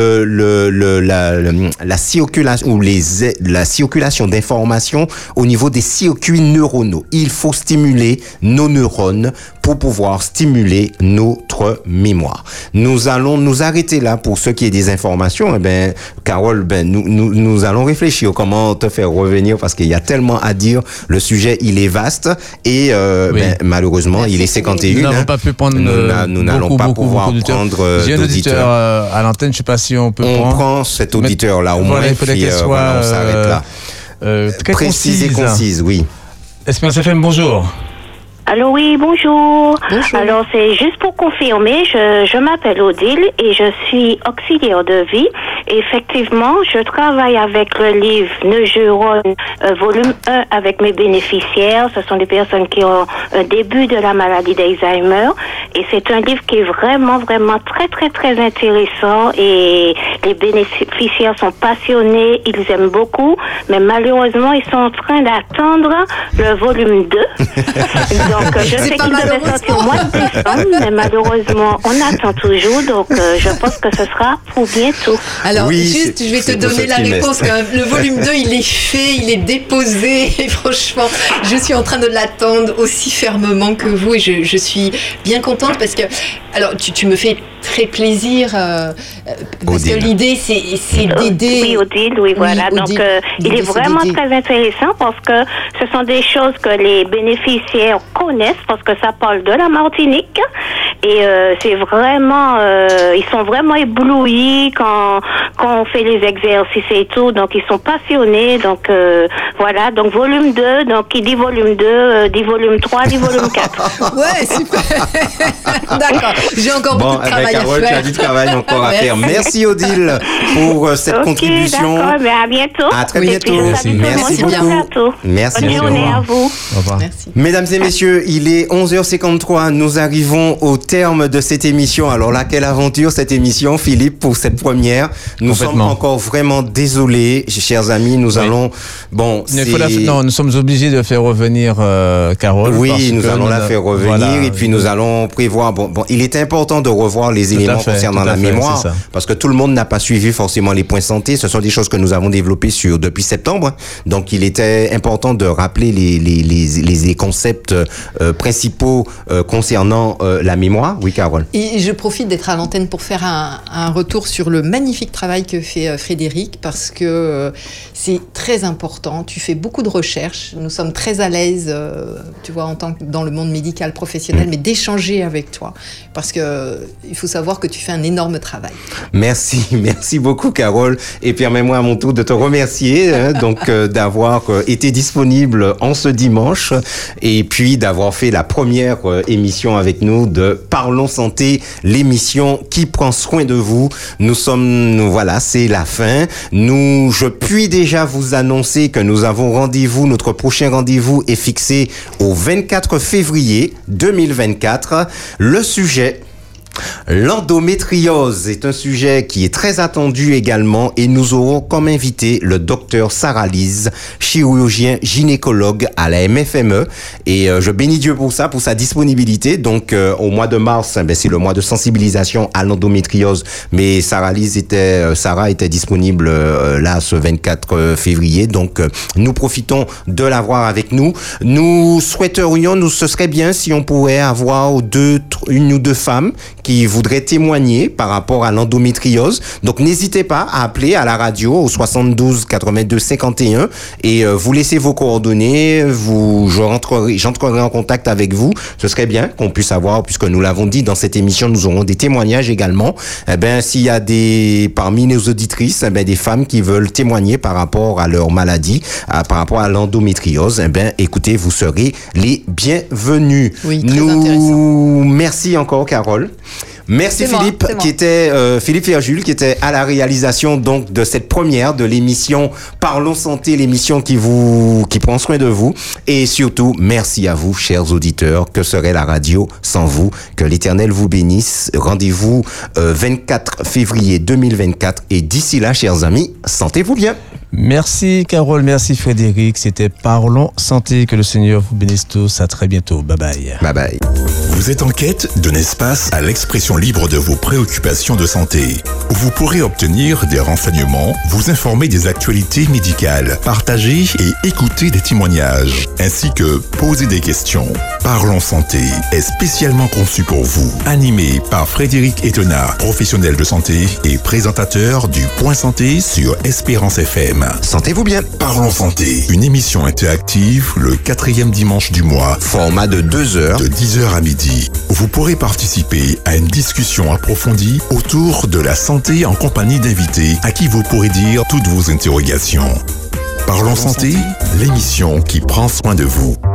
la circulation ou la circulation d'informations au niveau des circuits neuronaux. Il faut stimuler nos neurones pour pouvoir stimuler notre mémoire. Nous allons nous arrêter là pour ce qui est des informations. Carole, nous allons réfléchir comment te faire revenir parce qu'il y a tellement à dire. Le sujet, il est vaste et malheureusement, il est 51. Nous n'avons pas pu prendre nous n'allons pas pouvoir prendre J'ai un auditeur à l'antenne, je ne sais pas si on peut prendre. On prend cet auditeur-là au moins, il faudrait qu'elle soit on s'arrête là. Très précise et concise, oui. Espérance FM, bonjour. Allô, oui, bonjour. Alors, c'est juste pour confirmer, je m'appelle Odile et je suis auxiliaire de vie. Et effectivement, je travaille avec le livre Neugérone, volume 1, avec mes bénéficiaires. Ce sont des personnes qui ont un début de la maladie d'Alzheimer. Et c'est un livre qui est vraiment, vraiment très, très, très intéressant. Et les bénéficiaires sont passionnés, ils aiment beaucoup. Mais malheureusement, ils sont en train d'attendre le volume 2. Donc, je sais qu'il devait sortir au mois de décembre, mais malheureusement, on attend toujours. Donc, je pense que ce sera pour bientôt. Alors, je vais te donner la réponse quand même. Le volume 2, il est fait, il est déposé. Et franchement, je suis en train de l'attendre aussi fermement que vous. Et je suis bien contente parce que, alors, tu me fais très plaisir parce que l'idée, c'est d'aider. Oui, Odile, oui, voilà. Oui, donc, Odile, il est vraiment très intéressant parce que ce sont des choses que les bénéficiaires connaissent parce que ça parle de la Martinique Et c'est vraiment, ils sont vraiment éblouis quand on fait les exercices et tout. Donc ils sont passionnés. Donc voilà. Donc volume 2. Donc qui dit volume 2 dit volume 3 dit volume 4. Ouais, super. D'accord. J'ai encore beaucoup de travail Carole, à faire. tu as du travail encore à faire. Merci Odile pour cette contribution. D'accord, mais à bientôt. À très bientôt. Merci beaucoup. Merci. Bonne journée à vous. Au revoir. Merci. Mesdames et messieurs, il est 11h53. Nous arrivons au terme de cette émission. Alors là, quelle aventure cette émission, Philippe, pour cette première. Nous sommes encore vraiment désolés, chers amis. Nous allons... Bon, non, nous sommes obligés de faire revenir Carole. Oui, nous allons la faire revenir. Voilà. Et puis nous allons prévoir... Bon, il est important de revoir les éléments concernant la mémoire. Parce que tout le monde n'a pas suivi forcément les points santé. Ce sont des choses que nous avons développées depuis septembre. Donc, il était important de rappeler les concepts principaux concernant la mémoire. Oui, Carole. Et je profite d'être à l'antenne pour faire un retour sur le magnifique travail que fait Frédéric, parce que c'est très important. Tu fais beaucoup de recherches. Nous sommes très à l'aise, tu vois, en tant que dans le monde médical professionnel, mais d'échanger avec toi, parce que il faut savoir que tu fais un énorme travail. Merci beaucoup, Carole. Et permets-moi à mon tour de te remercier d'avoir été disponible en ce dimanche et puis d'avoir fait la première émission avec nous de Parlons Santé, l'émission qui prend soin de vous. Voilà, c'est la fin. Je puis déjà vous annoncer que nous avons rendez-vous, notre prochain rendez-vous est fixé au 24 février 2024. Le sujet... L'endométriose est un sujet qui est très attendu également et nous aurons comme invité le docteur Sarah Lise, chirurgien gynécologue à la MFME, et je bénis Dieu pour ça, pour sa disponibilité. Donc au mois de mars, c'est le mois de sensibilisation à l'endométriose, mais Sarah était disponible là ce 24 février. Donc nous profitons de l'avoir avec nous. Nous souhaiterions, ce serait bien si on pourrait avoir une ou deux femmes qui voudraient témoigner par rapport à l'endométriose. Donc, n'hésitez pas à appeler à la radio au 72 82 51 et vous laissez vos coordonnées. J'entrerai en contact avec vous. Ce serait bien qu'on puisse avoir, puisque nous l'avons dit dans cette émission, nous aurons des témoignages également. S'il y a parmi nos auditrices, des femmes qui veulent témoigner par rapport à leur maladie, par rapport à l'endométriose, écoutez, vous serez les bienvenus. Oui, très intéressant. Merci encore, Carole. Merci Philippe, Philippe Ferjul, qui était à la réalisation donc de cette première de l'émission Parlons Santé, l'émission qui prend soin de vous. Et surtout, merci à vous, chers auditeurs. Que serait la radio sans vous? Que l'Éternel vous bénisse. Rendez-vous 24 février 2024. Et d'ici là, chers amis, sentez-vous bien. Merci Carole, merci Frédéric. C'était Parlons Santé. Que le Seigneur vous bénisse tous. À très bientôt. Bye bye. Bye bye. Vous êtes en quête d'un espace à l'expression libre de vos préoccupations de santé, où vous pourrez obtenir des renseignements, vous informer des actualités médicales, partager et écouter des témoignages, ainsi que poser des questions. Parlons Santé est spécialement conçu pour vous, animé par Frédéric Etena, professionnel de santé et présentateur du Point Santé sur Espérance FM. Sentez-vous bien. Parlons Santé, une émission interactive le 4e dimanche du mois, format de 2 heures, de 10h à midi. Vous pourrez participer à une discussion approfondie autour de la santé en compagnie d'invités à qui vous pourrez dire toutes vos interrogations. Parlons Santé, l'émission qui prend soin de vous.